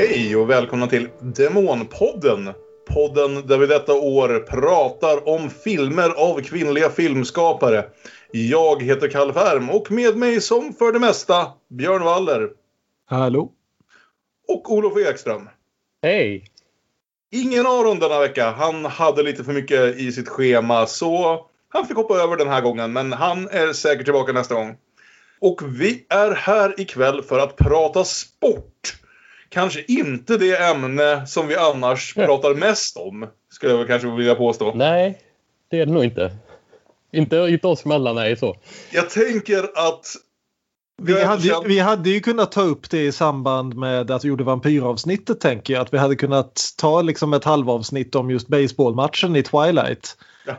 Hej och välkomna till Demonpodden. Podden där vi detta år pratar om filmer av kvinnliga filmskapare. Jag heter Kalle Färm och med mig som för det mesta Björn Waller. Hallå. Och Olof Ekström. Hej. Ingen Aron denna vecka. Han hade lite för mycket i sitt schema så han fick hoppa över den här gången. Men han är säkert tillbaka nästa gång. Och vi är här ikväll för att prata sport. Kanske inte det ämne som vi annars pratar mest om, skulle jag väl kanske vilja påstå. Nej, det är det nog inte. Inte oss mellan, nej så. Jag tänker att... Vi hade ju kunnat ta upp det i samband med att vi gjorde vampyravsnittet, tänker jag. Att vi hade kunnat ta liksom ett halvavsnitt om just baseballmatchen i Twilight. Ja.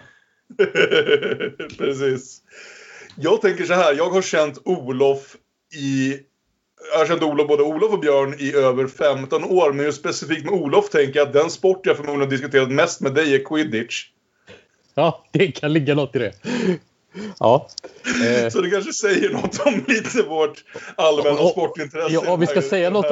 Precis. Jag tänker så här, jag har känt Olof både Olof och Björn i över 15 år. Men just specifikt med Olof tänker jag att den sport jag förmodligen diskuterat mest med dig är Quidditch. Ja, det kan ligga något i det. Ja. Så det kanske säger något om lite vårt allmänna sportintresse. Ja, om vi ska säga något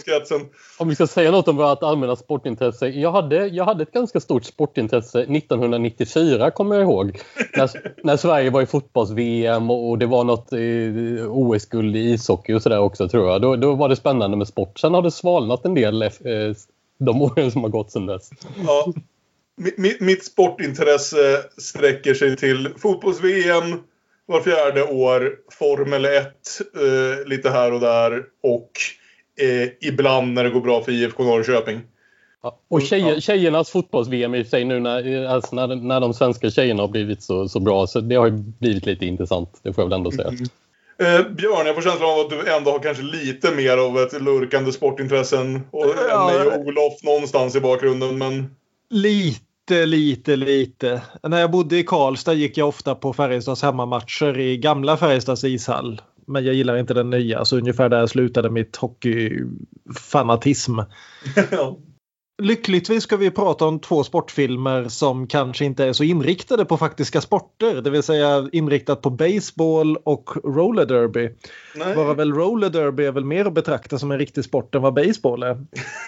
om vårt allmänna sportintresse. Jag hade ett ganska stort sportintresse 1994, kommer jag ihåg. När Sverige var i fotbolls-VM och det var något OS-guld i ishockey och sådär också, tror jag. Då var det spännande med sport. Sen har det svalnat en del de åren som har gått sedan dess. Ja. Mitt sportintresse sträcker sig till fotbolls-VM var fjärde år, Formel 1 lite här och där och ibland när det går bra för IFK Norrköping. Ja, och tjejernas fotbolls-VM i sig nu när de svenska tjejerna har blivit så bra, så det har ju blivit lite intressant, det får jag väl ändå säga. Björn, jag får känslan av att du ändå har kanske lite mer av ett lurkande sportintressen än mig och Olof någonstans i bakgrunden, men... Lite. När jag bodde i Karlstad gick jag ofta på Färjestads hemmamatcher i gamla Färjestads ishall. Men jag gillar inte den nya, så ungefär där slutade mitt hockeyfanatism. Ja. Lyckligtvis ska vi prata om 2 sportfilmer som kanske inte är så inriktade på faktiska sporter. Det vill säga inriktat på baseball och roller derby. Bara väl roller derby är väl mer att betrakta som en riktig sport än vad baseball är.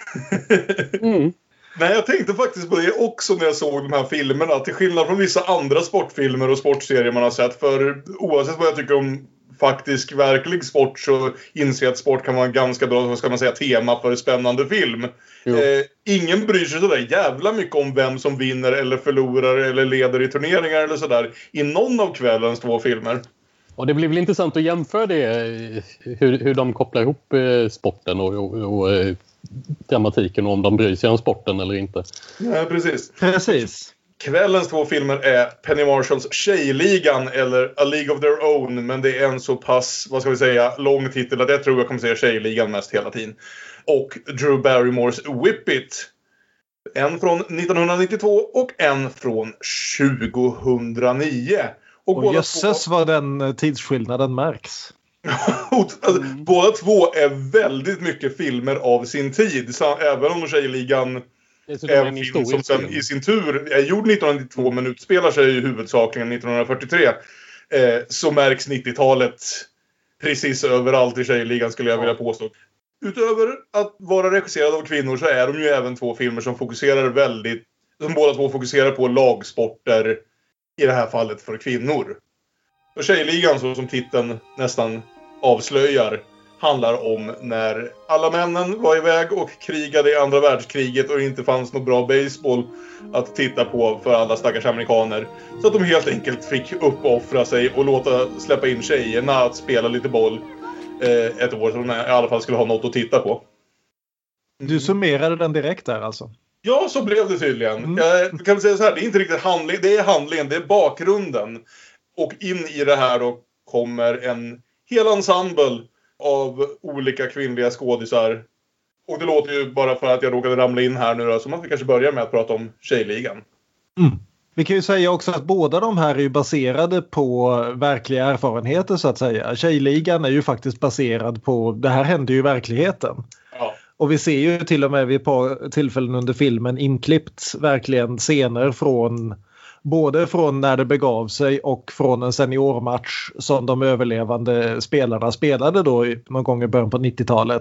Nej, jag tänkte faktiskt på det också när jag såg de här filmerna. Till skillnad från vissa andra sportfilmer och sportserier man har sett. För oavsett vad jag tycker om faktisk, verklig sport, så inser jag att sport kan vara en ganska bra, vad ska man säga, tema för en spännande film. Ingen bryr sig sådär jävla mycket om vem som vinner eller förlorar eller leder i turneringar eller sådär i någon av kvällens 2 filmer. Och det blir väl intressant att jämföra det, hur de kopplar ihop sporten och dramatiken, och om de bryr sig om sporten eller inte. Ja, precis. Kvällens 2 filmer är Penny Marshalls Tjejligan eller A League of Their Own, men det är en så pass, vad ska vi säga, lång titel att jag tror jag kommer säga Tjejligan mest hela tiden. Och Drew Barrymores Whip It. En från 1992 och en från 2009. Och jösses vad den tidsskillnaden märks. Båda 2 är väldigt mycket filmer av sin tid. Så även om Tjejligan är en film som sen i sin tur är gjord 1992 men utspelar sig i huvudsakligen 1943, så märks 90-talet precis överallt i Tjejligan, skulle jag vilja påstå. Utöver att vara regisserad av kvinnor så är de ju även 2 filmer som båda 2 fokuserar på lagsporter, i det här fallet för kvinnor. Och Tjejligan, så som titeln nästan avslöjar, handlar om när alla männen var iväg och krigade i andra världskriget och det inte fanns något bra baseball att titta på för alla stackars amerikaner. Så att de helt enkelt fick uppoffra sig och släppa in tjejerna att spela lite boll ett år, så de i alla fall skulle ha något att titta på. Du summerade den direkt där alltså? Ja, så blev det tydligen. Jag kan säga så här, det är inte riktigt handling, det är handlingen, det är bakgrunden. Och in i det här då kommer en hel ensemble av olika kvinnliga skådisar. Och det låter ju, bara för att jag råkade ramla in här nu då, så man ska kanske börja med att prata om Tjejligan. Vi kan ju säga också att båda de här är ju baserade på verkliga erfarenheter, så att säga. Tjejligan är ju faktiskt baserad på, det här händer ju i verkligheten. Ja. Och vi ser ju till och med vid ett par tillfällen under filmen inklippt verkligen scener både från när det begav sig och från en seniormatch som de överlevande spelarna spelade då någon gång i början på 90-talet.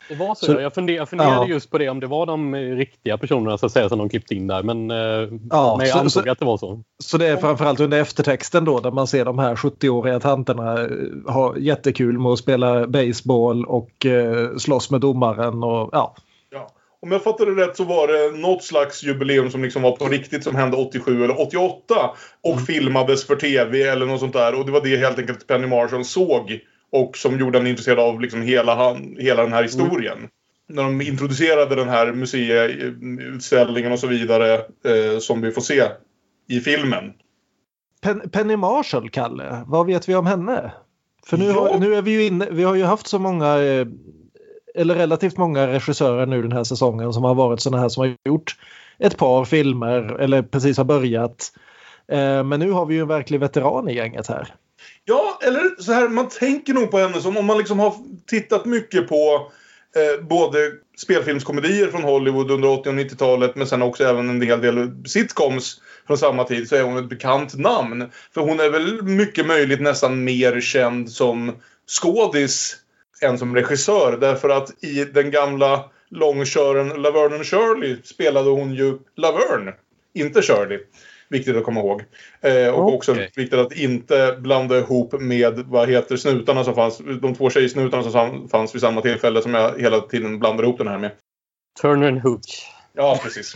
Det var så. Jag funderade just på det, om det var de riktiga personerna så att säga, som de klippt in där. Men jag ansåg att det var så. Så det är framförallt under eftertexten då, där man ser de här 70-åriga tanterna ha jättekul med att spela baseball och slåss med domaren. Och, ja. Om jag fattade det rätt så var det något slags jubileum som liksom var på riktigt, som hände 87 eller 88 och filmades för tv eller något sånt där. Och det var det helt enkelt Penny Marshall såg och som gjorde henne intresserad av liksom hela den här historien. När de introducerade den här museiutställningen och så vidare som vi får se i filmen. Penny Marshall, Kalle, vad vet vi om henne? För nu är vi ju inne, vi har ju haft så många eller relativt många regissörer nu den här säsongen som har varit såna här som har gjort ett par filmer eller precis har börjat. Men nu har vi ju en verklig veteran i gänget här. Ja, eller så här, man tänker nog på henne som om man liksom har tittat mycket på både spelfilmskomedier från Hollywood under 80- och 90-talet, men sen också även en hel del sitcoms från samma tid, så är hon ett bekant namn. För hon är väl mycket möjligt nästan mer känd som skådis än som regissör, därför att i den gamla långkören Laverne and Shirley spelade hon ju Laverne, inte Shirley. Viktigt att komma ihåg. Och också viktigt att inte blanda ihop med, vad heter snutarna som fanns, de två tjejsnutarna som fanns vid samma tillfälle, som jag hela tiden blandar ihop den här med. Turner and Hooch. Ja, precis.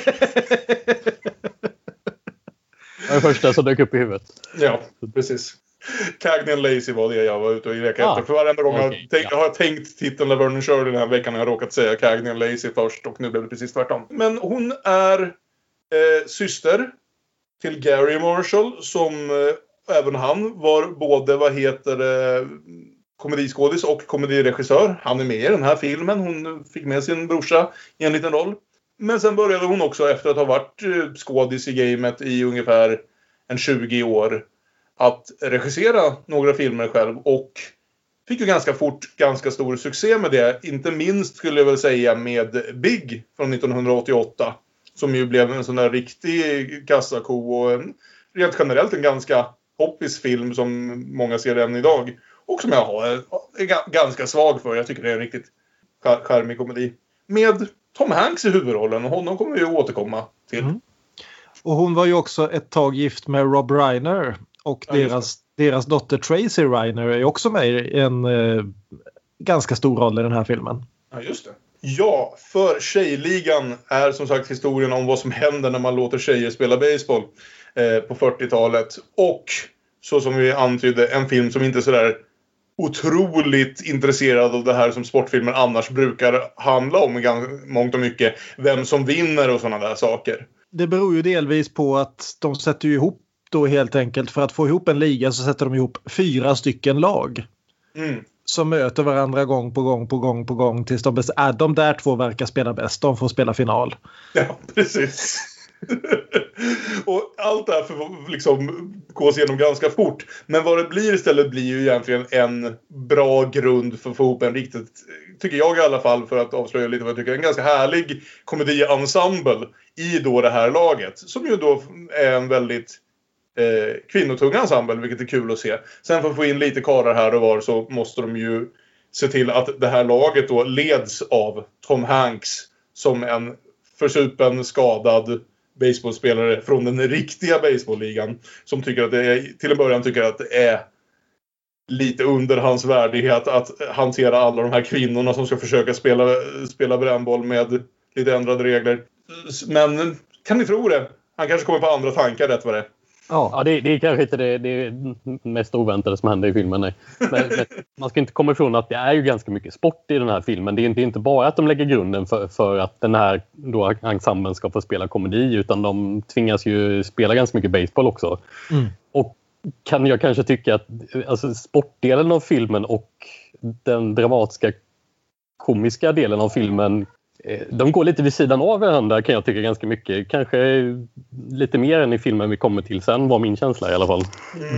Det var det första som dök upp i huvudet. Ja, precis. Cagney and Lacey var det jag var ute och lekade efter. För varenda gång jag har tänkt titeln Laverne and Shirley den här veckan har jag råkat säga Cagney and Lacey först, och nu blev det precis tvärtom. Men hon är syster till Gary Marshall, som även han var både, komediskådis och komediregissör. Han är med i den här filmen. Hon fick med sin brorsa i en liten roll. Men sen började hon också, efter att ha varit skådis i gamet i ungefär 20 år, att regissera några filmer själv, och fick ju ganska fort ganska stor succé med det. Inte minst skulle jag väl säga med Big från 1988, som ju blev en sån där riktig kassako och rent generellt en ganska hoppis film som många ser än idag. Och som jag är ganska svag för. Jag tycker det är en riktigt charmig komedi. Med Tom Hanks i huvudrollen, och honom kommer vi att återkomma till. Mm. Och hon var ju också ett tag gift med Rob Reiner. Och deras dotter Tracy Reiner är också med i en ganska stor roll i den här filmen. Ja, just det. Ja, för Tjejligan är som sagt historien om vad som händer när man låter tjejer spela baseball på 40-talet. Och så som vi antydde, en film som inte är sådär otroligt intresserad av det här som sportfilmer annars brukar handla om mångt och mycket. Vem som vinner och sådana där saker. Det beror ju delvis på att de sätter ihop då helt enkelt, för att få ihop en liga så sätter de ihop 4 stycken lag. Som möter varandra gång på gång tills de där 2 verkar spela bäst. De får spela final. Ja, precis. Och allt det här får liksom gås igenom ganska fort. Men vad det blir istället blir ju egentligen en bra grund för att få ihop en riktigt, tycker jag i alla fall, för att avslöja lite vad jag tycker, en ganska härlig komediensemble i då det här laget. Som ju då är en väldigt kvinnotunga ensemble, vilket är kul att se. Sen för att få in lite karar här och var, så måste de ju se till att det här laget då leds av Tom Hanks som en försupen, skadad baseballspelare från den riktiga baseballligan, som tycker att det är, till en början tycker att det är lite under hans värdighet att hantera alla de här kvinnorna som ska försöka spela brännboll med lite ändrade regler. Men kan ni tro det? Han kanske kommer på andra tankar, rätt vad det är. Ja, det är kanske inte det mest oväntade som händer i filmen. Nej. Men man ska inte komma ifrån att det är ju ganska mycket sport i den här filmen. Det är inte bara att de lägger grunden för att den här då ensemblen ska få spela komedi, utan de tvingas ju spela ganska mycket baseball också. Och kan jag kanske tycka att alltså, sportdelen av filmen och den dramatiska komiska delen av filmen, de går lite vid sidan av varandra, kan jag tycka ganska mycket. Kanske lite mer än i filmen vi kommer till sen, var min känsla i alla fall.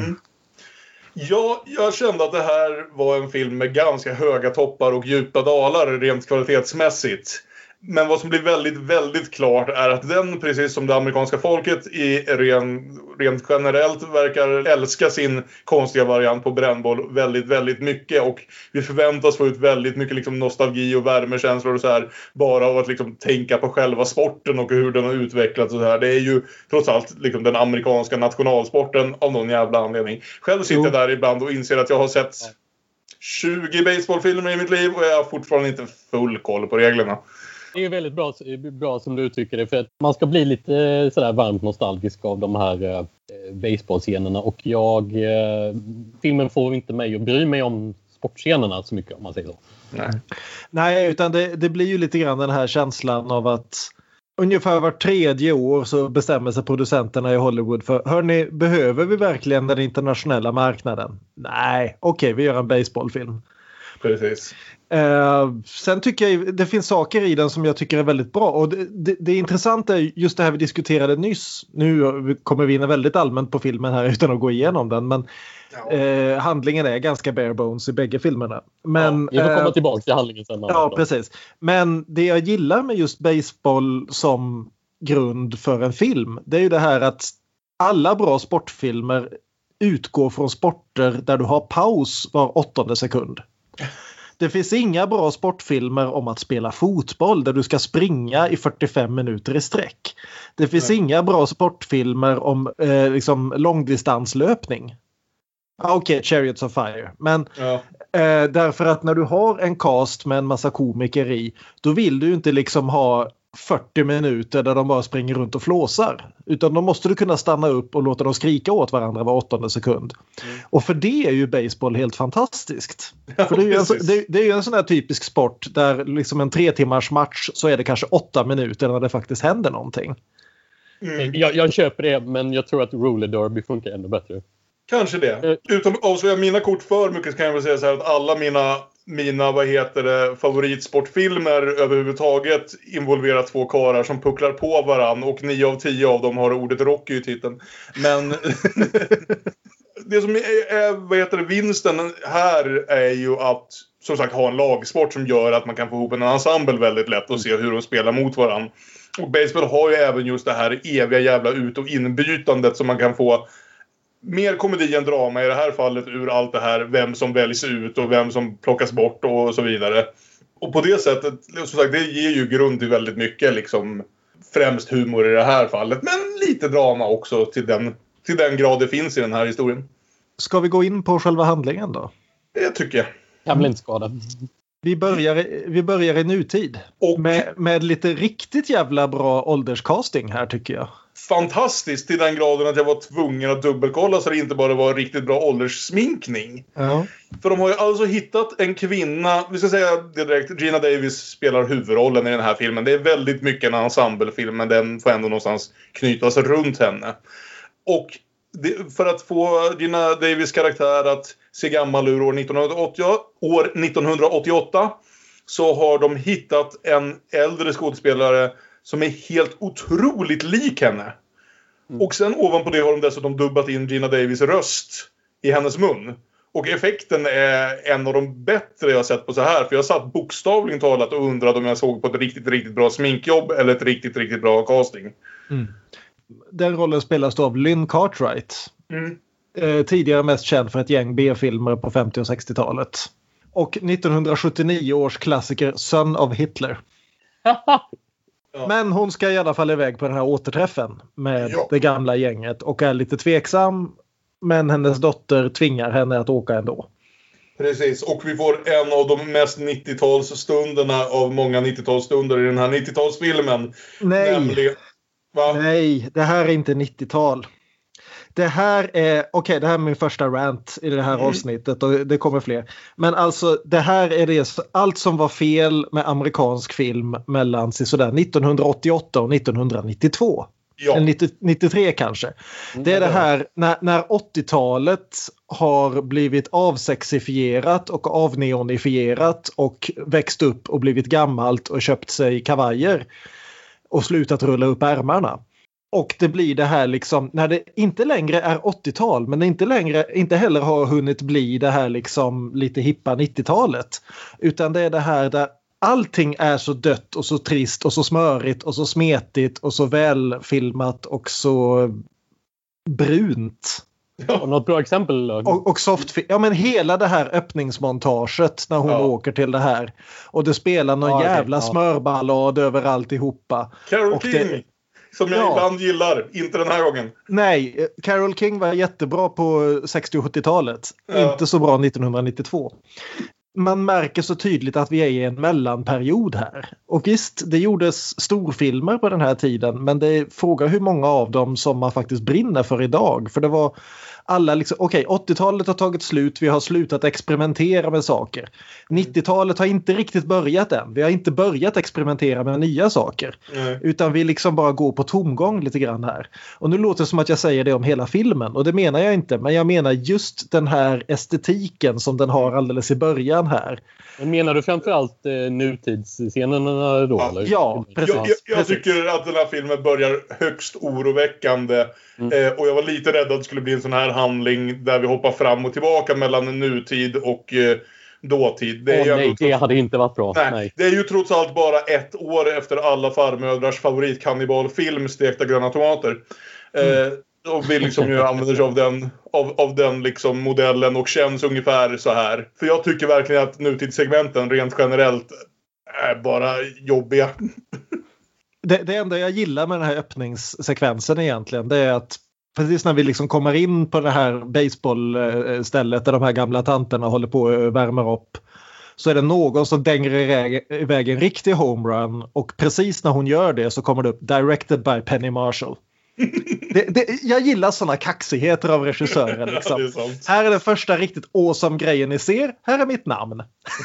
Ja, jag kände att det här var en film med ganska höga toppar och djupa dalar rent kvalitetsmässigt. Men vad som blir väldigt, väldigt klart är att den, precis som det amerikanska folket rent generellt, verkar älska sin konstiga variant på brännboll väldigt, väldigt mycket. Och vi förväntas få ut väldigt mycket liksom nostalgi och värmekänslor och så här, bara av att liksom tänka på själva sporten och hur den har utvecklats och så här. Det är ju trots allt liksom den amerikanska nationalsporten av någon jävla anledning. Själv sitter jag där ibland och inser att jag har sett 20 baseballfilmer i mitt liv och jag har fortfarande inte full koll på reglerna. Det är väldigt bra som du uttrycker det, för att man ska bli lite sådär varmt nostalgisk av de här baseballscenerna, och filmen får inte mig att bry mig om sportscenerna så mycket, om man säger så. Nej, utan det blir ju lite grann den här känslan av att ungefär var 3:e år så bestämmer sig producenterna i Hollywood för, hörni, behöver vi verkligen den internationella marknaden? Nej, okej, vi gör en baseballfilm. Precis. Sen tycker jag det finns saker i den som jag tycker är väldigt bra, och det intressanta är just det här vi diskuterade nyss. Nu kommer vi in väldigt allmänt på filmen här utan att gå igenom den, men handlingen är ganska bare bones i bägge filmerna. Men, vi får komma tillbaka till handlingen sen. Ja, precis. Men det jag gillar med just baseball som grund för en film, det är ju det här att alla bra sportfilmer utgår från sporter där du har paus var 8:e sekund. Det finns inga bra sportfilmer om att spela fotboll där du ska springa i 45 minuter i sträck. Det finns inga bra sportfilmer om liksom långdistanslöpning. Okej, Chariots of Fire. Men därför att när du har en cast med en massa komiker i, då vill du inte liksom ha 40 minuter där de bara springer runt och flåsar. Utan då måste du kunna stanna upp och låta dem skrika åt varandra var 8:e sekund. Och för det är ju baseball helt fantastiskt. För det är ju en sån här typisk sport där liksom en 3 timmars match så är det kanske 8 minuter när det faktiskt händer någonting. Jag köper det, men jag tror att roller derby funkar ännu bättre. Kanske det. Utan att avslöja mina kort för mycket så kan jag väl säga så här att alla mina favoritsportfilmer överhuvudtaget involverar 2 karlar som pucklar på varann, och 9 av 10 av dem har ordet Rocky i titeln. Men det som är vinsten här är ju att som sagt ha en lagsport som gör att man kan få ihop en ensemble väldigt lätt och se hur de spelar mot varann. Och baseball har ju även just det här eviga jävla ut- och inbytandet som man kan få mer komedi än drama i det här fallet ur allt det här, vem som väljs ut och vem som plockas bort och så vidare. Och på det sättet, som sagt, det ger ju grund till väldigt mycket liksom, främst humor i det här fallet, men lite drama också till den grad det finst i den här historien. Ska vi gå in på själva handlingen då? Det tycker jag. Kan väl inte skada. Vi börjar i nutid. Och med lite riktigt jävla bra ålderscasting här tycker jag. Fantastiskt till den graden att jag var tvungen att dubbelkolla så det inte bara var riktigt bra ålderssminkning. Ja. För de har ju alltså hittat en kvinna, vi ska säga det direkt, Geena Davis spelar huvudrollen i den här filmen. Det är väldigt mycket en ensemblefilm, men den får ändå någonstans knytas runt henne. Och för att få Geena Davis karaktär att se gammal ur år 1988 så har de hittat en äldre skådespelare som är helt otroligt lik henne. Och sen ovanpå det har de dessutom dubbat in Geena Davis röst i hennes mun. Och effekten är en av de bättre jag sett på så här. För jag satt bokstavligen talat och undrade om jag såg på ett riktigt, riktigt bra sminkjobb eller ett riktigt, riktigt bra casting. Den rollen spelas då av Lynn Cartwright. Tidigare mest känd för ett gäng B-filmer på 50- och 60-talet. Och 1979 års klassiker Son of Hitler. Men hon ska i alla fall iväg på den här återträffen med det gamla gänget och är lite tveksam, men hennes dotter tvingar henne att åka ändå. Precis, och vi får en av de mest 90-talsstunderna av många 90-talsstunder i den här 90-talsfilmen. Nej, nej, det här är inte 90-tal. Det här är min första rant i det här avsnittet och det kommer fler. Men alltså det här är allt som var fel med amerikansk film mellan sådär 1988 och 1992. Ja. Eller 93 kanske. Det är det här när 80-talet har blivit avsexifierat och avneonifierat och växt upp och blivit gammalt och köpt sig kavajer och slutat rulla upp ärmarna. Och det blir det här liksom när det inte längre är 80-tal men inte heller har hunnit bli det här liksom lite hippa 90-talet. Utan det är det här där allting är så dött och så trist och så smörigt och så smetigt och så välfilmat och så brunt. Ja, något bra exempel. Och softfilm. Ja, men hela det här öppningsmontaget när hon åker till det här. Och det spelar någon jävla smörballad över alltihopa. Carole King, som jag ibland gillar. Inte den här gången. Nej, Carole King var jättebra på 60- och 70-talet. Inte så bra 1992. Man märker så tydligt att vi är i en mellanperiod här. Och visst, det gjordes storfilmer på den här tiden. Men det är fråga hur många av dem som man faktiskt brinner för idag. För det var alla liksom, 80-talet har tagit slut. Vi har slutat experimentera med saker. 90-talet har inte riktigt börjat än. Vi har inte börjat experimentera med nya saker. Utan vi liksom bara går på tomgång lite grann här. Och nu låter det som att jag säger det om hela filmen. Och det menar jag inte. Men jag menar just den här estetiken som den har alldeles i början här. Men menar du framförallt nutidsscenerna då? Eller? Ja, precis. Jag tycker att den här filmen börjar högst oroväckande. Och jag var lite rädd att det skulle bli en sån här handling där vi hoppar fram och tillbaka mellan nutid och dåtid. Det hade inte varit bra. Nej. Det är ju trots allt bara ett år efter alla farmödrars favoritkannibalfilm Stekta gröna tomater. Och vi liksom ju använder sig av den liksom modellen och känns ungefär så här. För jag tycker verkligen att nutidssegmenten rent generellt är bara jobbiga. Det enda jag gillar med den här öppningssekvensen egentligen, det är att precis när vi liksom kommer in på det här baseballstället där de här gamla tanterna håller på och värmer upp, så är det någon som dänger iväg en riktig homerun, och precis när hon gör det så kommer det upp directed by Penny Marshall. Jag gillar såna kaxigheter av regissörer liksom. Ja, här är den första riktigt awesome grejen ni ser. Här är mitt namn.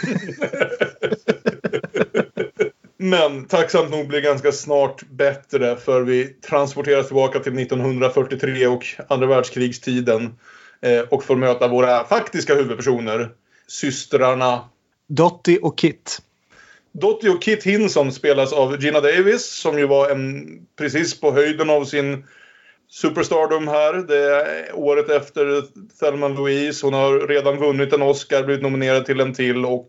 Men tacksamt nog blir ganska snart bättre, för vi transporteras tillbaka till 1943 och andra världskrigstiden och får möta våra faktiska huvudpersoner, systrarna Dottie och Kit. Dottie och Kit Hinson spelas av Gina Davis, som ju var precis på höjden av sin superstardom här. Det är året efter Thelma Louise. Hon har redan vunnit en Oscar, blivit nominerad till en till och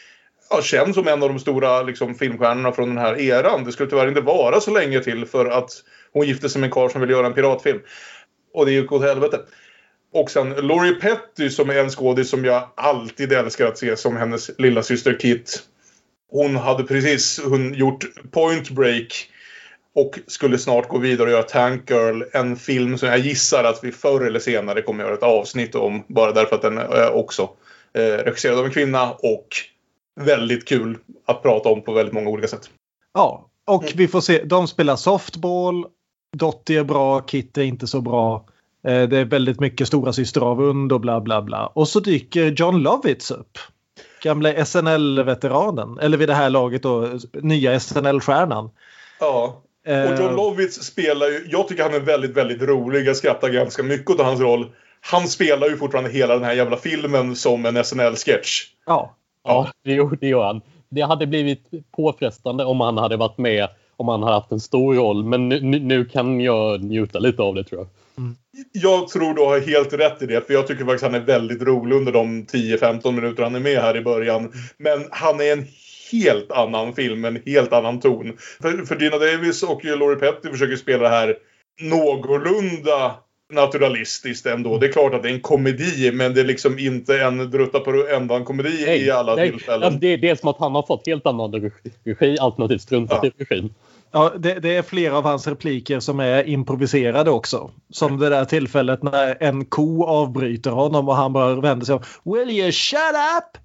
känns som en av de stora liksom, filmstjärnorna från den här eran. Det skulle tyvärr inte vara så länge till, för att hon gifte sig med en karl som ville göra en piratfilm. Och det gick åt helvete. Och sen Laurie Petty, som är en skådis som jag alltid älskar att se som hennes lilla syster Kit. Hon hade precis gjort Point Break och skulle snart gå vidare och göra Tank Girl, en film som jag gissar att vi förr eller senare kommer göra ett avsnitt om, bara därför att den är också regisserad av en kvinna och väldigt kul att prata om på väldigt många olika sätt. Ja, och vi får se, de spelar softball, Dottie är bra, Kit är inte så bra. Det är väldigt mycket stora syster av und och bla bla bla. Och så dyker John Lovitz upp. Gamla SNL-veteranen. Eller vid det här laget då, nya SNL-stjärnan. Ja, och John Lovitz spelar ju, jag tycker han är väldigt, väldigt rolig. Jag skrattar ganska mycket åt hans roll. Han spelar ju fortfarande hela den här jävla filmen som en SNL-sketch. Ja, det gör han. Det hade blivit påfrestande om han hade varit med, om han hade haft en stor roll. Men nu kan jag njuta lite av det, tror jag. Jag tror du har helt rätt i det, för jag tycker faktiskt han är väldigt rolig under de 10-15 minuter han är med här i början. Men han är en helt annan film, en helt annan ton. För Gina Davis och Laurie Petty försöker spela det här någorlunda naturalistiskt ändå. Det är klart att det är en komedi, men det är liksom inte en drutta på ändan komedi i alla tillfällen. Det är som att han har fått helt annan regi, alternativt struntat i regin. Ja, det är flera av hans repliker som är improviserade också. Som det där tillfället när en ko avbryter honom och han bara vänder sig om. Will you shut up?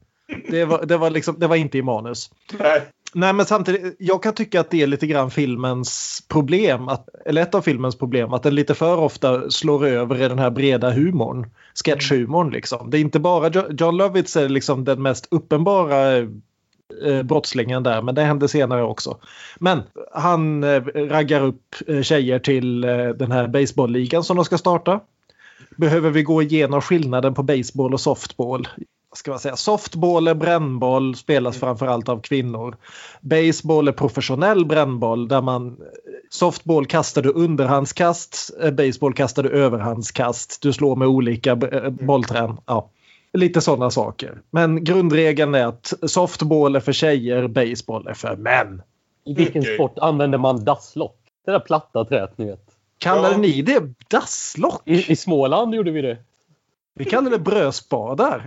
Det var inte i manus. Nej, men samtidigt, jag kan tycka att det är lite grann filmens problem, eller ett av filmens problem, att den lite för ofta slår över i den här breda humorn, sketchhumorn liksom. Det är inte bara John Lovitz är liksom den mest uppenbara brottslingen där, men det händer senare också. Men han raggar upp tjejer till den här baseballligan som de ska starta. Behöver vi gå igenom skillnaden på baseball och softball? Ska man säga, softball är brännboll, spelas framförallt av kvinnor. Baseball är professionell brännboll, där softball kastar du underhandskast, baseball kastar du överhandskast. Du slår med olika bollträn. Ja. Lite sådana saker. Men grundregeln är att softball är för tjejer, baseball är för män. I vilken sport använder man dasslock? Det där platta träet, ni vet. Kallade ni det dasslock? I Småland gjorde vi det. Vi kallade det brödspadar.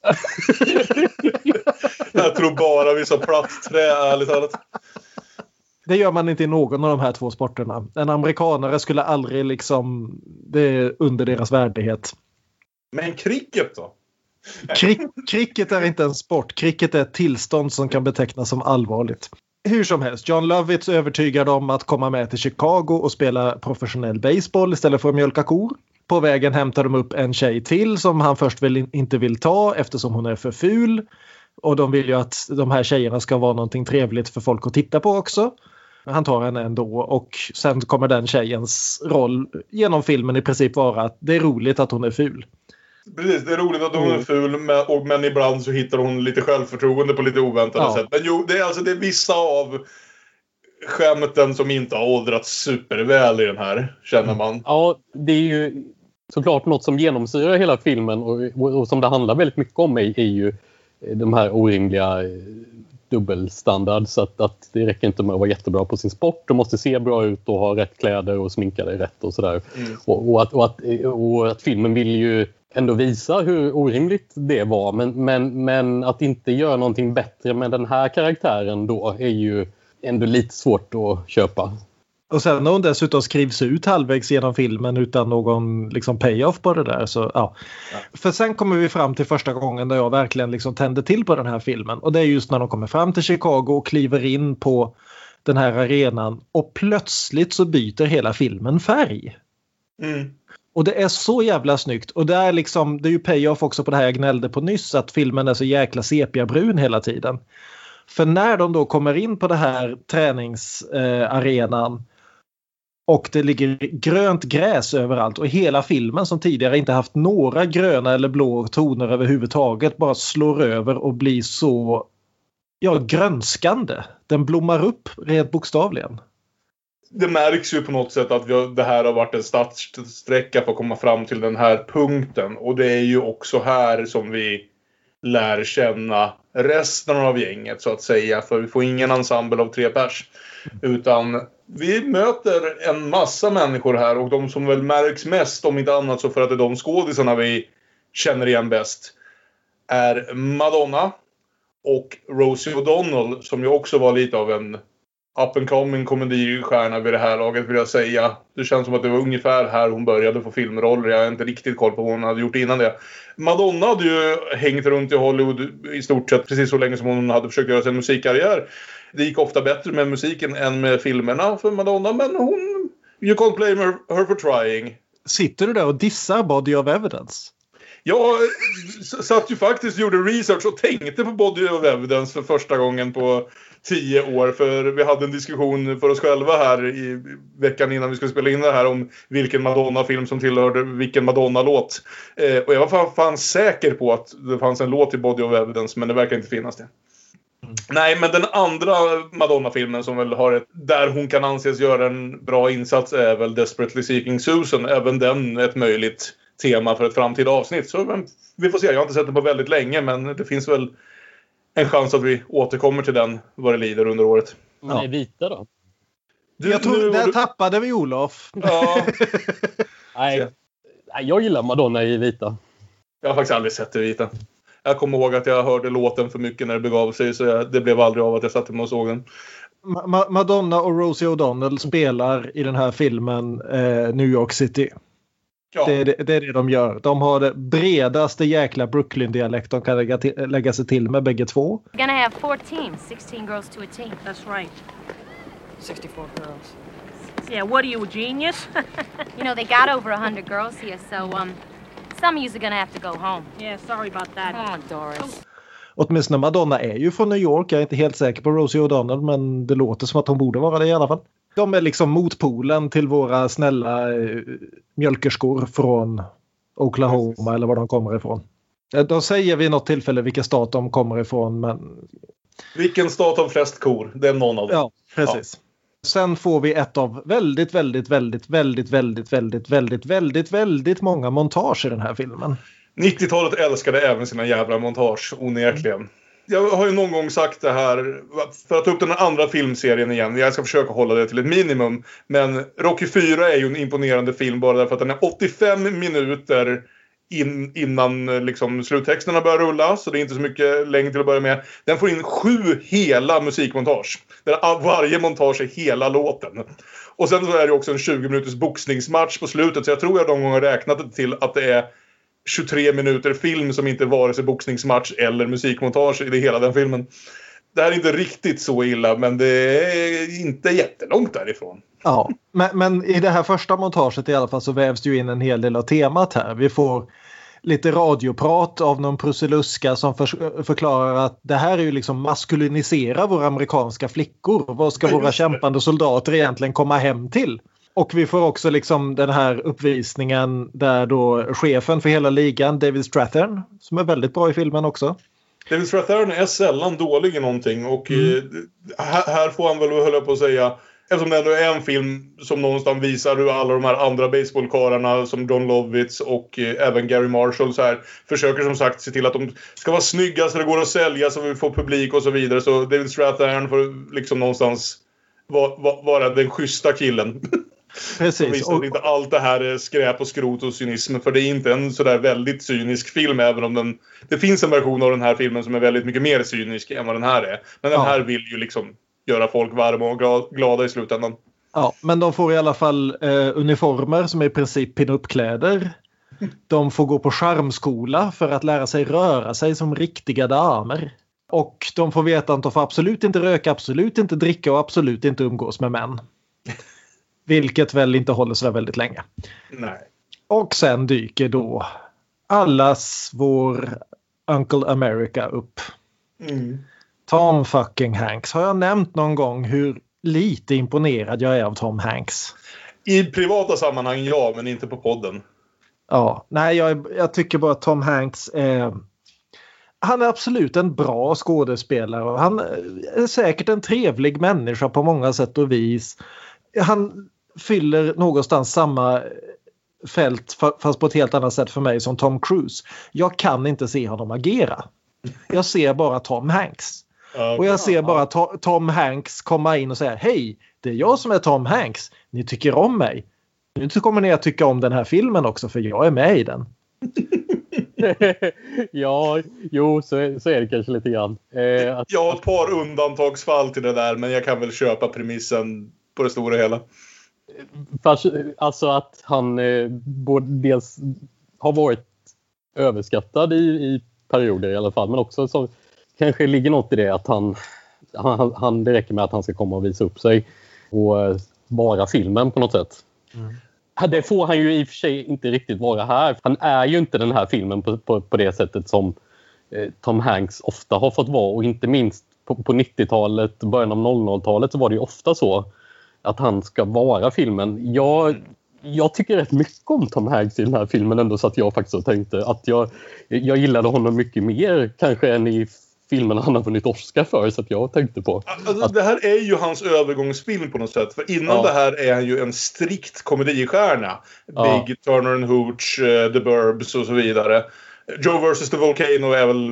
Jag tror bara vi sa platt trä, ärligt talat. Det gör man inte i någon av de här två sporterna. En amerikanare skulle aldrig liksom... Det är under deras värdighet. Men cricket då? Cricket är inte en sport. Cricket är ett tillstånd som kan betecknas som allvarligt. Hur som helst, John Lovitz övertygade om att komma med till Chicago och spela professionell baseball istället för att mjölka kor. På vägen hämtar de upp en tjej till som han först inte vill ta eftersom hon är för ful. Och de vill ju att de här tjejerna ska vara någonting trevligt för folk att titta på också. Han tar henne ändå och sen kommer den tjejens roll genom filmen i princip vara att det är roligt att hon är ful. Precis, det är roligt att hon är ful men ibland så hittar hon lite självförtroende på lite oväntade sätt. Men jo, det är vissa av skämten som inte har åldrats superväl i den här, känner man. Ja, det är ju såklart något som genomsyrar hela filmen och som det handlar väldigt mycket om är ju de här orimliga dubbelstandard, så att det räcker inte med att vara jättebra på sin sport. Du måste se bra ut och ha rätt kläder och sminka dig rätt och sådär. Och att filmen vill ju ändå visa hur orimligt det var, men att inte göra någonting bättre med den här karaktären då är ju ändå lite svårt att köpa. Och sen när hon dessutom skrivs ut halvvägs genom filmen utan någon liksom payoff på det där. Så, ja. För sen kommer vi fram till första gången där jag verkligen liksom tände till på den här filmen. Och det är just när de kommer fram till Chicago och kliver in på den här arenan. Och plötsligt så byter hela filmen färg. Mm. Och det är så jävla snyggt. Och det är ju payoff också på det här jag gnällde på nyss. Att filmen är så jäkla sepiabrun hela tiden. För när de då kommer in på det här träningsarenan och det ligger grönt gräs överallt och hela filmen som tidigare inte haft några gröna eller blå toner överhuvudtaget bara slår över och blir så grönskande. Den blommar upp rent bokstavligen. Det märks ju på något sätt att det här har varit en startsträcka för att komma fram till den här punkten. Och det är ju också här som vi lär känna resten av gänget så att säga. För vi får ingen ensemble av 3 pers. Utan vi möter en massa människor här. Och de som väl märks mest, om inte annat så för att det är de skådisarna vi känner igen bäst, är Madonna och Rosie O'Donnell, som ju också var lite av en up-and-coming komedistjärna vid det här laget, vill jag säga. Det känns som att det var ungefär här hon började få filmroller. Jag har inte riktigt koll på vad hon hade gjort innan det. Madonna hade ju hängt runt i Hollywood i stort sett precis så länge som hon hade försökt göra sin musikkarriär. Det gick ofta bättre med musiken än med filmerna för Madonna, men hon... You can't blame her for trying. Sitter du där och dissar Body of Evidence? Jag satt ju faktiskt och gjorde research och tänkte på Body of Evidence för första gången på 10 år. För vi hade en diskussion för oss själva här i veckan innan vi skulle spela in det här om vilken Madonna-film som tillhörde vilken Madonna-låt. Och jag var fan säker på att det fanns en låt i Body of Evidence, men det verkar inte finnas det. Nej, men den andra Madonna-filmen som väl har där hon kan anses göra en bra insats är väl Desperately Seeking Susan. Även den ett möjligt tema för ett framtida avsnitt. Så vi får se, jag har inte sett den på väldigt länge, men det finns väl en chans att vi återkommer till den vad det lider under året. Men är vita då? Jag tror där tappade vi Olof. Ja. Nej, jag gillar Madonna i vita. Jag har faktiskt aldrig sett det i vita. Jag kommer ihåg att jag hörde låten för mycket när det begav sig, så det blev aldrig av att jag satte mig och såg den. Madonna och Rosie O'Donnell spelar i den här filmen New York City. Ja. Det är det de gör. De har det bredaste jäkla Brooklyn-dialekt de kan lägga sig till med bägge två. We're gonna have 4 teams, 16 girls to a team. That's right. 64 girls. Yeah, what are you, a genius? You know, they got over 100 girls here, so some of you are gonna have to go home. Yeah, sorry about that. Come on, Doris. Åtminstone Madonna är ju från New York. Jag är inte helt säker på Rosie O'Donnell, men det låter som att hon borde vara det i alla fall. De är liksom motpolen till våra snälla mjölkerskor från Oklahoma eller var de kommer ifrån. De säger vid något tillfälle vilken stat de kommer ifrån, men... Vilken stat har flest kor? Det är någon av dem. Ja, precis. Ja. Sen får vi ett av väldigt många montage i den här filmen. 90-talet älskade även sina jävla montage, onekligen. Jag har ju någon gång sagt det här, för att ta upp den andra filmserien igen, jag ska försöka hålla det till ett minimum, men Rocky 4 är ju en imponerande film bara därför att den är 85 minuter innan liksom sluttexterna börjar rulla, så det är inte så mycket längre till att börja med. Den får in 7 hela musikmontage, där varje montage är hela låten. Och sen så är det också en 20 minuters boxningsmatch på slutet, så jag tror jag någon gång har räknat det till att det är 23 minuter film som inte är vare sig boxningsmatch eller musikmontage i det hela den filmen. Det här är inte riktigt så illa, men det är inte jättelångt därifrån. Ja, men i det här första montaget i alla fall så vävs det ju in en hel del av temat här. Vi får lite radioprat av någon prussiluska som förklarar att det här är ju liksom maskulinisera våra amerikanska flickor. Vad ska våra kämpande soldater egentligen komma hem till? Och vi får också liksom den här uppvisningen där då chefen för hela ligan, David Strathairn, som är väldigt bra i filmen också. David Strathairn är sällan dålig i någonting och här får han väl, höll jag på att säga, eftersom det ändå är en film som någonstans visar hur alla de här andra baseballkarlarna som John Lovitz och även Gary Marshall så här, försöker som sagt se till att de ska vara snygga så det går att sälja så vi får publik och så vidare. Så David Strathairn får liksom någonstans vara den schyssta killen. Precis. Och inte allt det här är skräp och skrot och cynism, för det är inte en sådär väldigt cynisk film, även om det finns en version av den här filmen som är väldigt mycket mer cynisk än vad den här är. Men den här vill ju liksom göra folk varma och glada i slutändan. Ja, men de får i alla fall uniformer som är i princip pin-up-kläder. De får gå på charmskola för att lära sig röra sig som riktiga damer. Och de får veta att de får absolut inte röka, absolut inte dricka och absolut inte umgås med män. Vilket väl inte håller så väldigt länge. Nej. Och sen dyker då allas vår Uncle America upp. Tom fucking Hanks. Har jag nämnt någon gång hur lite imponerad jag är av Tom Hanks? I privata sammanhang ja, men inte på podden. Ja, nej jag tycker bara att Tom Hanks han är absolut en bra skådespelare. Och han är säkert en trevlig människa på många sätt och vis. Han fyller någonstans samma fält fast på ett helt annat sätt för mig som Tom Cruise. Jag kan inte se honom agera. Jag ser bara Tom Hanks. Och jag ser bara Tom Hanks komma in och säga: hej, det är jag som är Tom Hanks. Ni tycker om mig. Nu kommer ni att tycka om den här filmen också, för jag är med i den. Ja, jo, så är det kanske lite grann. Jag har ett par undantagsfall till det där, men jag kan väl köpa premissen på det stora hela. Alltså att han dels har varit överskattad i perioder i alla fall, men också så kanske ligger något i det att han det räcker med att han ska komma och visa upp sig och vara filmen på något sätt. Det får han ju i och för sig inte riktigt vara här. Han är ju inte den här filmen på det sättet som Tom Hanks ofta har fått vara, och inte minst på 90-talet, början av 00-talet så var det ju ofta så att han ska vara filmen. Jag tycker rätt mycket om Tom Hanks i den här filmen ändå, så att jag faktiskt tänkte att jag gillade honom mycket mer kanske än i filmen han har vunnit Oscar för, så att jag tänkte på. Alltså, det här är ju hans övergångsfilm på något sätt, för innan det här är han ju en strikt komedistjärna. Big, Turner and Hooch, The Burbs och så vidare. Joe vs. The Volcano är väl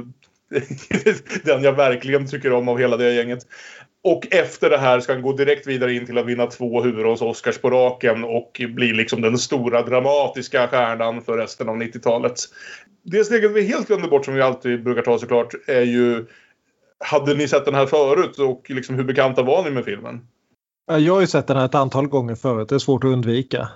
den jag verkligen tycker om av hela det gänget. Och efter det här ska han gå direkt vidare in till att vinna 2 huvudrolls-Oscars på raken och bli liksom den stora dramatiska stjärnan för resten av 90-talet. Det steget vi helt glömde bort, som vi alltid brukar ta såklart, är ju: hade ni sett den här förut och liksom hur bekanta var ni med filmen? Jag har ju sett den här ett antal gånger förut, det är svårt att undvika.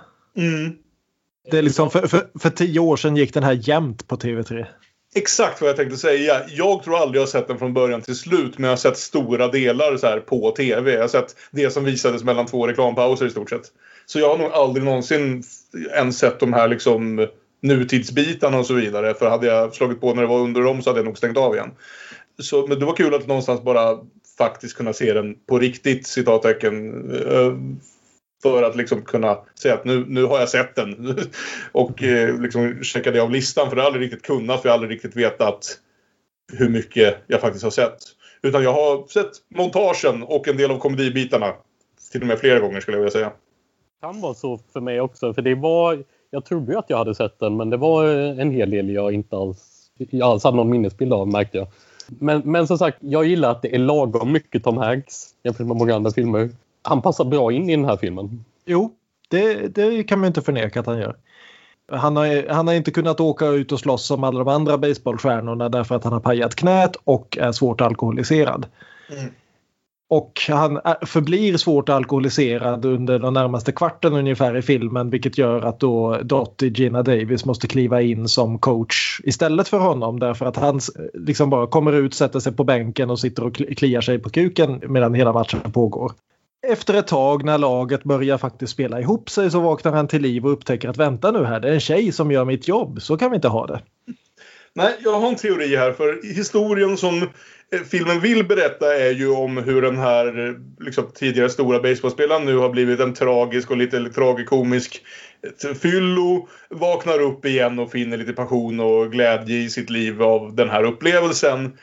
Det är liksom för 10 år sedan gick den här jämt på TV3. Exakt vad jag tänkte säga. Jag tror aldrig jag har sett den från början till slut, men jag har sett stora delar så här på TV. Jag har sett det som visades mellan 2 reklampauser i stort sett. Så jag har nog aldrig någonsin ens sett de här liksom nutidsbitarna och så vidare. För hade jag slagit på när det var under dem så hade jag nog stängt av igen. Så, men det var kul att någonstans bara faktiskt kunna se den på riktigt, citattecken, för att liksom kunna säga att nu har jag sett den. Och liksom checka det av listan, för det har jag aldrig riktigt kunnat, för jag har aldrig riktigt vetat hur mycket jag faktiskt har sett. Utan jag har sett montagen och en del av komedibitarna till och med flera gånger, skulle jag vilja säga. Det kan vara så för mig också, för det var, Jag trodde ju att jag hade sett den, men det var en hel del jag inte alls hade någon minnesbild av, märkte jag. Men som sagt, jag gillar att det är lagom mycket Tom Hanks jämfört med många andra filmer. Han passar bra in i den här filmen. Jo, det kan man inte förneka att han gör. Han har inte kunnat åka ut och slåss som alla de andra baseballstjärnorna därför att han har pajat knät och är svårt alkoholiserad. Mm. Och han förblir svårt alkoholiserad under den närmaste kvarten ungefär i filmen, vilket gör att då Dottie Gina Davis måste kliva in som coach istället för honom, därför att han liksom bara kommer ut, sätter sig på bänken och sitter och kliar sig på kuken medan hela matchen pågår. Efter ett tag när laget börjar faktiskt spela ihop sig så vaknar han till liv och upptäcker att vänta nu här, det är en tjej som gör mitt jobb, så kan vi inte ha det. Nej, jag har en teori här, för historien som filmen vill berätta är ju om hur den här liksom, tidigare stora baseballspelaren nu har blivit en tragisk och lite tragikomisk fyllo, vaknar upp igen och finner lite passion och glädje i sitt liv av den här upplevelsen.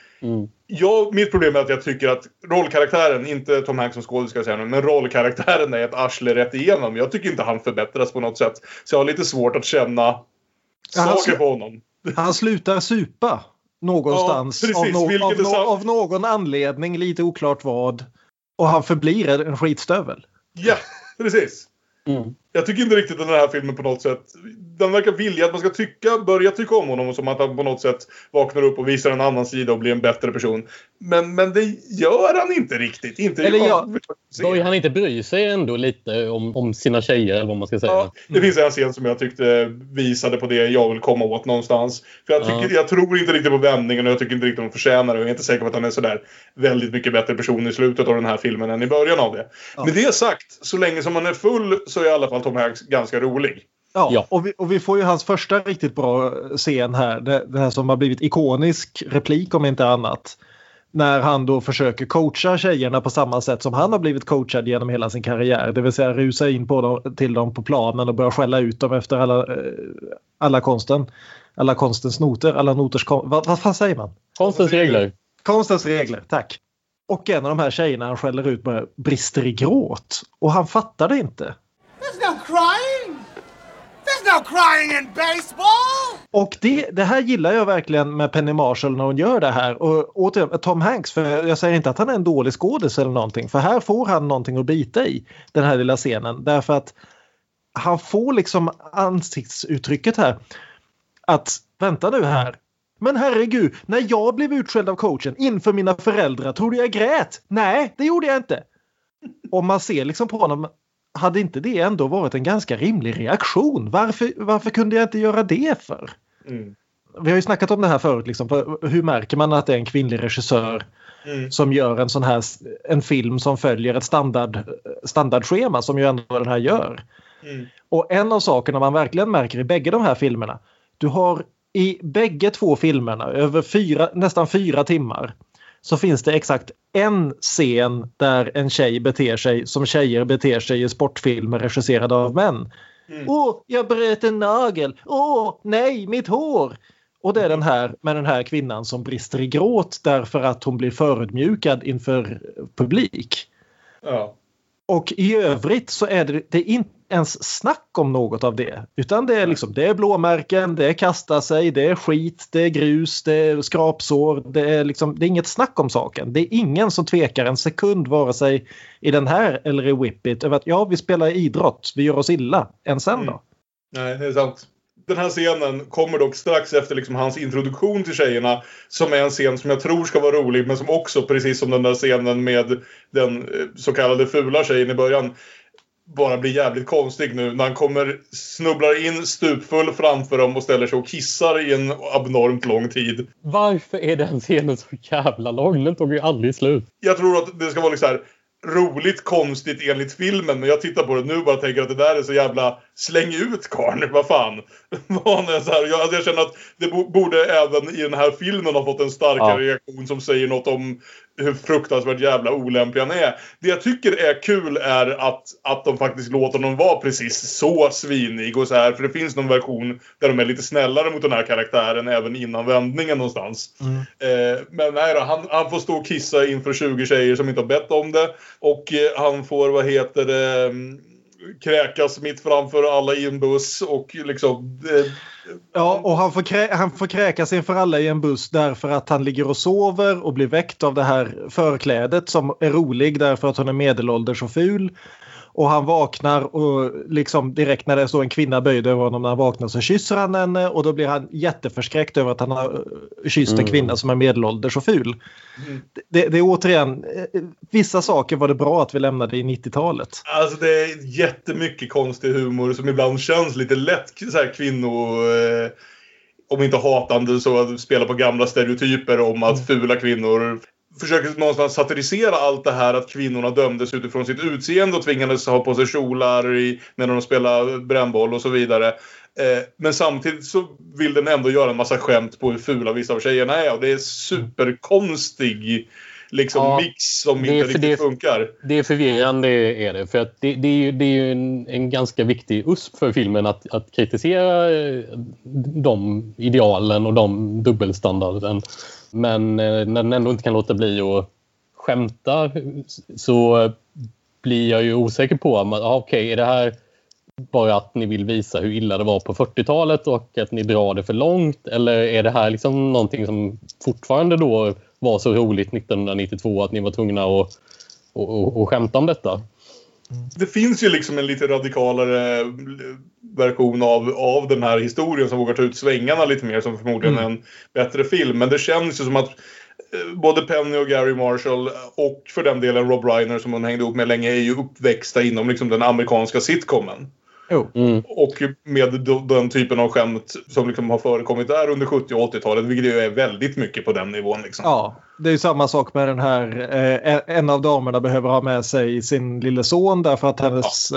Mitt problem är att jag tycker att rollkaraktären, inte Tom Hanks som skådespelare, men rollkaraktären är ett arsle rätt igenom. Jag tycker inte han förbättras på något sätt. Så jag har lite svårt att känna saker på honom. Han slutar supa någonstans, av någon anledning, lite oklart vad. Och han förblir en skitstövel. Ja, precis. Jag tycker inte riktigt att den här filmen på något sätt, den verkar vilja att man ska börja tycka om honom, som att han på något sätt vaknar upp och visar en annan sida och blir en bättre person. Men det gör han inte riktigt. Börjar han inte bry sig ändå lite om sina tjejer, eller vad man ska säga? Ja, det finns en scen som jag tyckte visade på det jag vill komma åt någonstans. För jag tror inte riktigt på vändningen, och jag tycker inte riktigt att de förtjänar det. Och jag är inte säker på att han är sådär väldigt mycket bättre person i slutet av den här filmen än i början av det. Ja. Med det sagt, så länge som man är full så är i alla fall Tom Hanks ganska rolig. Ja. Och vi får ju hans första riktigt bra scen här. Det här som har blivit ikonisk replik om inte annat. När han då försöker coacha tjejerna på samma sätt som han har blivit coachad genom hela sin karriär. Det vill säga rusa in till dem på planen och börja skälla ut dem efter alla konstens noter. Alla noters vad fan säger man? Konstens regler. Konstens regler, tack. Och en av de här tjejerna han skäller ut bara brister i gråt. Och han fattar det inte. There's no crying! There's no crying in baseball! Och det här gillar jag verkligen med Penny Marshall när hon gör det här. Och återigen, Tom Hanks, för jag säger inte att han är en dålig skådis eller någonting. För här får han någonting att bita i, den här lilla scenen. Därför att han får liksom ansiktsuttrycket här. Att, vänta nu här. Men herregud, när jag blev utskälld av coachen inför mina föräldrar, tror du jag grät? Nej, det gjorde jag inte. Och man ser liksom på honom, hade inte det ändå varit en ganska rimlig reaktion? Varför kunde jag inte göra det för? Vi har ju snackat om det här förut. Liksom, hur märker man att det är en kvinnlig regissör som gör en film som följer ett standardschema, som ju ändå den här gör? Och en av sakerna man verkligen märker i bägge de här filmerna, du har i bägge två filmerna över nästan 4 timmar så finns det exakt en scen där en tjej beter sig som tjejer beter sig i sportfilmer regisserade av män. Jag bröt en nagel. Nej, mitt hår. Och det är den här kvinnan som brister i gråt därför att hon blir förödmjukad inför publik. Ja. Och i övrigt så är det inte ens snack om något av det. Utan det är liksom, det är blåmärken, det är kasta sig, det är skit, det är grus, det är skrapsår. Det är inget snack om saken. Det är ingen som tvekar en sekund, vare sig i den här eller i Whip It, över att vi spelar idrott, vi gör oss illa. Än sen då. Nej, det är sant. Den här scenen kommer dock strax efter liksom hans introduktion till tjejerna, som är en scen som jag tror ska vara rolig, men som också, precis som den där scenen med den så kallade fula tjejen i början, bara blir jävligt konstig nu när han snubblar in stupfull framför dem och ställer sig och kissar i en abnormt lång tid. Varför är den scenen så jävla lång? Den tog ju aldrig slut. Jag tror att det ska vara liksom roligt konstigt enligt filmen, men jag tittar på det nu och bara tänker att det där är så jävla släng ut karn, vad fan. Jag känner att det borde även i den här filmen ha fått en starkare reaktion som säger något om hur fruktansvärt jävla olämplig han är. Det jag tycker är kul är att de faktiskt låter någon vara precis så svinig och så här, för det finns någon version där de är lite snällare mot den här karaktären även innan vändningen någonstans. Men nej då, han får stå och kissa inför 20 tjejer som inte har bett om det, och han får, kräkas mitt framför alla i en buss och liksom... Ja, och han får kräkas inför alla i en buss därför att han ligger och sover och blir väckt av det här förklädet som är rolig därför att hon är medelålders och ful. Och han vaknar och liksom direkt när det står en kvinna böjd över honom när han vaknar så kysser han henne och då blir han jätteförskräckt över att han har kysst en kvinna som är medelålders och ful. Det är återigen, vissa saker var det bra att vi lämnade i 90-talet. Alltså det är jättemycket konstig humor som ibland känns lite lätt så här om inte hatande så att spela på gamla stereotyper om att fula kvinnor försöker någonstans satirisera allt det här att kvinnorna dömdes utifrån sitt utseende och tvingades ha på sig kjolar när de spelar brännboll och så vidare. Men samtidigt så vill den ändå göra en massa skämt på hur fula vissa av tjejerna är och det är superkonstig mix som inte riktigt funkar. Det är förvirrande är det, för att det är ju en ganska viktig USP för filmen att kritisera de idealen och de dubbelstandarden. Men när den ändå inte kan låta bli att skämta så blir jag ju osäker på okej, är det här bara att ni vill visa hur illa det var på 40-talet och att ni drar det för långt, eller är det här liksom någonting som fortfarande då var så roligt 1992 att ni var tvungna att skämta om detta? Det finns ju liksom en lite radikalare version av den här historien som vågar ta ut svängarna lite mer, som förmodligen är en bättre film. Men det känns ju som att både Penny och Gary Marshall och för den delen Rob Reiner som hon hängde ihop med länge är ju uppväxta inom liksom den amerikanska sitcomen. Och med den typen av skämt som liksom har förekommit där under 70- och 80-talet, vilket ju är väldigt mycket på den nivån. Liksom. Ja, det är ju samma sak med den här. En av damerna behöver ha med sig sin lille son därför att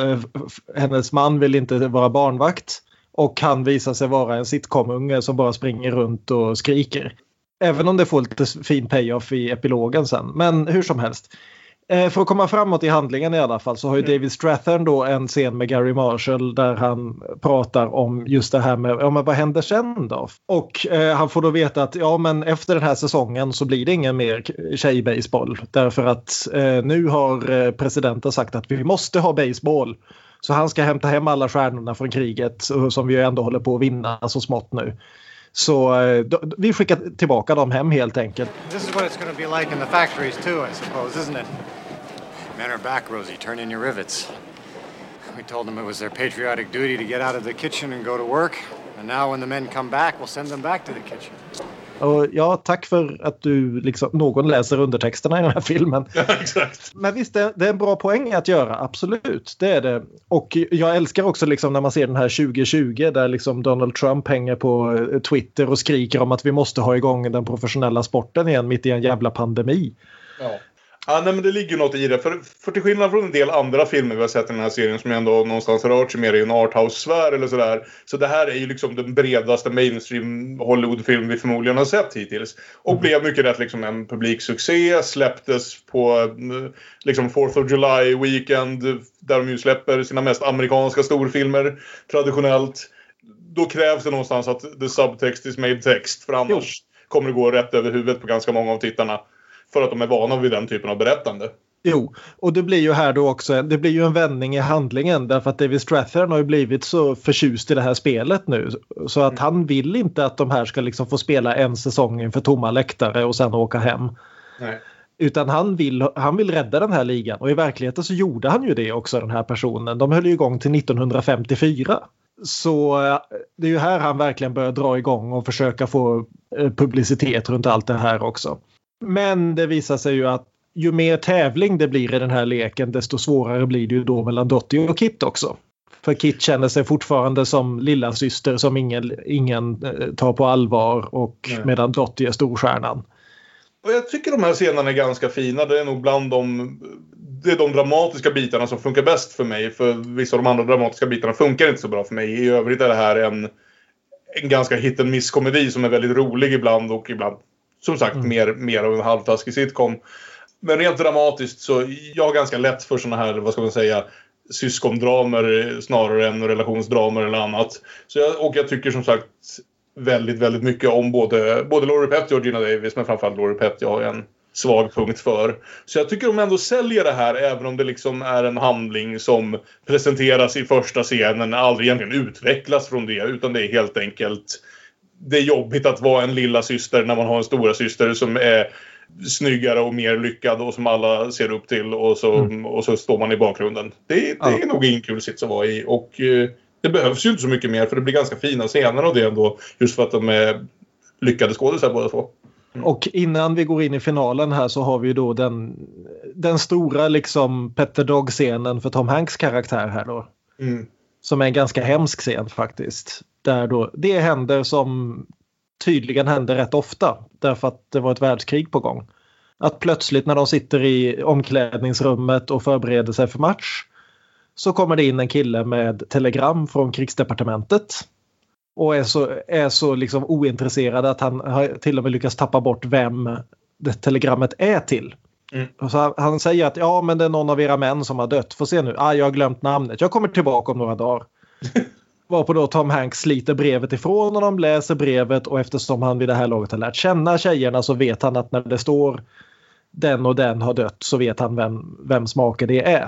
hennes man vill inte vara barnvakt. Och han visar sig vara en sitcomunge som bara springer runt och skriker. Även om det får lite fin payoff i epilogen sen. Men hur som helst. För att komma framåt i handlingen i alla fall så har ju David Strathairn då en scen med Gary Marshall där han pratar om just det här med men vad händer sen då? Och han får då veta att men efter den här säsongen så blir det ingen mer tjejbaseball därför att nu har presidenten sagt att vi måste ha baseball. Så han ska hämta hem alla stjärnorna från kriget som vi ändå håller på att vinna så smått nu. Så vi skickar tillbaka dem hem helt enkelt. This is what it's going to be like in the factories too, I suppose, isn't it? Men are back, Rosie. Turn in your rivets. We told them it was their patriotic duty to get out of the kitchen and go to work. And now when the men come back, we'll send them back to the kitchen. Och tack för att du någon läser undertexterna i den här filmen. Ja, exakt. Men visst, det är en bra poäng att göra, absolut. Det är det. Och jag älskar också när man ser den här 2020 där Donald Trump hänger på Twitter och skriker om att vi måste ha igång den professionella sporten igen mitt i en jävla pandemi. Ja. Ja, nej, men det ligger något i det. För till skillnad från en del andra filmer vi har sett i den här serien som ändå någonstans rört sig mer i en arthouse-sfär eller sådär. Så det här är ju den bredaste mainstream Hollywood-film vi förmodligen har sett hittills. Och blev mycket rätt en publiksuccé. Släpptes på 4th of July weekend där de ju släpper sina mest amerikanska storfilmer traditionellt. Då krävs det någonstans att the subtext is made text. För annars kommer det gå rätt över huvudet på ganska många av tittarna. För att de är vana vid den typen av berättande. Jo, och det blir ju här då också, det blir ju en vändning i handlingen därför att David Strathairn har ju blivit så förtjust i det här spelet nu så att han vill inte att de här ska få spela en säsong inför tomma läktare och sen åka hem. Nej. Utan han vill rädda den här ligan och i verkligheten så gjorde han ju det också, den här personen. De höll ju igång till 1954. Så det är ju här han verkligen börjar dra igång och försöka få publicitet runt allt det här också. Men det visar sig ju att ju mer tävling det blir i den här leken desto svårare blir det ju då mellan Dottie och Kit också. För Kit känner sig fortfarande som lilla syster som ingen tar på allvar och medan Dottie är storstjärnan. Och jag tycker de här scenerna är ganska fina. Det är nog bland de dramatiska bitarna som funkar bäst för mig. För vissa av de andra dramatiska bitarna funkar inte så bra för mig. I övrigt är det här en ganska hit and miss komedi som är väldigt rolig ibland och ibland som sagt mer av en halvtaskig sitcom. Men rent dramatiskt så jag har ganska lätt för såna här, vad ska man säga, syskondramer snarare än relationsdramer eller annat. Så jag tycker som sagt väldigt, väldigt mycket om både Laurie Petty och Gina Davis, men framförallt Laurie Petty har en svag punkt för. Så jag tycker de ändå säljer det här, även om det liksom är en handling som presenteras i första scenen, aldrig egentligen utvecklas från det, utan det är helt enkelt, det är jobbigt att vara en lilla syster när man har en stora syster som är snyggare och mer lyckad och som alla ser upp till, och så står man i bakgrunden. Det är nog ingen kul sits att vara i, och det behövs ju inte så mycket mer, för det blir ganska fina scener av det ändå, just för att de är lyckade skådespelare båda två. Och innan vi går in i finalen här så har vi ju då den stora liksom Pet the Dog-scenen för Tom Hanks karaktär här då. Som är en ganska hemsk scen faktiskt. Där då det händer som tydligen händer rätt ofta, därför att det var ett världskrig på gång. Att plötsligt när de sitter i omklädningsrummet och förbereder sig för match, så kommer det in en kille med telegram från krigsdepartementet och är så liksom ointresserad att han har till och med lyckats tappa bort vem det telegrammet är till. Så han säger att ja, men det är någon av era män som har dött. Får se nu, jag har glömt namnet, jag kommer tillbaka om några dagar. Varpå då Tom Hanks sliter brevet ifrån honom, läser brevet, och eftersom han vid det här laget har lärt känna tjejerna så vet han att när det står den och den har dött, så vet han vem smake det är.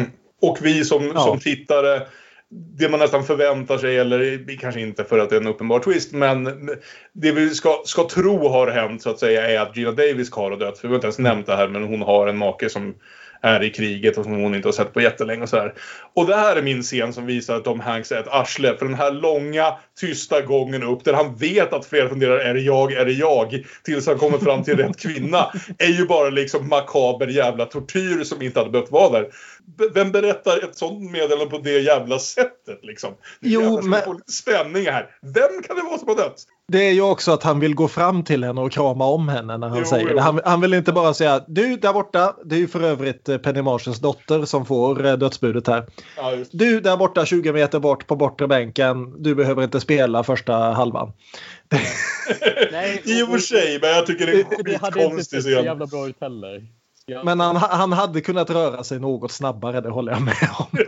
Och vi som tittare, det man nästan förväntar sig, eller kanske inte för att det är en uppenbar twist, men det vi ska tro har hänt så att säga är att Gina Davis har dött. För vi har inte ens nämnt det här, men hon har en make som är i kriget och som hon inte har sett på jättelänge och så här. Och det här är min scen som visar att Tom Hanks är ett arsle, för den här långa tysta gången upp där han vet att flera funderar, är det jag tills han kommer fram till rätt kvinna, är ju bara liksom makaber jävla tortyr som inte hade behövt vara där. Vem berättar ett sånt meddelande på det jävla sättet liksom? Jo, men få lite spänning här. Vem kan det vara som har dött? Det är ju också att han vill gå fram till henne och krama om henne när han säger det. Han vill inte bara säga, du där borta, det är ju för övrigt Penny Marshals dotter som får dödsbudet här. Ja, du där borta 20 meter bort på bortre bänken, du behöver inte spela första halvan. Nej, i och för sig, men jag tycker det är skitkonstigt. Det hade inte sett så jävla bra ut heller. Ja. Men han hade kunnat röra sig något snabbare, det håller jag med om.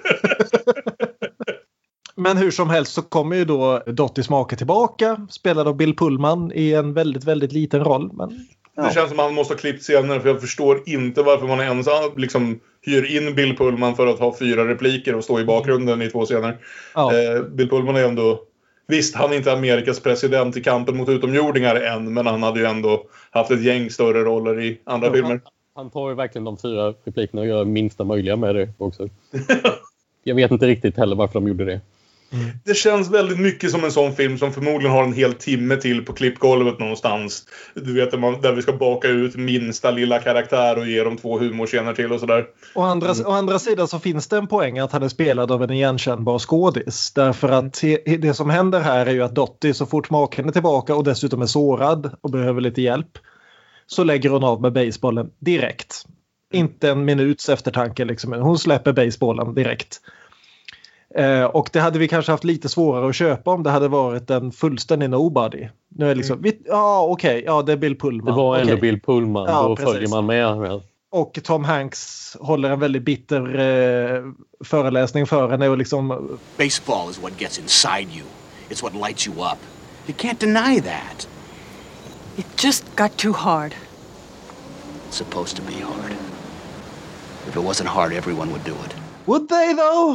Men hur som helst så kommer ju då Dottys make tillbaka, spelad av Bill Pullman i en väldigt, väldigt liten roll. Men, det känns som att han måste ha klippt senare, för jag förstår inte varför man ens liksom hyr in Bill Pullman för att ha 4 repliker och stå i bakgrunden i 2 scener. Ja. Bill Pullman är ändå, visst han är inte Amerikas president i kampen mot utomjordingar än, men han hade ju ändå haft ett gäng större roller i andra filmer. Han tar ju verkligen de 4 replikerna och gör minsta möjliga med det också. Jag vet inte riktigt heller varför de gjorde det. Det känns väldigt mycket som en sån film som förmodligen har en hel timme till på klippgolvet någonstans. Du vet, där vi ska baka ut minsta lilla karaktär och ge dem 2 humorscener till och sådär. Å andra sidan så finns det en poäng att han är spelad av en igenkännbar skådis. Därför att det som händer här är ju att Dottie, så fort maken är tillbaka och dessutom är sårad och behöver lite hjälp, så lägger hon av med basebollen direkt. Inte en minuts eftertanke liksom. Hon släpper basebollen direkt. Och det hade vi kanske haft lite svårare att köpa om det hade varit en fullständig nobody. Nu är det liksom, det är Bill Pullman. Det var ändå Bill Pullman, då följer man med. Och Tom Hanks håller en väldigt bitter föreläsning för henne och liksom... Baseball is what gets inside you. It's what lights you up. You can't deny that. It just got too hard. It's supposed to be hard. If it wasn't hard, everyone would do it. Would they though?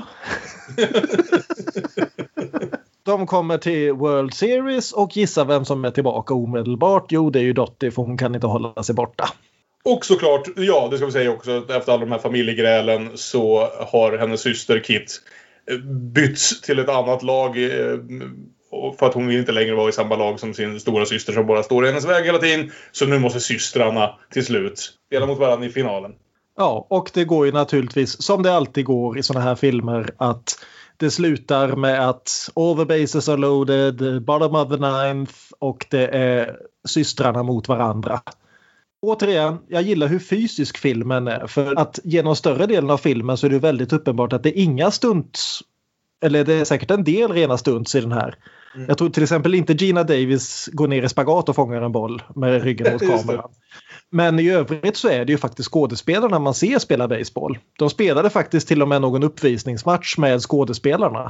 De kommer till World Series och gissar vem som är tillbaka omedelbart. Jo, det är ju Dottie, för hon kan inte hålla sig borta. Och såklart, ja, det ska vi säga också, efter alla de här familjegrälen så har hennes syster Kit bytts till ett annat lag för att hon vill inte längre vara i samma lag som sin stora syster som bara står i hennes väg hela tiden. Så nu måste systrarna till slut spela mot varandra i finalen. Ja, och det går ju naturligtvis, som det alltid går i såna här filmer, att det slutar med att all the bases are loaded, bottom of the ninth, och det är systrarna mot varandra. Återigen, jag gillar hur fysisk filmen är, för att genom större delen av filmen så är det väldigt uppenbart att det är inga stunts, eller det är säkert en del rena stunts i den här. Jag tror till exempel inte Gina Davis går ner i spagat och fångar en boll med ryggen mot kameran. Men i övrigt så är det ju faktiskt skådespelarna man ser spela baseball. De spelade faktiskt till och med någon uppvisningsmatch med skådespelarna.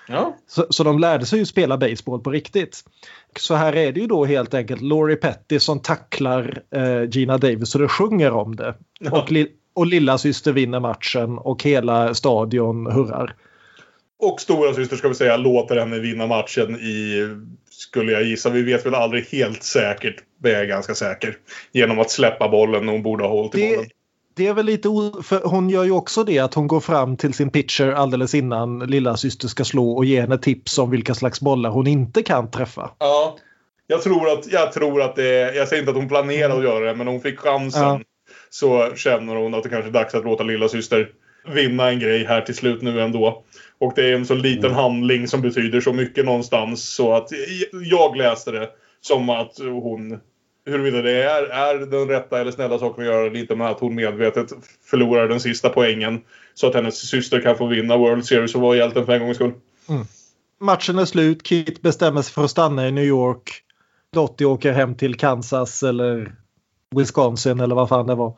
Ja. Så de lärde sig ju spela baseball på riktigt. Så här är det ju då helt enkelt Lori Petty som tacklar Gina Davis och det sjunger om det. Ja. Och lilla syster vinner matchen och hela stadion hurrar. Och stora syster ska vi säga låter henne vinna matchen skulle jag gissa. Vi vet väl aldrig helt säkert, men jag är ganska säker. Genom att släppa bollen när hon borde ha hållit i bollen. Det är väl lite för hon gör ju också det att hon går fram till sin pitcher alldeles innan lilla syster ska slå och ge henne tips om vilka slags bollar hon inte kan träffa. Ja, jag tror att det är, jag säger inte att hon planerar att göra det, men hon fick chansen så känner hon att det kanske är dags att låta lilla syster vinna en grej här till slut nu ändå. Och det är en så liten handling som betyder så mycket någonstans så att jag läste det som att hon, huruvida det är den rätta eller snälla saken att göra lite med att hon medvetet förlorar den sista poängen så att hennes syster kan få vinna World Series och vara hjälten för en gångs skull. Matchen är slut, Kit bestämmer sig för att stanna i New York. Dottie åker hem till Kansas eller Wisconsin eller vad fan det var.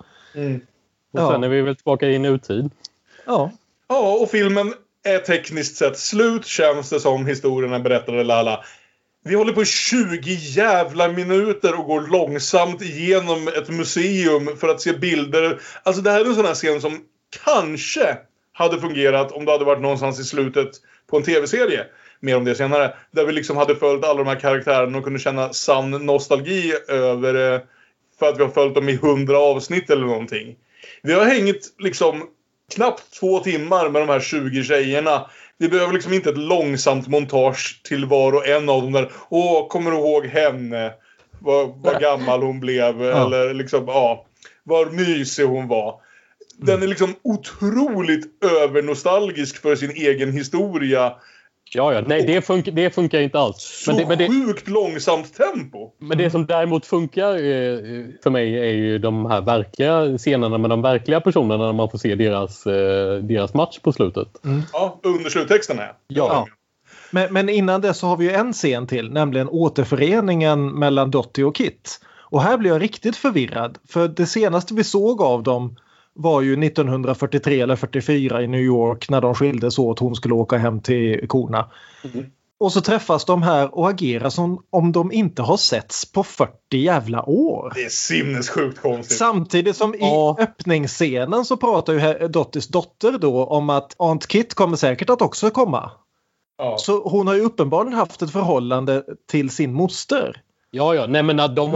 Och sen är vi väl tillbaka i nutid. Ja, och filmen är tekniskt sett slut, känns det som historierna berättade lala. Vi håller på 20 jävla minuter och går långsamt igenom ett museum för att se bilder. Alltså det här är en sån här scen som kanske hade fungerat om det hade varit någonstans i slutet på en tv-serie. Mer om det senare. Där vi liksom hade följt alla de här karaktärerna och kunde känna sann nostalgi över för att vi har följt dem i 100 avsnitt eller någonting. Vi har hängt liksom knappt 2 timmar med de här 20 tjejerna. Vi behöver liksom inte ett långsamt montage till var och en av dem där. Kommer du ihåg henne? Vad gammal hon blev. Eller liksom, vad mysig hon var. Den är liksom otroligt övernostalgisk för sin egen historia. Ja, nej det funkar inte alls. Men det sjukt långsamt tempo. Men det som däremot funkar för mig är ju de här verkliga scenerna med de verkliga personerna när man får se deras match på slutet. Ja, under sluttexterna. Ja. Men innan det så har vi ju en scen till, nämligen återföreningen mellan Dottie och Kit. Och här blir jag riktigt förvirrad, för det senaste vi såg av dem var ju 1943 eller 44 i New York när de skildes åt, hon skulle åka hem till korna. Och så träffas de här och agerar som om de inte har setts på 40 jävla år. Det är sinnessjukt konstigt. Samtidigt som i öppningsscenen så pratar ju Dotties dotter då om att Aunt Kit kommer säkert att också komma. Ja. Så hon har ju uppenbarligen haft ett förhållande till sin moster. Ja, nej men de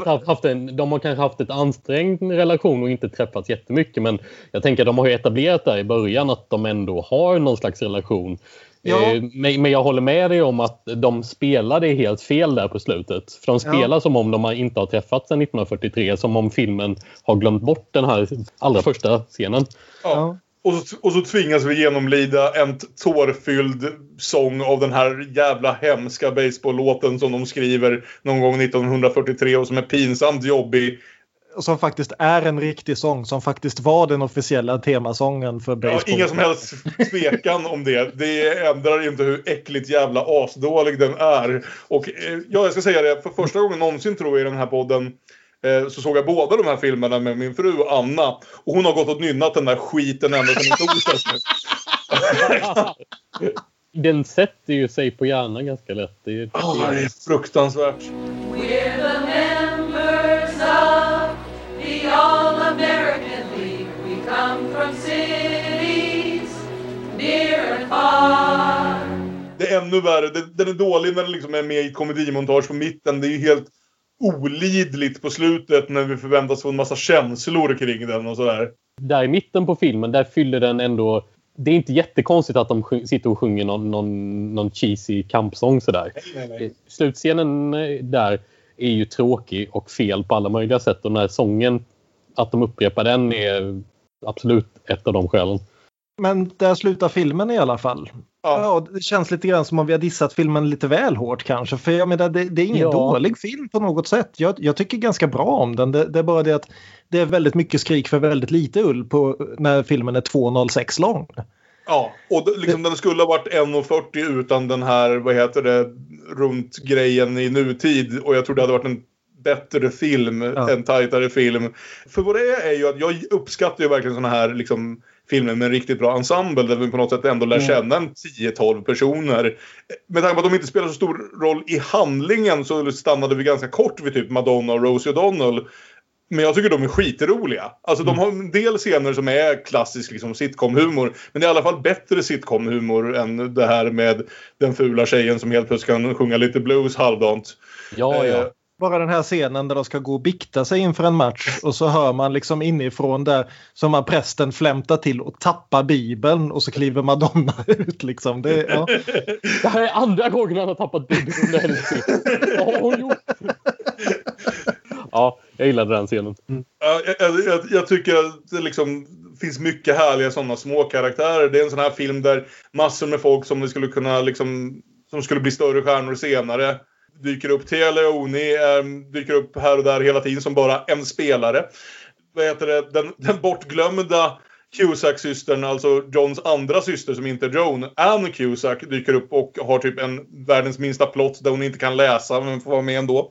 har kanske haft ett ansträngd relation och inte träffats jättemycket, men jag tänker att de har ju etablerat där i början att de ändå har någon slags relation. Ja. Men jag håller med dig om att de spelade helt fel där på slutet. För de spelar som om de inte har träffats sedan 1943, som om filmen har glömt bort den här allra första scenen. Ja. Och så tvingas vi genomlida en tårfylld sång av den här jävla hemska baseball-låten som de skriver någon gång 1943 och som är pinsamt jobbig. Och som faktiskt är en riktig sång, som faktiskt var den officiella temasången för baseball. Ja, inga som helst tvekan om det. Det ändrar inte hur äckligt jävla asdålig den är. Och jag ska säga det, för första gången någonsin tror jag i den här podden så såg jag båda de här filmerna med min fru Anna. Och hon har gått och nynnat den där skiten ända sedan i torsdags nu. Den sätter ju sig på hjärnan ganska lätt. Det är fruktansvärt. We're the members of the All-American League. We come from cities near and far. Det är ännu värre. Den är dålig när den liksom är med i komedimontage på mitten. Det är ju helt olidligt på slutet när vi förväntas få en massa känslor kring den och sådär. Där i mitten på filmen, där fyller den ändå... Det är inte jättekonstigt att de sitter och sjunger någon cheesy kampsång sådär. Nej. Slutscenen där är ju tråkig och fel på alla möjliga sätt. Och den här sången, att de upprepar den är absolut ett av de skälen. Men där slutar filmen i alla fall. Ja, det känns lite grann som om vi har dissat filmen lite väl hårt kanske. För jag menar, det är ingen dålig film på något sätt. Jag tycker ganska bra om den. Det är bara det att det är väldigt mycket skrik för väldigt lite ull på när filmen är 2:06 lång. Ja, och liksom den skulle ha varit 1:40 utan den här, runt grejen i nutid. Och jag tror det hade varit en bättre film, en tajtare film. För vad det är ju att jag uppskattar ju verkligen såna här liksom filmer med en riktigt bra ensemble där vi på något sätt ändå lär känna en 10-12 personer. Med tanke på att de inte spelar så stor roll i handlingen så stannade vi ganska kort vid typ Madonna och Rosie O'Donnell. Men jag tycker de är skitroliga. Alltså de har en del scener som är klassisk liksom sitcom-humor. Men det är i alla fall bättre sitcom-humor än det här med den fula tjejen som helt plötsligt kan sjunga lite blues halvdant. Ja. Bara den här scenen där de ska gå och bikta sig inför en match och så hör man liksom inifrån där som man prästen flämtar till och tappar Bibeln och så kliver Madonna ut liksom. Det här är andra gången han har tappat Bibeln. Ja, jag gillade den scenen. Jag tycker att det liksom finns mycket härliga sådana små karaktärer. Det är en sån här film där massor med folk som vi skulle kunna liksom, som skulle bli större stjärnor senare dyker upp. Téa Leoni dyker upp här och där hela tiden som bara en spelare. Vad heter det? Den bortglömda Cusack-systern, alltså Johns andra syster som inte är Joan, Anne Cusack, dyker upp och har typ en världens minsta plott där hon inte kan läsa men får vara med ändå.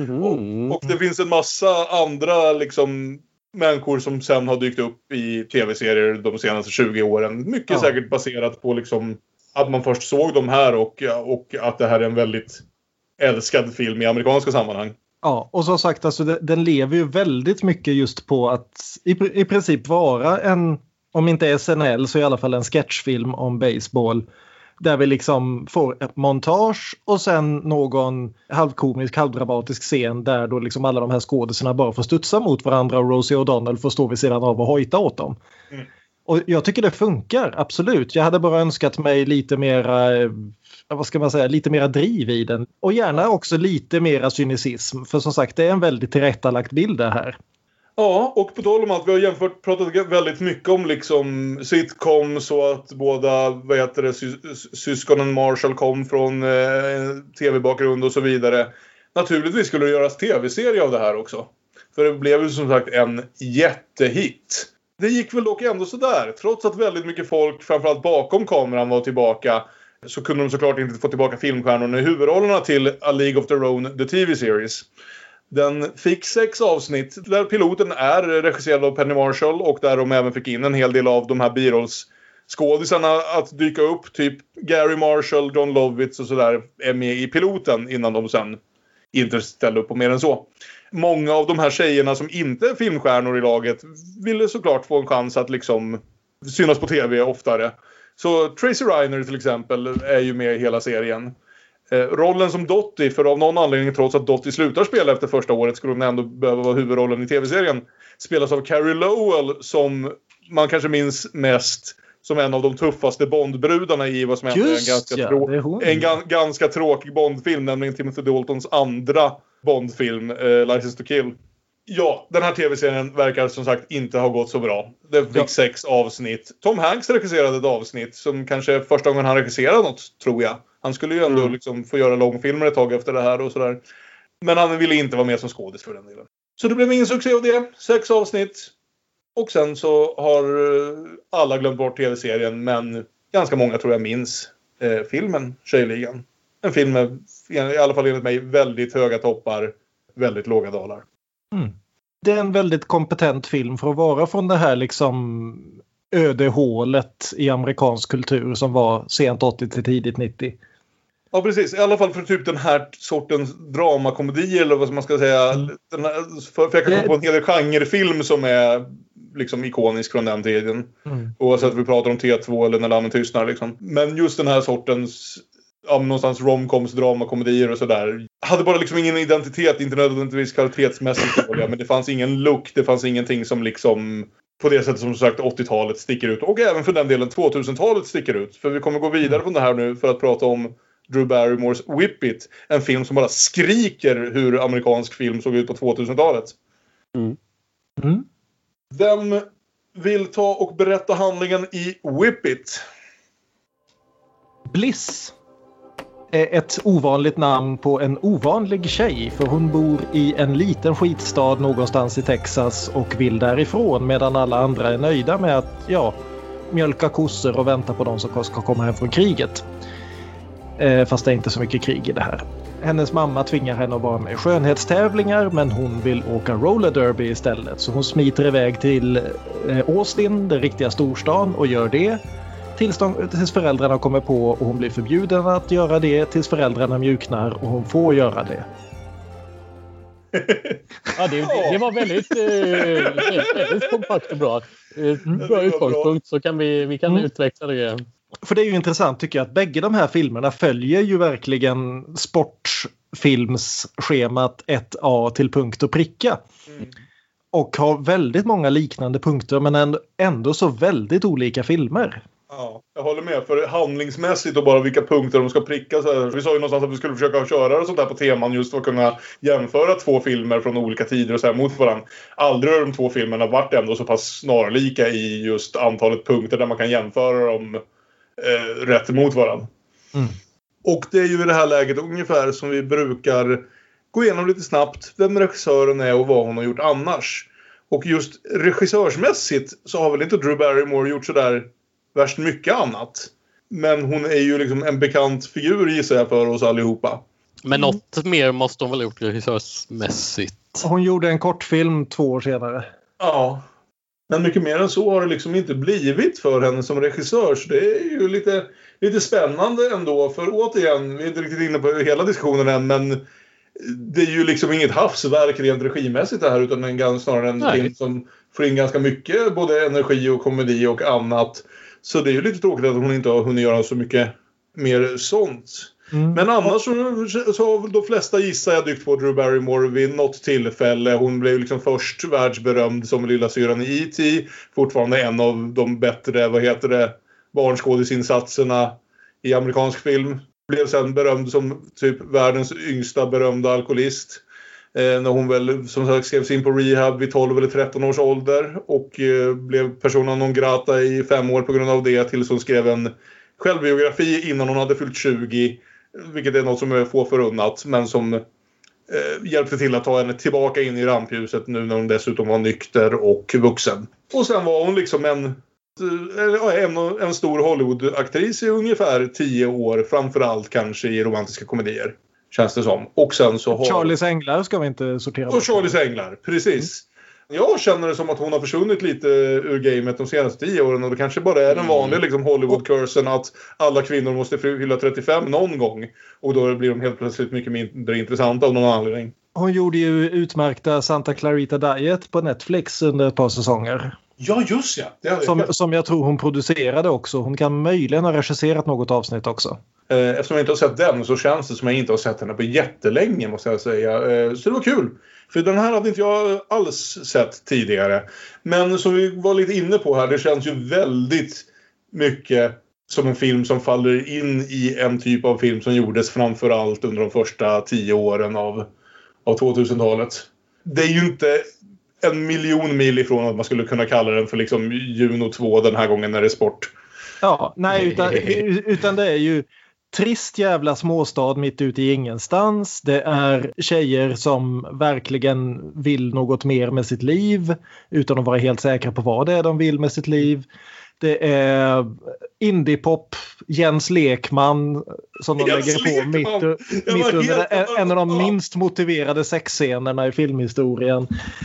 Och det finns en massa andra liksom människor som sen har dykt upp i tv-serier de senaste 20 åren. Mycket säkert baserat på liksom att man först såg dem här och att det här är en väldigt älskad film i amerikanska sammanhang. Ja, och som sagt, alltså, den lever ju väldigt mycket just på att i princip vara en, om inte SNL så i alla fall en sketchfilm om baseball. Där vi liksom får ett montage och sen någon halvkomisk, halvdramatisk scen där då liksom alla de här skådespelarna bara får studsa mot varandra och Rosie O'Donnell får stå vid sidan av och hojta åt dem. Och jag tycker det funkar, absolut. Jag hade bara önskat mig lite mera, vad ska man säga, lite mera driv i den. Och gärna också lite mera cynism. För som sagt, det är en väldigt tillrättalagt bild det här. Ja, och på tal om att vi har pratat väldigt mycket om liksom sitcoms och att båda syskonen Marshall kom från tv-bakgrund och så vidare. Naturligtvis skulle det göras tv-serie av det här också. För det blev ju som sagt en jättehit. Det gick väl dock ändå sådär. Trots att väldigt mycket folk, framförallt bakom kameran, var tillbaka, så kunde de såklart inte få tillbaka filmstjärnorna i huvudrollerna till A League of Their Own, the TV-series. Den fick 6 avsnitt där piloten är regisserad av Penny Marshall och där de även fick in en hel del av de här birollsskådisarna att dyka upp. Typ Gary Marshall, John Lovitz och sådär är med i piloten innan de sen inte ställde upp på mer än så. Många av de här tjejerna som inte är filmstjärnor i laget ville såklart få en chans att liksom synas på tv oftare. Så Tracy Reiner till exempel är ju med i hela serien. Rollen som Dottie, för av någon anledning trots att Dottie slutar spela efter första året skulle hon ändå behöva vara huvudrollen i tv-serien, spelas av Carrie Lowell som man kanske minns mest som en av de tuffaste Bondbrudarna i vad som hände en ganska tråkig Bondfilm, nämligen Timothy Daltons andra Bondfilm, License to Kill. Ja, den här tv-serien verkar som sagt inte ha gått så bra. Den fick 6 avsnitt. Tom Hanks regisserade ett avsnitt som kanske första gången han regisserade något, tror jag. Han skulle ju ändå liksom få göra långfilmer ett tag efter det här och sådär. Men han ville inte vara med som skådis för den delen. Så det blev ingen succé av det. 6 avsnitt. Och sen så har alla glömt bort tv-serien, men ganska många tror jag minns filmen Tjejligan. En film med, i alla fall enligt mig, väldigt höga toppar, väldigt låga dalar. Det är en väldigt kompetent film för att vara från det här liksom ödehålet i amerikansk kultur som var sent 80 till tidigt 90. Ja, precis. I alla fall för typ den här sortens dramakomedi eller vad man ska säga. För jag kan komma på en hel genrefilm som är liksom ikonisk från den tiden. Oavsett om vi pratar om T2 eller När lammen tystnar liksom. Men just den här sortens någonstans romcoms, dramakomedier och sådär. Hade bara liksom ingen identitet, inte nödvändigtvis kvalitetsmässigt dåliga, men det fanns ingen look, det fanns ingenting som liksom på det sättet som sagt 80-talet sticker ut. Och även för den delen 2000-talet sticker ut. För vi kommer gå vidare från det här nu för att prata om Drew Barrymores Whip It. En film som bara skriker hur amerikansk film såg ut på 2000-talet. Vem vill ta och berätta handlingen i Whip It? Bliss är ett ovanligt namn på en ovanlig tjej, för hon bor i en liten skitstad någonstans i Texas och vill därifrån, medan alla andra är nöjda med att mjölka kossor och vänta på de som ska komma hem från kriget. fast det är inte så mycket krig i det här. Hennes mamma tvingar henne att vara med i skönhetstävlingar, men hon vill åka roller derby istället. Så hon smiter iväg till Austin, den riktiga storstan, och gör det. Tills föräldrarna kommer på, och hon blir förbjuden att göra det tills föräldrarna mjuknar och hon får göra det. Ja, det var väldigt kompakt och bra. Bra utgångspunkt, så kan vi kan utveckla det. För det är ju intressant tycker jag att bägge de här filmerna följer ju verkligen sportfilmsschemat 1A till punkt och pricka. Och har väldigt många liknande punkter, men ändå så väldigt olika filmer. Ja, jag håller med. För handlingsmässigt och bara vilka punkter de ska pricka. Så här. Vi sa ju någonstans att vi skulle försöka köra sånt här på teman just för att kunna jämföra två filmer från olika tider och så här mot varandra. Aldrig har de två filmerna varit ändå så pass snarlika i just antalet punkter där man kan jämföra dem rätt emot varandra. Och det är ju i det här läget ungefär som vi brukar gå igenom lite snabbt vem regissören är och vad hon har gjort annars. Och just regissörsmässigt så har väl inte Drew Barrymore gjort så där värst mycket annat. Men hon är ju liksom en bekant figur gissar jag för oss allihopa. Men något mer måste hon väl ha gjort regissörsmässigt. Hon gjorde en kortfilm 2 år senare. Ja. Men mycket mer än så har det liksom inte blivit för henne som regissör. Så det är ju lite spännande ändå. För återigen, vi är inte riktigt inne på hela diskussionen än. Men det är ju liksom inget havsverk rent regimässigt det här. Utan snarare en film som får in ganska mycket. Både energi och komedi och annat. Så det är ju lite tråkigt att hon inte har hunnit göra så mycket mer sånt. Men annars så har de flesta gissar jag dykt på Drew Barrymore vid något tillfälle. Hon blev liksom först världsberömd som lilla syran i E.T. Fortfarande en av de bättre, barnskådisinsatserna i amerikansk film. Blev sen berömd som typ världens yngsta berömda alkoholist. När hon väl som sagt skrevs in på rehab vid 12 eller 13 års ålder. Och blev persona non grata i 5 år på grund av det. Tills hon skrev en självbiografi innan hon hade fyllt 20. Vilket är något som är få förunnat. Men som hjälpte till att ta henne tillbaka in i rampljuset. Nu när hon dessutom var nykter och vuxen. Och sen var hon liksom en stor Hollywood-aktris i ungefär 10 år. Framförallt kanske i romantiska komedier. Känns det som. Och sen så har... Charlies Änglar ska vi inte sortera. Och Charlies Änglar, precis. Jag känner det som att hon har försvunnit lite ur gamet de senaste 10 åren. Och det kanske bara är den vanliga liksom, Hollywood-kursen att alla kvinnor måste fylla 35 någon gång. Och då blir de helt plötsligt mycket mindre intressanta av någon anledning. Hon gjorde ju utmärkta Santa Clarita Diet på Netflix under ett par säsonger. Ja, just ja. Som jag tror hon producerade också. Hon kan möjligen ha regisserat något avsnitt också. Eftersom jag inte har sett den så känns det som jag inte har sett henne på jättelänge måste jag säga. Så det var kul. För den här hade inte jag alls sett tidigare. Men som vi var lite inne på här, det känns ju väldigt mycket som en film som faller in i en typ av film som gjordes framförallt under de första 10 åren av 2000-talet. Det är ju inte 1 miljon mil ifrån att man skulle kunna kalla den för liksom Juno 2 den här gången när det är sport. Ja, nej utan det är ju trist jävla småstad mitt ute i ingenstans. Det är tjejer som verkligen vill något mer med sitt liv utan att vara helt säkra på vad det är de vill med sitt liv. Det är indiepop, Jens Lekman som de lägger på mitt under en av de minst motiverade sexscenerna i filmhistorien.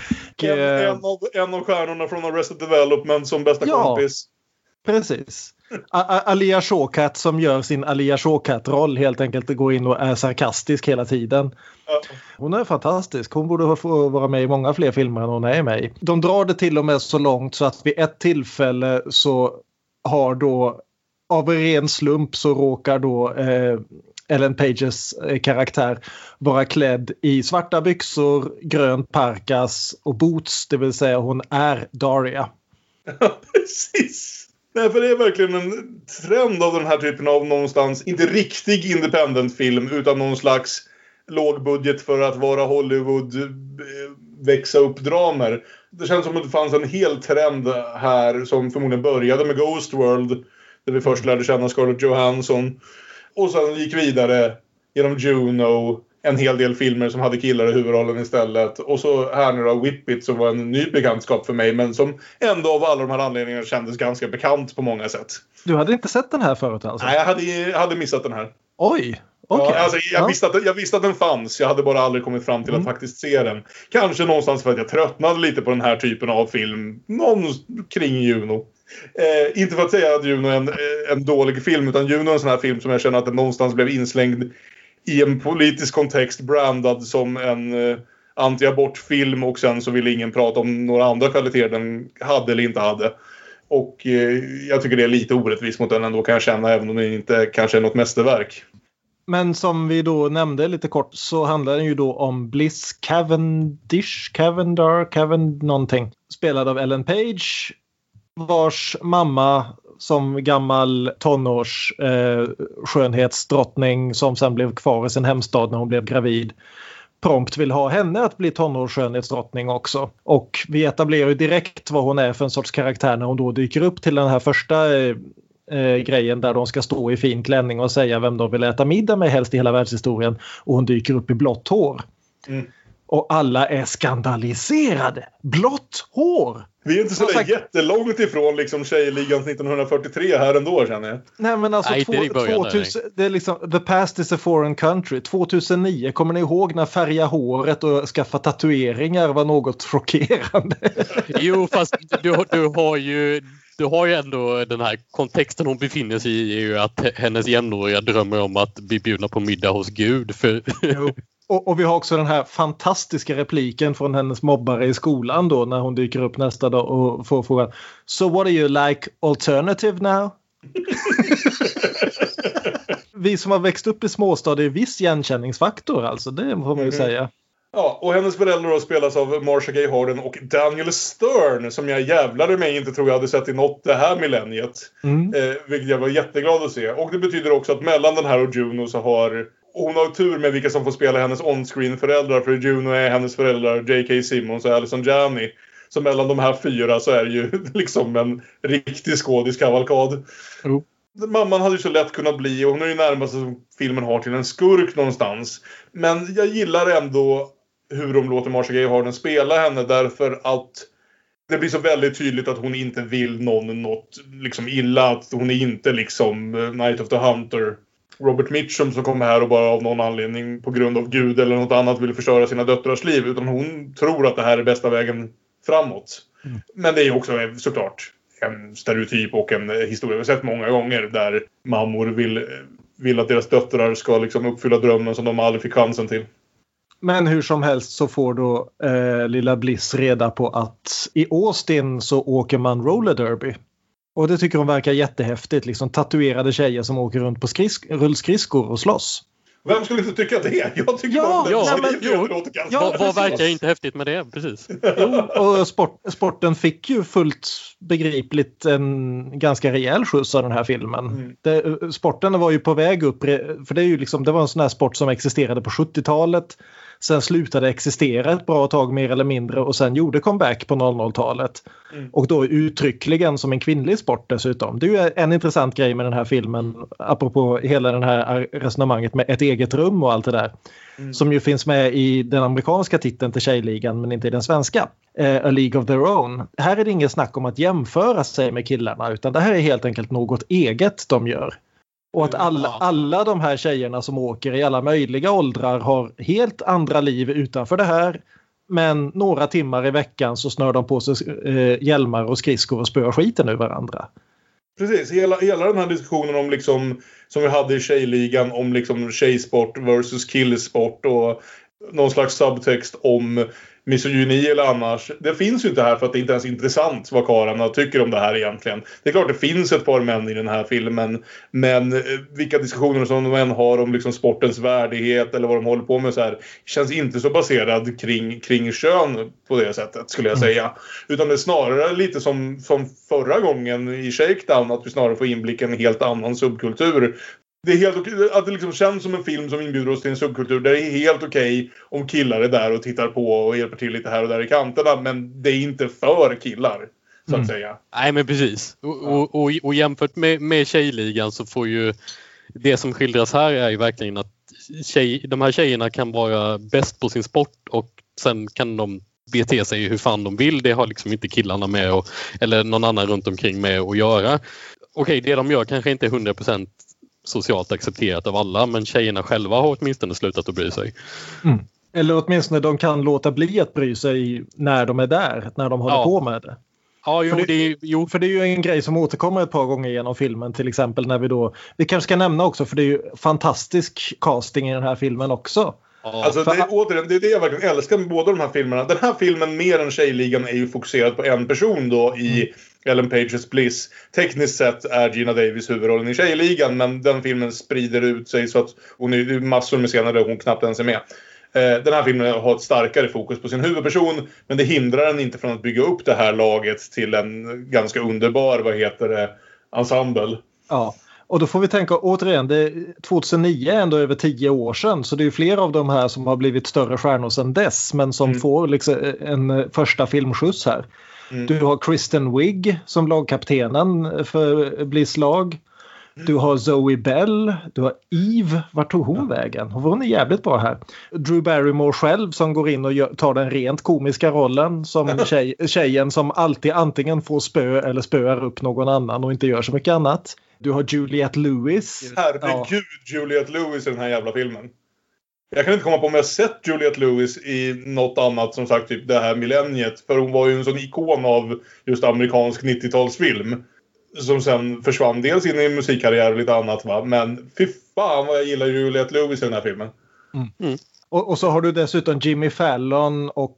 En av stjärnorna från Arrested Development som bästa kompis. Precis. Alia Shawkat som gör sin Alia Shawkat-roll helt enkelt går in och är sarkastisk hela tiden. Hon är fantastisk. Hon borde få vara med i många fler filmer än hon är med i. De drar det till och med så långt så att vid ett tillfälle så har då av en ren slump så råkar då Ellen Pages karaktär vara klädd i svarta byxor, grönt parkas och boots. Det vill säga hon är Daria. Ja, precis. Nej, för det är verkligen en trend av den här typen av någonstans, inte riktig independent-film utan någon slags lågbudget för att vara Hollywood växa upp dramer. Det känns som att det fanns en hel trend här som förmodligen började med Ghost World där vi först lärde känna Scarlett Johansson och sen gick vidare genom Juno, en hel del filmer som hade killar i huvudrollen istället. Och så här nu då, Whip It, som var en ny bekantskap för mig, men som ändå av alla de här anledningarna kändes ganska bekant på många sätt. Du hade inte sett den här förut alltså? Nej, jag hade missat den här. Oj! Okay. Ja, alltså, jag visste att den fanns. Jag hade bara aldrig kommit fram till att faktiskt se den. Kanske någonstans för att jag tröttnade lite på den här typen av film. Någon kring Juno. Inte för att säga att Juno är en dålig film, utan Juno är en sån här film som jag känner att den någonstans blev inslängd i en politisk kontext, brandad som en anti-abortfilm, och sen så vill ingen prata om några andra kvaliteter den hade eller inte hade. Och jag tycker det är lite orättvist mot den ändå, kan jag känna, även om det inte kanske är något mästerverk. Men som vi då nämnde lite kort så handlar den ju då om Bliss Cavendish någonting. Spelad av Ellen Page, vars mamma som gammal skönhetsdrottning som sen blev kvar i sin hemstad när hon blev gravid, prompt vill ha henne att bli tonårsskönhetsdrottning också. Och vi etablerar ju direkt vad hon är för en sorts karaktär när hon då dyker upp till den här första grejen där de ska stå i fin klänning och säga vem de vill äta middag med helst i hela världshistorien, och hon dyker upp i blått hår. Och alla är skandaliserade. Blått hår! Vi är inte så jättelångt ifrån liksom Tjejligans 1943 här ändå, känner jag. Nej, men alltså 2000, det är liksom the past is a foreign country. 2009, kommer ni ihåg när färga håret och skaffa tatueringar var något chockerande? Jo, fast du har ju ändå den här kontexten hon befinner sig i, är ju att hennes jämnåriga drömmer om att bli bjudna på middag hos Gud. Och vi har också den här fantastiska repliken från hennes mobbare i skolan då när hon dyker upp nästa dag och får frågan: So what do you like alternative now? Vi som har växt upp i småstad är viss igenkänningsfaktor, alltså det får man ju säga. Ja, och hennes föräldrar då spelas av Marcia Gay Harden och Daniel Stern, som jag jävlade mig inte tror jag hade sett i något det här millenniet. Vilket jag var jätteglad att se. Och det betyder också att mellan den här och Juno så har hon har tur med vilka som får spela hennes on-screen föräldrar, för Juno är hennes föräldrar J.K. Simmons och Allison Janney. Så mellan de här fyra så är det ju liksom en riktig skådiskavalkad. Mamman hade ju så lätt kunnat bli, och hon är ju närmast som filmen har till en skurk någonstans. Men jag gillar ändå hur de låter Marcia Gay Harden spela henne, därför att det blir så väldigt tydligt att hon inte vill något liksom illa, att hon är inte liksom Night of the Hunter Robert Mitchum som kommer här och bara av någon anledning på grund av Gud eller något annat vill förstöra sina döttrars liv, utan hon tror att det här är bästa vägen framåt. Men det är också såklart en stereotyp och en historia vi har sett många gånger där mammor vill att deras döttrar ska liksom uppfylla drömmen som de aldrig fick chansen till. Men hur som helst så får då lilla Bliss reda på att i Austin så åker man roller derby. Och det tycker hon verkar jättehäftigt. Liksom tatuerade tjejer som åker runt på rullskridskor och slåss. Vem skulle inte tycka det? Jag tycker vad verkar inte häftigt med det? Precis. Jo, och sporten fick ju fullt begripligt en ganska rejäl skjuts av den här filmen. Sporten var ju på väg upp, för det är ju liksom, det var en sån här sport som existerade på 70-talet. Sen slutade existera ett bra tag mer eller mindre, och sen gjorde comeback på 00-talet. Och då uttryckligen som en kvinnlig sport dessutom. Det är ju en intressant grej med den här filmen, apropå hela den här resonemanget med ett eget rum och allt det där. Som ju finns med i den amerikanska titeln till Tjejligan men inte i den svenska. A League of Their Own. Här är det ingen snack om att jämföra sig med killarna, utan det här är helt enkelt något eget de gör. Och att alla de här tjejerna som åker i alla möjliga åldrar har helt andra liv utanför det här. Men några timmar i veckan så snör de på sig hjälmar och skridskor och spöar skiten ur varandra. Precis, hela den här diskussionen om liksom, som vi hade i Tjejligan om liksom tjejsport versus killsport och någon slags subtext om misogyni eller annars. Det finns ju inte här för att det inte ens är intressant vad karlarna tycker om det här egentligen. Det är klart det finns ett par män i den här filmen, men vilka diskussioner som de än har om liksom sportens värdighet eller vad de håller på med så här, känns inte så baserad kring kön på det sättet skulle jag säga. Utan det är snarare lite som förra gången i Shakedown, att vi snarare får inblick i en helt annan subkultur. Det är helt okej, att det liksom känns som en film som inbjuder oss till en subkultur där det är helt okej om killar är där och tittar på och hjälper till lite här och där i kanterna, men det är inte för killar så att säga. Nej, men precis. Och jämfört med Tjejligan så får ju det som skildras här är ju verkligen att de här tjejerna kan vara bäst på sin sport och sen kan de bete sig hur fan de vill. Det har liksom inte killarna med eller någon annan runt omkring med att göra. Okej, det de gör kanske inte är 100% socialt accepterat av alla, men tjejerna själva har åtminstone slutat att bry sig. Mm. Eller åtminstone de kan låta bli att bry sig när de är där, när de håller på med det. Ja, för det är ju en grej som återkommer ett par gånger genom filmen, till exempel när vi kanske ska nämna också, för det är ju fantastisk casting i den här filmen också. Alltså det är det jag verkligen älskar med båda de här filmerna. Den här filmen mer än Tjejligan är ju fokuserad på en person då i Ellen Pages Bliss. Tekniskt sett är Gina Davis huvudrollen i Tjejligan, men den filmen sprider ut sig så att hon är massor med scener där hon knappt ens är med. Den här filmen har ett starkare fokus på sin huvudperson, men det hindrar den inte från att bygga upp det här laget till en ganska underbar, ensemble. Ja. Och då får vi tänka återigen, 2009 är ändå över 10 år sedan, så det är ju flera av de här som har blivit större stjärnor sedan dess, men som får liksom en första filmskjuts här. Du har Kristen Wiig som lagkaptenen för Bliss lag. Du har Zoe Bell, du har Eve, vart tog hon vägen? Hon är jävligt bra här. Drew Barrymore själv som går in och tar den rent komiska rollen som tjejen som alltid antingen får spö eller spöar upp någon annan och inte gör så mycket annat. Du har Juliette Lewis. Herregud, Juliette Lewis i den här jävla filmen. Jag kan inte komma på om jag sett Juliette Lewis i något annat, som sagt, typ det här millenniet. För hon var ju en sån ikon av just amerikansk 90-talsfilm. Som sen försvann dels in i musikkarriär och lite annat, va? Men fy fan vad jag gillar Juliette Lewis i den här filmen. Och så har du dessutom Jimmy Fallon och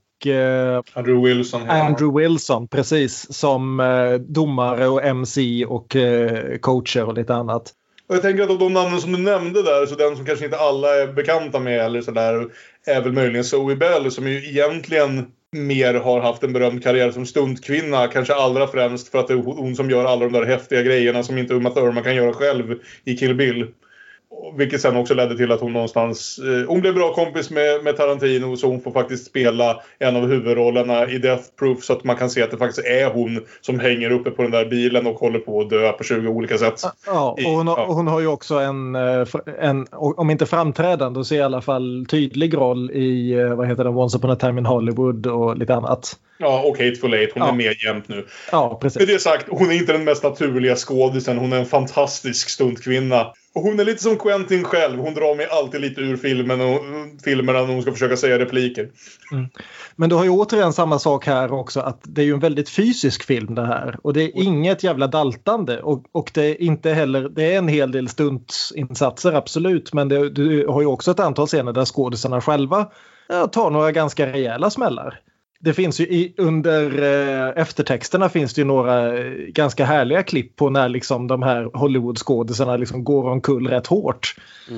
Andrew Wilson, precis, som domare och MC och coacher och lite annat. Och jag tänker att av de namnen som du nämnde där, så den som kanske inte alla är bekanta med eller sådär, är väl möjligen Zoe Bell, som ju egentligen mer har haft en berömd karriär som stuntkvinna, kanske allra främst för att det är hon som gör alla de där häftiga grejerna som inte Uma Thurman kan göra själv i Kill Bill. Vilket sen också ledde till att hon någonstans... hon blev bra kompis med Tarantino, så hon får faktiskt spela en av huvudrollerna i Death Proof, så att man kan se att det faktiskt är hon som hänger uppe på den där bilen och håller på att dö på 20 olika sätt. Ja, och hon har ju också en om inte framträdande, så i alla fall tydlig roll i Once Upon a Time in Hollywood och lite annat. Ja, och Hateful Eight. Hon är med jämt nu. Ja, precis. Med det sagt, hon är inte den mest naturliga skådisen. Hon är en fantastisk stuntkvinna. Och hon är lite som Quentin själv. Hon drar mig alltid lite ur filmerna när hon ska försöka säga repliker. Men du har ju återigen samma sak här också, att det är ju en väldigt fysisk film det här. Och det är inget jävla daltande. Och det är inte heller, det är en hel del stuntinsatser, absolut. Men du har ju också ett antal scener där skådisarna själva tar några ganska rejäla smällar. Det finns ju under eftertexterna finns det ju några ganska härliga klipp på när liksom de här Hollywood-skådisarna liksom går omkull rätt hårt.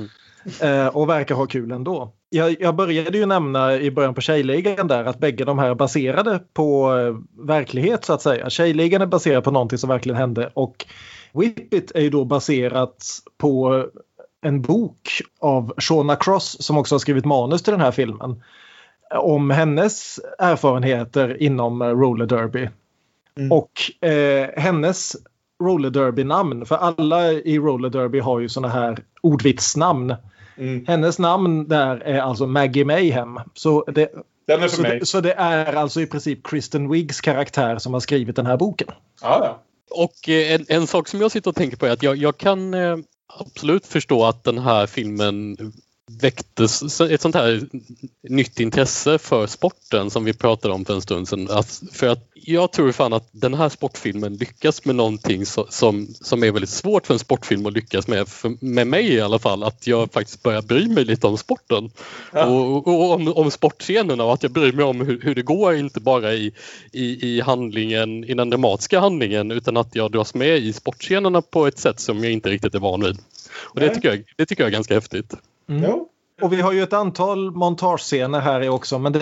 Och verkar ha kul ändå. Jag började ju nämna i början på Tjejligan där att bägge de här är baserade på verklighet, så att säga. Tjejligan är baserad på någonting som verkligen hände, och Whip It är ju då baserat på en bok av Shawna Cross, som också har skrivit manus till den här filmen, om hennes erfarenheter inom roller derby. Och hennes roller derby-namn, för alla i roller derby har ju såna här ordvitsnamn. Hennes namn där är alltså Maggie Mayhem. Så det är alltså i princip Kristen Wiggs karaktär som har skrivit den här boken. Ja. Och en sak som jag sitter och tänker på är att jag kan absolut förstå att den här filmen väcktes ett sånt här nytt intresse för sporten som vi pratade om för en stund sedan. För att jag tror fan att den här sportfilmen lyckas med någonting som är väldigt svårt för en sportfilm att lyckas med mig i alla fall. Att jag faktiskt börjar bry mig lite om sporten. Ja. Och om sportscenerna, och att jag bryr mig om hur det går, inte bara i handlingen, i den dramatiska handlingen, utan att jag dras med i sportscenerna på ett sätt som jag inte riktigt är van vid. Och det tycker jag är ganska häftigt. Ja. Och vi har ju ett antal montagescener här också, men det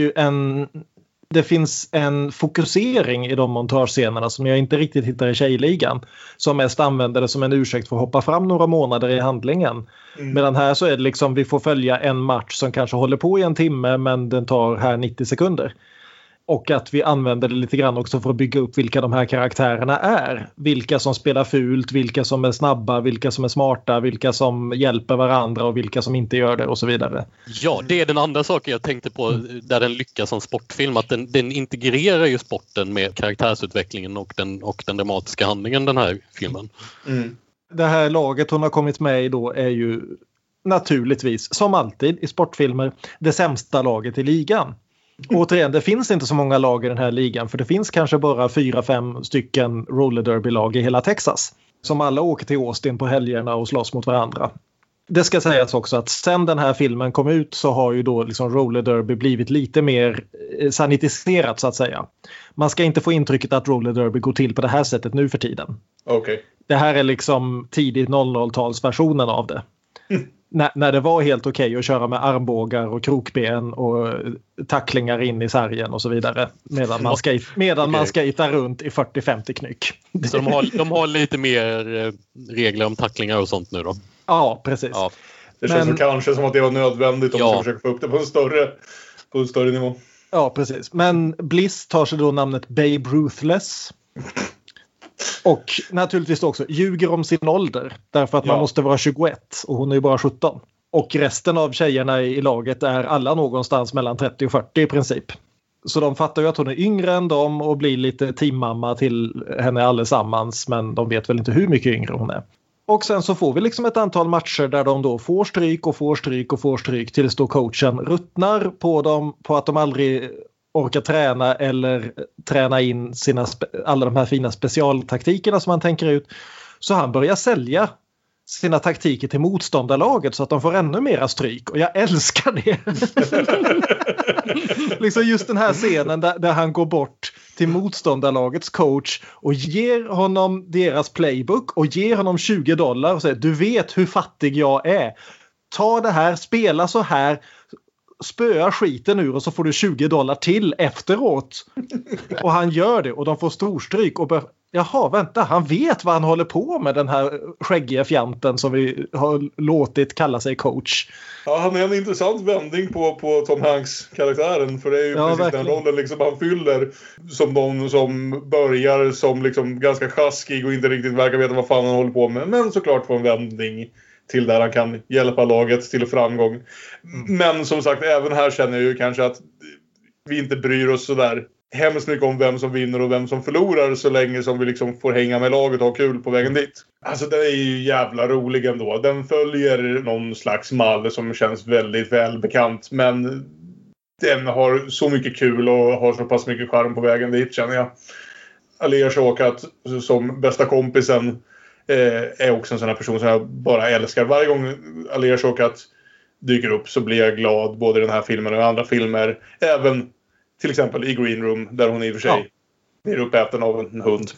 finns en fokusering i de montagescenerna som jag inte riktigt hittar i Tjejligan, som mest använder det som en ursäkt för att hoppa fram några månader i handlingen. Medan här så är det liksom, vi får följa en match som kanske håller på i en timme, men den tar här 90 sekunder. Och att vi använder det lite grann också för att bygga upp vilka de här karaktärerna är. Vilka som spelar fult, vilka som är snabba, vilka som är smarta, vilka som hjälper varandra och vilka som inte gör det och så vidare. Ja, det är den andra saken jag tänkte på där den lyckas som sportfilm. Att den integrerar ju sporten med karaktärsutvecklingen och den dramatiska handlingen, den här filmen. Mm. Det här laget hon har kommit med i då är ju naturligtvis, som alltid i sportfilmer, det sämsta laget i ligan. Återigen, det finns inte så många lag i den här ligan, för det finns kanske bara 4-5 stycken roller derby-lag i hela Texas som alla åker till Austin på helgerna och slåss mot varandra. Det ska sägas också att sen den här filmen kom ut så har ju då liksom roller derby blivit lite mer sanitiserat så att säga. Man ska inte få intrycket att roller derby går till på det här sättet nu för tiden. Okay. Det här är liksom tidigt 00-talsversionen av det. När det var helt okej att köra med armbågar och krokben och tacklingar in i sargen och så vidare. Medan man skejtar runt i 40-50 knyck. Så de har lite mer regler om tacklingar och sånt nu då? Ja, precis. Ja. Det känns kanske som att det var nödvändigt om man ska försöka få upp det på en större nivå. Ja, precis. Men Bliss tar sig då namnet Babe Ruthless. Och naturligtvis också ljuger om sin ålder. Därför att man måste vara 21 och hon är ju bara 17. Och resten av tjejerna i laget är alla någonstans mellan 30 och 40 i princip. Så de fattar ju att hon är yngre än dem och blir lite teammamma till henne allesammans. Men de vet väl inte hur mycket yngre hon är. Och sen så får vi liksom ett antal matcher där de då får stryk tills då coachen ruttnar på dem på att de aldrig orkar träna eller träna in alla de här fina specialtaktikerna som han tänker ut. Så han börjar sälja sina taktiker till motståndarlaget så att de får ännu mera stryk. Och jag älskar det. Liksom just den här scenen där han går bort till motståndarlagets coach och ger honom deras playbook och ger honom $20 och säger: du vet hur fattig jag är. Ta det här, spela så här, spöa skiten ur och så får du $20 till efteråt. Och han gör det och de får storstryk och jaha, vänta, han vet vad han håller på med, den här skäggiga fjanten som vi har låtit kalla sig coach. Ja, han är en intressant vändning på Tom Hanks-karaktären, för det är ju precis verkligen den rollen liksom han fyller som någon som börjar som liksom ganska sjaskig och inte riktigt verkar veta vad fan han håller på med, men såklart får en vändning till där han kan hjälpa laget till framgång. Men som sagt, även här känner jag ju kanske att vi inte bryr oss så där hemskt mycket om vem som vinner och vem som förlorar så länge som vi liksom får hänga med laget och ha kul på vägen dit. Alltså den är ju jävla rolig ändå. Den följer någon slags mall som känns väldigt välbekant, men den har så mycket kul och har så pass mycket charm på vägen dit, känner jag. Alia Shawkat som bästa kompisen är också en sån här person som jag bara älskar. Varje gång Alia Shawkat dyker upp så blir jag glad, både i den här filmen och i andra filmer. Även till exempel i Green Room, där hon i och för sig blir uppäten av en hund.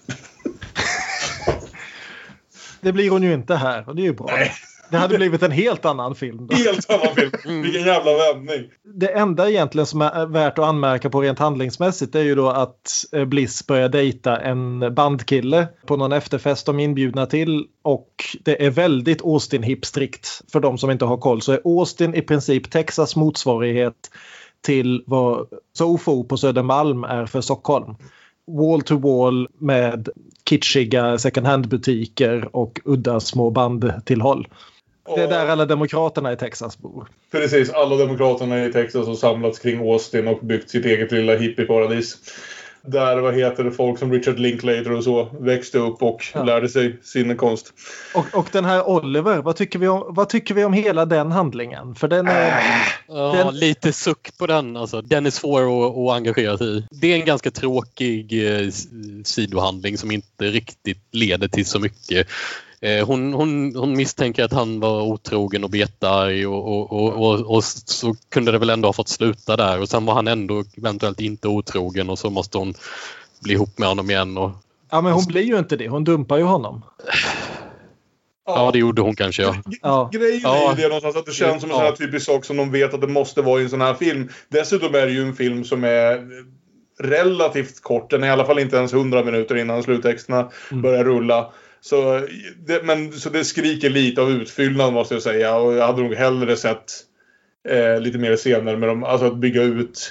Det blir hon ju inte här, och det är ju bra. Nej. Det hade blivit en helt annan film då. Helt annan film. Vilken jävla vändning. Det enda egentligen som är värt att anmärka på rent handlingsmässigt är ju då att Bliss börjar dejta en bandkille på någon efterfest de inbjudna till. Och det är väldigt Austin-hipstrikt för de som inte har koll. Så är Austin i princip Texas motsvarighet till vad Sofo på Södermalm är för Stockholm. Wall to wall med kitschiga second hand-butiker och udda små bandtillhåll. Det är där alla demokraterna i Texas bor. Precis, alla demokraterna i Texas har samlats kring Austin och byggt sitt eget lilla hippieparadis. Där, folk som Richard Linklater och så växte upp och lärde sig sin konst. Och den här Oliver, vad tycker vi om hela den handlingen? För den är... lite suck på den. Alltså. Den är svår att engagera sig i. Det är en ganska tråkig sidohandling som inte riktigt leder till så mycket. Hon misstänker att han var otrogen och betarg och så kunde det väl ändå ha fått sluta där. Och sen var han ändå eventuellt inte otrogen och så måste hon bli ihop med honom igen. Ja, men hon blir ju inte det. Hon dumpar ju honom. Ja, det gjorde hon kanske, Grejen är ju det någonstans att det känns som en sån här typisk sak som de vet att det måste vara i en sån här film. Dessutom är det ju en film som är relativt kort. Den är i alla fall inte ens 100 minuter innan sluttexterna börjar rulla. Så det skriker lite av utfyllnad, måste jag säga. Och jag hade nog hellre sett lite mer scener med dem. Alltså att bygga ut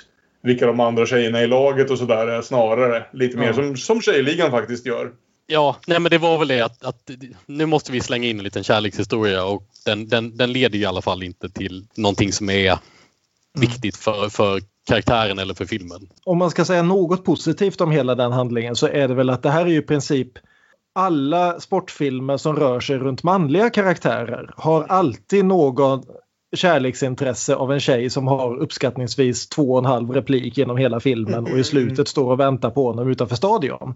vilka de andra tjejerna i laget och sådär är, snarare lite mer som Tjejligan faktiskt gör. Ja, nej, men det var väl det att nu måste vi slänga in en liten kärlekshistoria, och den leder ju i alla fall inte till någonting som är viktigt för karaktären eller för filmen. Om man ska säga något positivt om hela den handlingen, så är det väl att det här är ju i princip alla sportfilmer som rör sig runt manliga karaktärer har alltid någon kärleksintresse av en tjej som har uppskattningsvis 2,5 replik genom hela filmen och i slutet står och väntar på honom utanför stadion.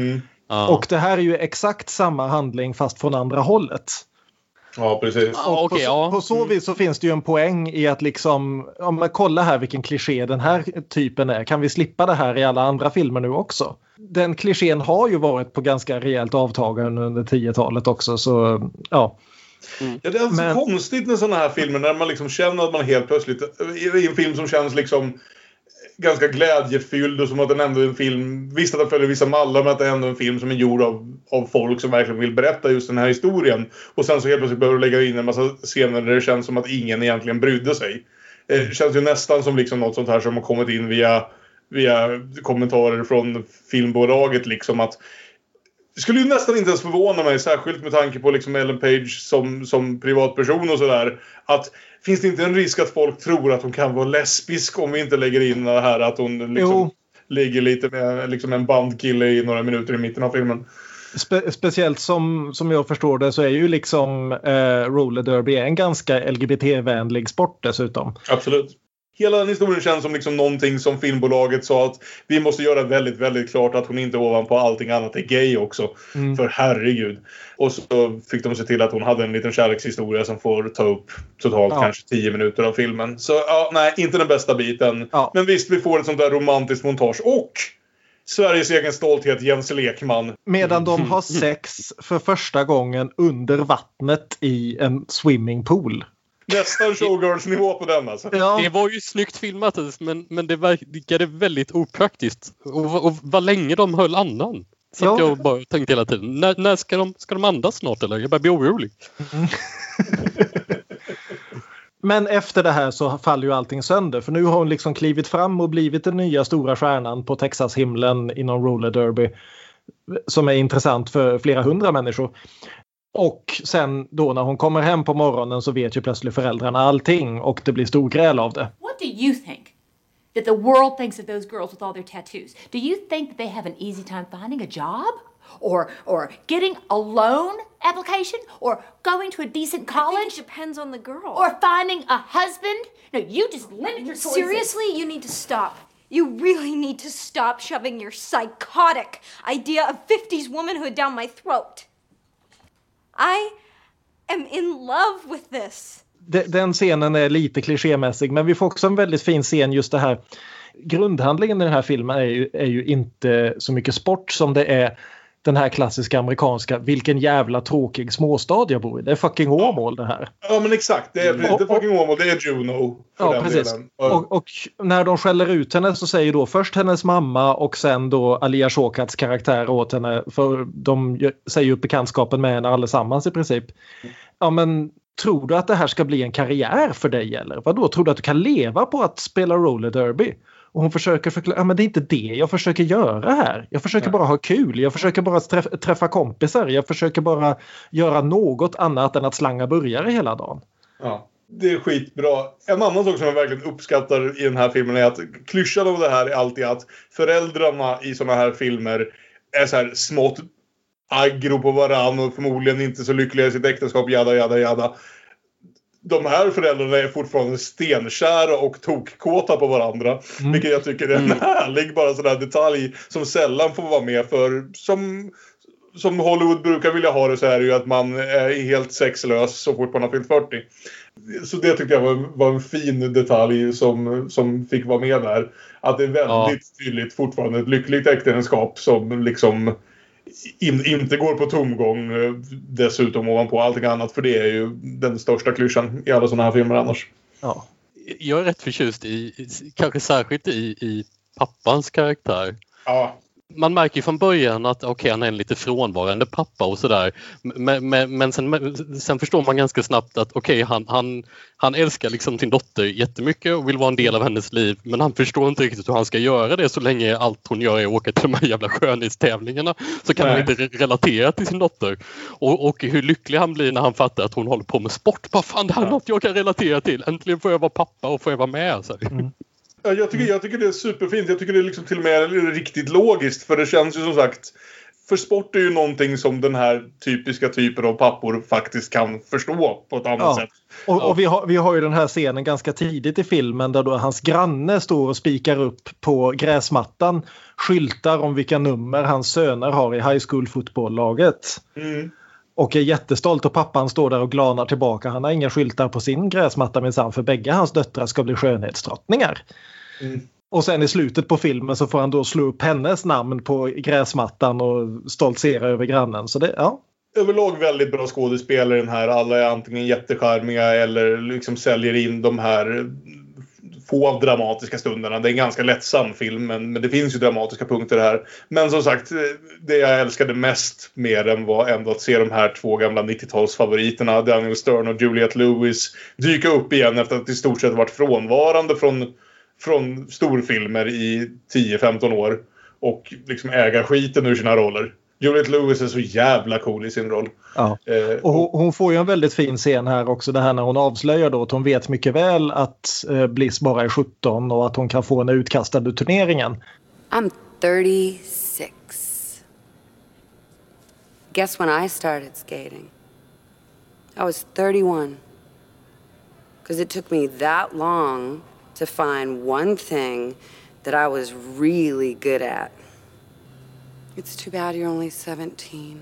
Och det här är ju exakt samma handling fast från andra hållet. Ja, precis. Och på så vis så finns det ju en poäng i att liksom, kolla här vilken kliché den här typen är. Kan vi slippa det här i alla andra filmer nu också? Den klichén har ju varit på ganska rejält avtagande under 10-talet också, så ja. Ja, det är så konstigt med sådana här filmer när man liksom känner att man helt plötsligt i en film som känns liksom ganska glädjefylld och som att den ändå är en film, visst att den följer vissa mallar, men att det är ändå en film som är gjord av folk som verkligen vill berätta just den här historien. Och sen så helt plötsligt behöver du lägga in en massa scener där det känns som att ingen egentligen brydde sig. Det känns ju nästan som liksom något sånt här som har kommit in via kommentarer från filmbolaget liksom, att det skulle ju nästan inte ens förvåna mig, särskilt med tanke på liksom Ellen Page som privatperson och sådär, att finns det inte en risk att folk tror att hon kan vara lesbisk om vi inte lägger in det här att hon liksom ligger lite med liksom en bandkille i några minuter i mitten av filmen. Speciellt som jag förstår det så är ju liksom roller derby en ganska LGBT-vänlig sport dessutom. Absolut. Hela den historien känns som liksom någonting som filmbolaget sa att vi måste göra väldigt, väldigt klart att hon inte ovanpå allting annat är gay också. För herregud. Och så fick de se till att hon hade en liten kärlekshistoria som får ta upp totalt kanske 10 minuter av filmen. Så nej, inte den bästa biten. Ja. Men visst, vi får ett sånt där romantiskt montage. Och Sveriges egen stolthet, Jens Lekman. Medan de har sex för första gången under vattnet i en swimmingpool. Nästan showgirls-nivå på den alltså. Ja. Det var ju snyggt filmat, men det verkade väldigt opraktiskt. Och vad länge de höll andan. Så att jag bara tänkte hela tiden, när ska de andas snart eller? Jag börjar bli orolig. Men efter det här så faller ju allting sönder. För nu har hon liksom klivit fram och blivit den nya stora stjärnan på Texas-himlen inom roller derby. Som är intressant för flera hundra människor. Och sen då när hon kommer hem på morgonen så vet ju plötsligt föräldrarna allting och det blir stor gräl av det. What do you think? That the world thinks of those girls with all their tattoos? Do you think that they have an easy time finding a job? Or getting a loan application? Or going to a decent college? I think it depends on the girl. Or finding a husband? No, you just limit your choices. Seriously, you need to stop. You really need to stop shoving your psychotic idea of 50s womanhood down my throat. I am in love with this. Den scenen är lite klichémässig, men vi får också en väldigt fin scen just det här. Grundhandlingen i den här filmen är ju inte så mycket sport som det är den här klassiska amerikanska, vilken jävla tråkig småstad jag bor i. Det är fucking Åmål det här. Ja, men exakt. Det är inte fucking Åmål, det är Juno. Ja, precis. Och när de skäller ut henne så säger då först hennes mamma och sen då Alia Shawkats karaktär åt henne. För de säger upp bekantskapen med henne allesammans i princip. Ja, men tror du att det här ska bli en karriär för dig eller? Vadå? Tror du att du kan leva på att spela roller derby? Och hon försöker förklara, men det är inte det jag försöker göra här. Jag försöker bara ha kul. Jag försöker bara träffa kompisar. Jag försöker bara göra något annat än att slanga burgare hela dagen. Ja, det är skitbra. En annan sak som jag verkligen uppskattar i den här filmen är att klyschan av det här är alltid att föräldrarna i såna här filmer är så här smått aggro på varann och förmodligen inte så lyckliga i sitt äktenskap, jada. De här föräldrarna är fortfarande stenkära och tokkåta på varandra. Vilket jag tycker är en härlig bara sån där detalj som sällan får vara med. För som Hollywood brukar vilja ha det så är det ju att man är helt sexlös så fort man har fyllt 40. Så det tyckte jag var en fin detalj som fick vara med där. Att det är väldigt tydligt fortfarande ett lyckligt äktenskap som liksom inte går på tomgång dessutom ovanpå allting annat, för det är ju den största klyschan i alla sådana här filmer annars. Ja. Jag är rätt förtjust i kanske särskilt i pappans karaktär. Ja. Man märker ju från början att han är en lite frånvarande pappa och sådär. Men sen förstår man ganska snabbt att han älskar liksom sin dotter jättemycket och vill vara en del av hennes liv. Men han förstår inte riktigt hur han ska göra det så länge allt hon gör är att åka till de här jävla skönhetstävlingarna. Så kan han inte relatera till sin dotter. Och hur lycklig han blir när han fattar att hon håller på med sport. Bara fan, det här är något jag kan relatera till. Äntligen får jag vara pappa och får jag vara med. Så. Jag tycker det är superfint. Jag tycker det är liksom till och med riktigt logiskt. För det känns ju som sagt... För sport är ju någonting som den här typiska typen av pappor faktiskt kan förstå på ett annat sätt. Och vi har ju den här scenen ganska tidigt i filmen där då hans granne står och spikar upp på gräsmattan skyltar om vilka nummer hans söner har i high school fotbolllaget. Och är jättestolt och pappan står där och glanar tillbaka. Han har inga skyltar på sin gräsmatta minsann för bägge hans döttrar ska bli skönhetsdrottningar. Och sen i slutet på filmen så får han då slå upp hennes namn på gräsmattan och stoltsera över grannen. Så det, Överlag väldigt bra skådespelare den här. Alla är antingen jättecharmiga eller liksom säljer in de här få av dramatiska stunderna. Det är en ganska lättsam film men det finns ju dramatiska punkter här. Men som sagt, det jag älskade mest med den var ändå att se de här två gamla 90-talsfavoriterna, Daniel Stern och Juliette Lewis, dyka upp igen efter att i stort sett varit frånvarande från storfilmer i 10-15 år och liksom äga skiten ur sina roller. Juliette Lewis är så jävla cool i sin roll. Ja. Och hon får ju en väldigt fin scen här också. Det här när hon avslöjar då att hon vet mycket väl att Bliss bara är 17 och att hon kan få en utkastad ur turneringen. I'm 36. Guess when I started skating? I was 31. Because it took me that long to find one thing that I was really good at. It's too bad you're only 17.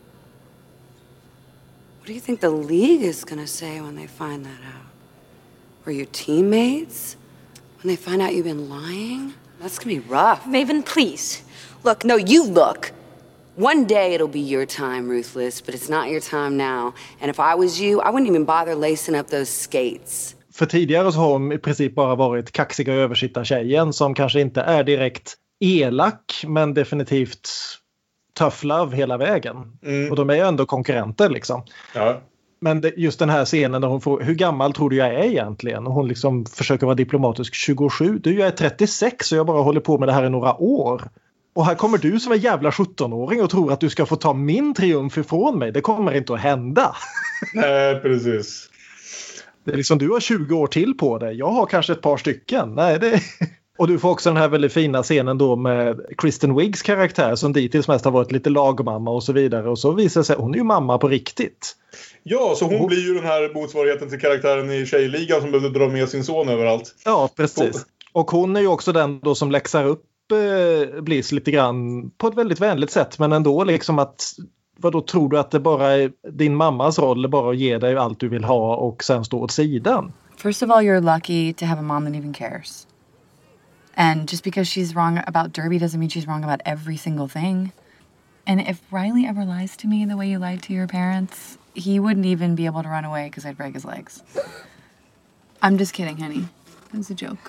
What do you think the league is going to say when they find that out? Or your teammates? When they find out you've been lying? That's going to be rough. Maven, please. Look, no, you look. One day it'll be your time, Ruthless, but it's not your time now. And if I was you, I wouldn't even bother lacing up those skates. För tidigare så har hon i princip bara varit kaxiga översittartjejen som kanske inte är direkt elak men definitivt tough love hela vägen. Och de är ju ändå konkurrenter liksom. Ja. Men just den här scenen där hon får, hur gammal tror du jag är egentligen? Och hon liksom försöker vara diplomatisk, 27. Du, jag är 36 och jag bara håller på med det här i några år. Och här kommer du som är jävla 17-åring och tror att du ska få ta min triumf ifrån mig. Det kommer inte att hända. Nej, precis. Det är liksom, du har 20 år till på dig. Jag har kanske ett par stycken. Nej, det... Och du får också den här väldigt fina scenen då med Kristen Wiggs karaktär som dittills mest har varit lite lagmamma och så vidare. Och så visar sig, hon är ju mamma på riktigt. Ja, så hon blir ju den här motsvarigheten till karaktären i Tjejligan som behövde dra med sin son överallt. Ja, precis. Och hon är ju också den då som läxar upp Bliss lite grann på ett väldigt vänligt sätt. Men ändå liksom att, vad då tror du att det bara är din mammas roll bara att ge dig allt du vill ha och sen stå åt sidan? First of all, you're lucky to have a mom that even cares. And just because she's wrong about Derby doesn't mean she's wrong about every single thing. And if Riley ever lies to me the way you lied to your parents, he wouldn't even be able to run away because I'd break his legs. I'm just kidding, honey. It was a joke.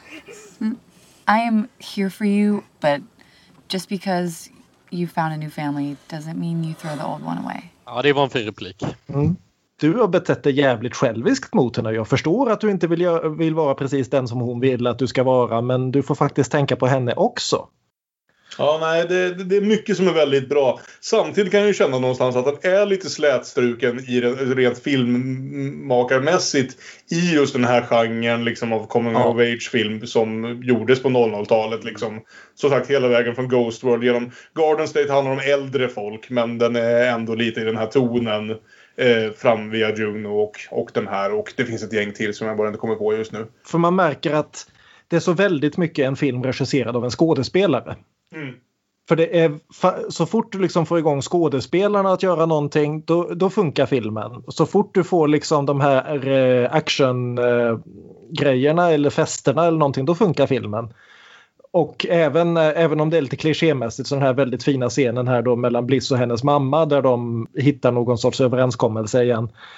I am here for you, but just because you found a new family doesn't mean you throw the old one away. Ja, det var en fin replik. Du har betett dig jävligt själviskt mot henne. Jag förstår att du inte vill vara precis den som hon vill att du ska vara. Men du får faktiskt tänka på henne också. Ja, nej, det är mycket som är väldigt bra. Samtidigt kan jag ju känna någonstans att den är lite slätstruken i rent filmmakarmässigt i just den här genren liksom, av coming of age-film som gjordes på 00-talet. Liksom. Så sagt, hela vägen från Ghost World genom Garden State handlar om äldre folk, men den är ändå lite i den här tonen fram via Juno och den här. Och det finns ett gäng till som jag bara inte kommer på just nu. För man märker att det är så väldigt mycket en film regisserad av en skådespelare. För det är så fort du liksom får igång skådespelarna att göra någonting, då funkar filmen. Så fort du får liksom de här action-grejerna eller festerna eller någonting, då funkar filmen. Och även om det är lite klichémässigt så den här väldigt fina scenen här då mellan Bliss och hennes mamma där de hittar någon sorts överenskommelse igen.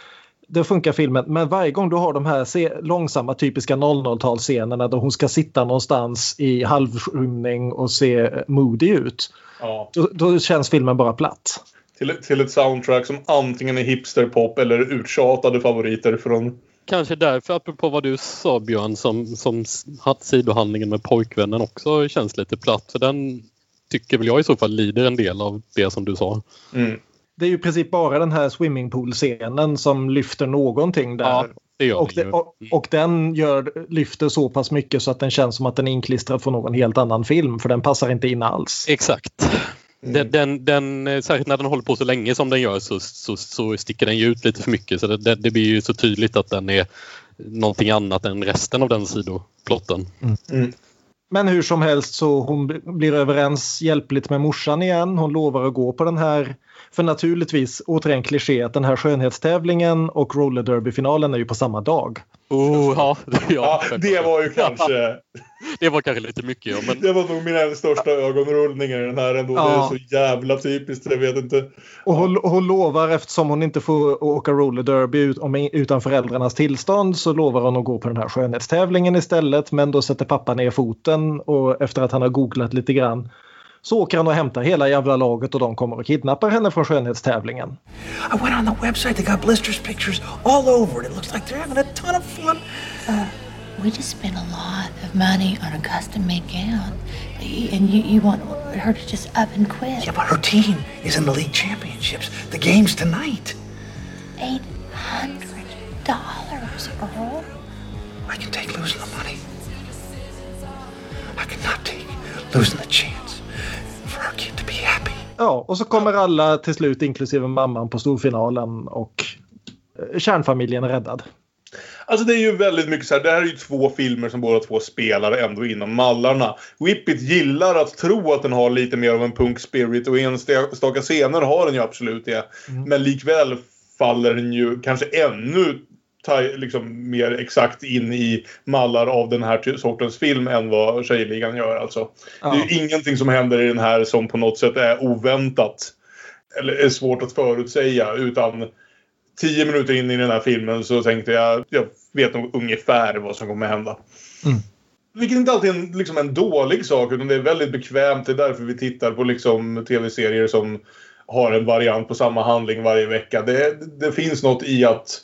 det funkar filmen. Men varje gång du har de här långsamma typiska 00-talsscenerna där hon ska sitta någonstans i halvskymning och se moody ut. Ja. Då känns filmen bara platt. Till ett soundtrack som antingen är hipsterpop eller uttjatade favoriter från... Kanske därför, apropå vad du sa Björn, som sidohandlingen med pojkvännen också känns lite platt. För den tycker väl jag i så fall lider en del av det som du sa. Mm. Det är ju i princip bara den här swimmingpool-scenen som lyfter någonting där. Ja, det gör och den lyfter så pass mycket så att den känns som att den är inklistrad från någon helt annan film. För den passar inte in alls. Exakt. Den, särskilt när den håller på så länge som den gör så sticker den ju ut lite för mycket. Så det blir ju så tydligt att den är någonting annat än resten av den sidoplotten. Mm. Men hur som helst så hon blir överens hjälpligt med morsan igen. Hon lovar att gå på den här. För naturligtvis, återigen kliché, att den här skönhetstävlingen och roller derby-finalen är ju på samma dag. Ja, det var ju kanske... Det var kanske lite mycket, ja. Men... Det var nog mina största ögonrullningar i den här ändå. Ja. Det är så jävla typiskt, jag vet inte. Och hon lovar, eftersom hon inte får åka roller derby utan föräldrarnas tillstånd, så lovar hon att gå på den här skönhetstävlingen istället. Men då sätter pappa ner foten och efter att han har googlat lite grann så åker han och hämtar hela jävla laget och de kommer och kidnappar henne från skönhetstävlingen. I went on the website, they got blisters pictures all over. It looks like they're having a ton of fun. We just spent a lot of money on a custom-made gown. And you want her to just up and quit. Yeah, but her team is in the league championships. The game's tonight. $800, Earl. I can take losing the money. I cannot take losing the chance. Ja, och så kommer alla till slut, inklusive mamman, på storfinalen och kärnfamiljen är räddad. Alltså det är ju väldigt mycket så här, det här är ju 2 filmer som båda 2 spelar ändå inom mallarna. Whip It gillar att tro att den har lite mer av en punk spirit och i enstaka scener har den ju absolut det. Men likväl faller den ju kanske ännu liksom mer exakt in i mallar av den här sortens film än vad Tjejligan gör alltså. Ja. Det är ju ingenting som händer i den här som på något sätt är oväntat eller är svårt att förutsäga, utan 10 minuter in i den här filmen så tänkte jag vet nog ungefär vad som kommer hända. Vilket inte alltid är en dålig sak, utan det är väldigt bekvämt. Det är därför vi tittar på liksom tv-serier som har en variant på samma handling varje vecka. Det finns något i att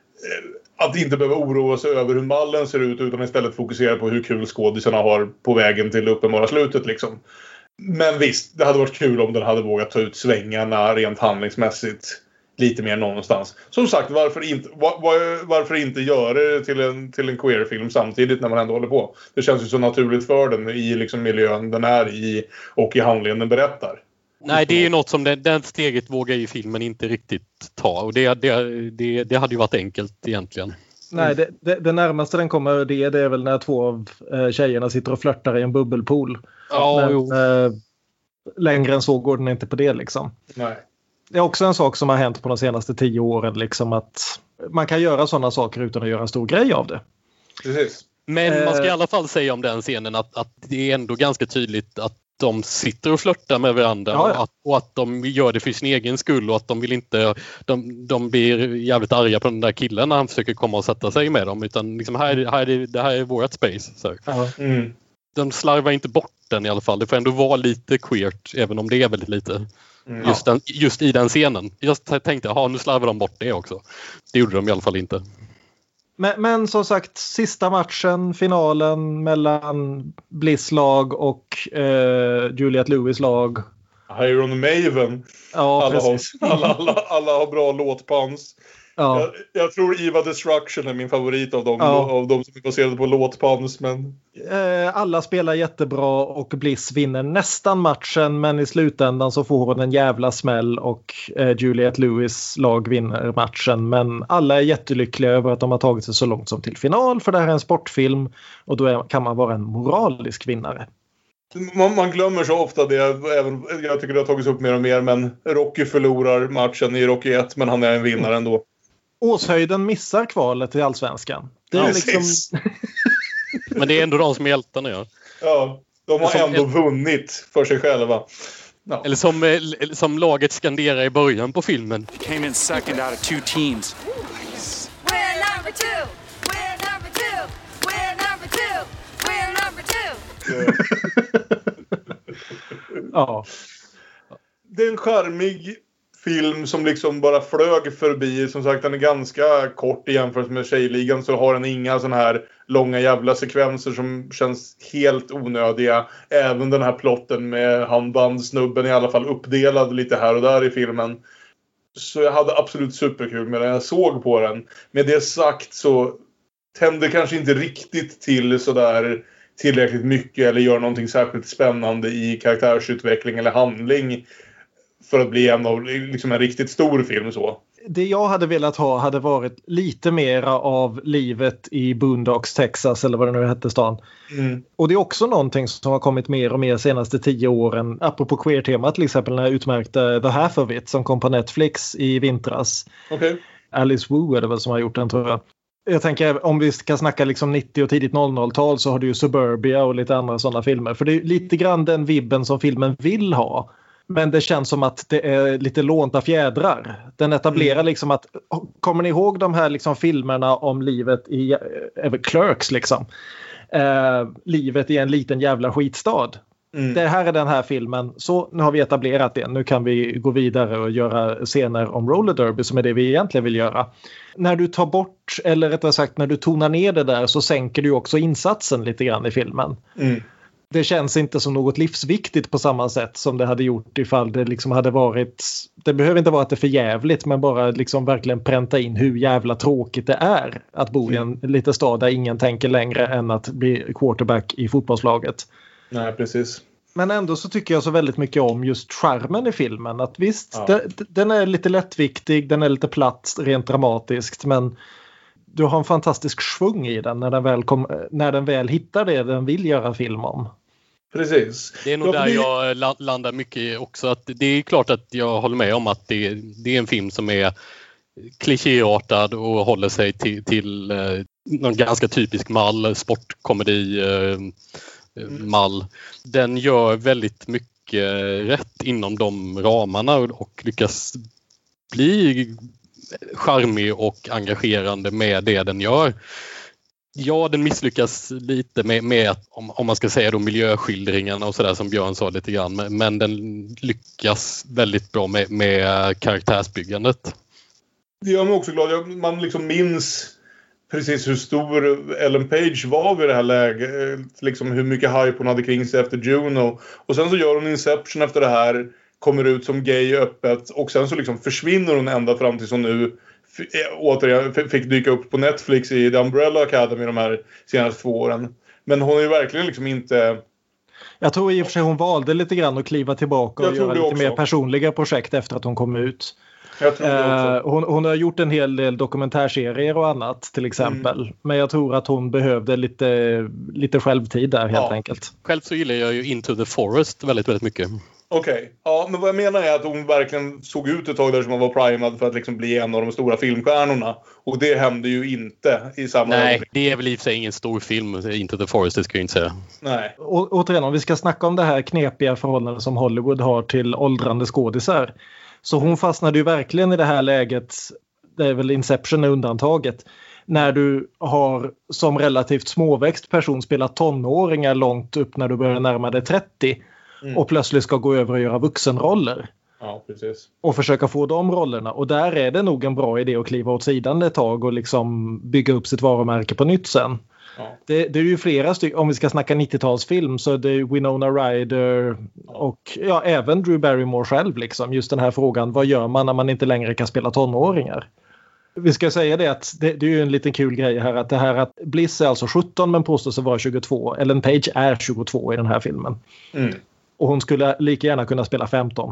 inte behöva oroa sig över hur mallen ser ut, utan istället fokusera på hur kul skådisarna har på vägen till uppenbara slutet liksom. Men visst, det hade varit kul om den hade vågat ta ut svängarna rent handlingsmässigt lite mer någonstans. Som sagt, varför inte göra det till en queer-film samtidigt när man ändå håller på? Det känns ju så naturligt för den i liksom miljön den är i och i handlingen den berättar. Nej, det är ju något som den steget vågar ju filmen inte riktigt ta. Och det hade ju varit enkelt egentligen. Nej, det närmaste den kommer det är väl när 2 av tjejerna sitter och flörtar i en bubbelpool. Ja, men, längre än så går den inte på det liksom. Nej. Det är också en sak som har hänt på de senaste 10 åren liksom, att man kan göra sådana saker utan att göra en stor grej av det. Precis. Men man ska i alla fall säga om den scenen att det är ändå ganska tydligt att de sitter och flörtar med varandra och att de gör det för sin egen skull och att de vill inte de blir jävligt arga på den där killen när han försöker komma och sätta sig med dem, utan liksom det här är vårt space så. De slarvar inte bort den i alla fall. Det får ändå vara lite queert även om det är väldigt lite. Just i den scenen. Jag tänkte, nu slarvar de bort det också. Det gjorde de i alla fall inte. Men som sagt, sista matchen, finalen mellan Bliss lag och Juliette Lewis lag. Iron Maven. Ja, alla har bra låtpans. Ja. Jag tror Eva Destruction är min favorit av dem, av de som är baserade på låtpans. Men... alla spelar jättebra och Bliss vinner nästan matchen, men i slutändan så får hon en jävla smäll och Juliette Lewis lag vinner matchen. Men alla är jättelyckliga över att de har tagit sig så långt som till final, för det här är en sportfilm och då kan man vara en moralisk vinnare. Man glömmer så ofta det, även, jag tycker det har tagits upp mer och mer, men Rocky förlorar matchen i Rocky 1, men han är en vinnare ändå. Åshöjden missar kvalet till Allsvenskan. Det är liksom... Men det är ändå de som är hjältarna, ja. Ja, de har ändå vunnit för sig själva. Ja. Eller som laget skanderar i början på filmen. Came in second out of 2 teams. Ja. Det är en charmig film som liksom bara flög förbi. Som sagt, den är ganska kort i jämförelse med Tjejligan, så har den inga såna här långa jävla sekvenser som känns helt onödiga. Även den här plotten med handbandsnubben i alla fall uppdelad lite här och där i filmen. Så jag hade absolut superkul med den. Jag såg på den. Med det sagt så tänder kanske inte riktigt till sådär tillräckligt mycket eller gör någonting särskilt spännande i karaktärsutveckling eller handling för att bli en riktigt stor film så. Det jag hade velat ha hade varit lite mera av livet i Boondocks, Texas eller vad det nu hette stan. Mm. Och det är också någonting som har kommit mer och mer senaste 10 åren. Apropå queer-temat till exempel, när jag utmärkte The Half of It som kom på Netflix i vintras. Okay. Alice Wu är det väl som har gjort den, tror jag. Jag tänker, om vi ska snacka liksom 90 och tidigt 00-tal så har du ju Suburbia och lite andra sådana filmer. För det är lite grann den vibben som filmen vill ha. Men det känns som att det är lite lånta fjädrar. Den etablerar liksom att, kommer ni ihåg de här liksom filmerna om livet i Clerks liksom? Livet i en liten jävla skitstad. Det här är den här filmen. Så nu har vi etablerat det. Nu kan vi gå vidare och göra scener om roller derby som är det vi egentligen vill göra. När du tar bort, eller rättare sagt när du tonar ner det där, så sänker du också insatsen lite grann i filmen. Det känns inte som något livsviktigt på samma sätt som det hade gjort ifall det liksom hade varit, det behöver inte vara att det är för jävligt, men bara liksom verkligen pränta in hur jävla tråkigt det är att bo i en liten stad där ingen tänker längre än att bli quarterback i fotbollslaget. Nej, precis. Men ändå så tycker jag så väldigt mycket om just charmen i filmen. Att visst, den är lite lättviktig, den är lite platt rent dramatiskt, men du har en fantastisk svung i den när den väl hittar det den vill göra film om. Precis. Det är nog där jag landar mycket också. Att det är klart att jag håller med om att det är en film som är klichéartad och håller sig till någon ganska typisk mall, sportkomedi mall. Den gör väldigt mycket rätt inom de ramarna och lyckas bli charmig och engagerande med det den gör. Ja, den misslyckas lite med att, om man ska säga då, miljöskildringarna och sådär som Björn sa lite grann, men den lyckas väldigt bra med karaktärsbyggandet. Det gör mig också glad. Man liksom minns precis hur stor Ellen Page var vid det här läget. Liksom hur mycket hype hon hade kring sig efter Juno. Och sen så gör hon Inception efter det här. Kommer ut som gay öppet. Och sen så liksom försvinner hon ända fram till som nu återigen fick dyka upp på Netflix i The Umbrella Academy de här senaste 2 åren. Men hon är ju verkligen liksom inte... Jag tror i och för sig hon valde lite grann att kliva tillbaka och göra lite mer personliga projekt efter att hon kom ut. Hon har gjort en hel del dokumentärserier och annat till exempel. Men jag tror att hon behövde lite självtid där helt enkelt. Själv så gillar jag ju Into the Forest väldigt, väldigt mycket. Okej. Ja, men vad jag menar är att hon verkligen såg ut ett tag där som hon var primad för att liksom bli en av de stora filmstjärnorna. Och det hände ju inte i samma... Nej, det är väl i och för sig ingen stor film, Into the Forest, det ska jag inte säga. Nej. Återigen, om vi ska snacka om det här knepiga förhållandet som Hollywood har till åldrande skådisar. Så hon fastnade ju verkligen i det här läget, det är väl Inception är undantaget, när du har som relativt småväxt person spelat tonåringar långt upp när du börjar närma dig 30 och plötsligt ska gå över och göra vuxenroller. Ja, precis. Och försöka få de rollerna. Och där är det nog en bra idé att kliva åt sidan ett tag och liksom bygga upp sitt varumärke på nytt sen. Ja. Det är ju flera stycken, om vi ska snacka 90-talsfilm så det är Winona Ryder och även Drew Barrymore själv liksom. Just den här frågan, vad gör man när man inte längre kan spela tonåringar? Vi ska säga det att det är ju en liten kul grej här att Bliss är alltså 17 men påstår sig vara 22. Ellen Page är 22 i den här filmen. Och hon skulle lika gärna kunna spela 15.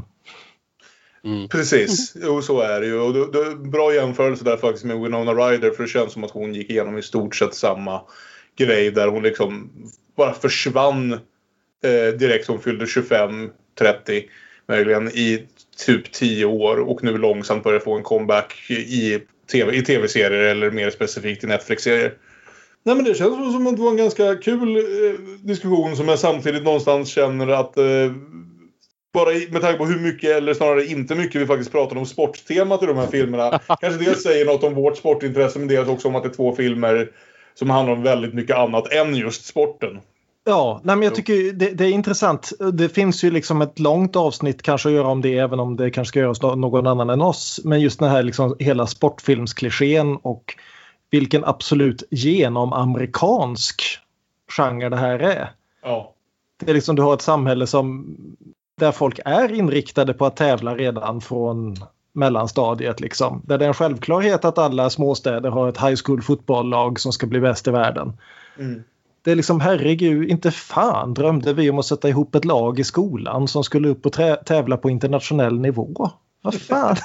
Precis, jo så är det ju. Och det bra jämförelse där faktiskt med Winona Ryder, för det känns som att hon gick igenom i stort sett samma grej där hon liksom bara försvann direkt hon fyllde 25-30 möjligen i typ 10 år och nu långsamt börjar få en comeback i tv-serier eller mer specifikt i Netflix-serier. Nej, men det känns som att det var en ganska kul diskussion som jag samtidigt någonstans känner att bara med tanke på hur mycket eller snarare inte mycket vi faktiskt pratar om sporttemat i de här filmerna. Kanske dels säger något om vårt sportintresse, men dels också om att det är 2 filmer som handlar om väldigt mycket annat än just sporten. Ja, nej, men jag tycker det är intressant. Det finns ju liksom ett långt avsnitt kanske att göra om det, även om det kanske ska göras någon annan än oss. Men just den här liksom hela sportfilmsklichén och vilken absolut genomamerikansk genre det här är. Ja. Det är liksom, du har ett samhälle där folk är inriktade på att tävla redan från mellanstadiet liksom. Där det är en självklarhet att alla småstäder har ett high school fotbolllag som ska bli bäst i världen. Mm. Det är liksom, herregud, inte fan drömde vi om att sätta ihop ett lag i skolan som skulle upp och tävla på internationell nivå. Vad fan?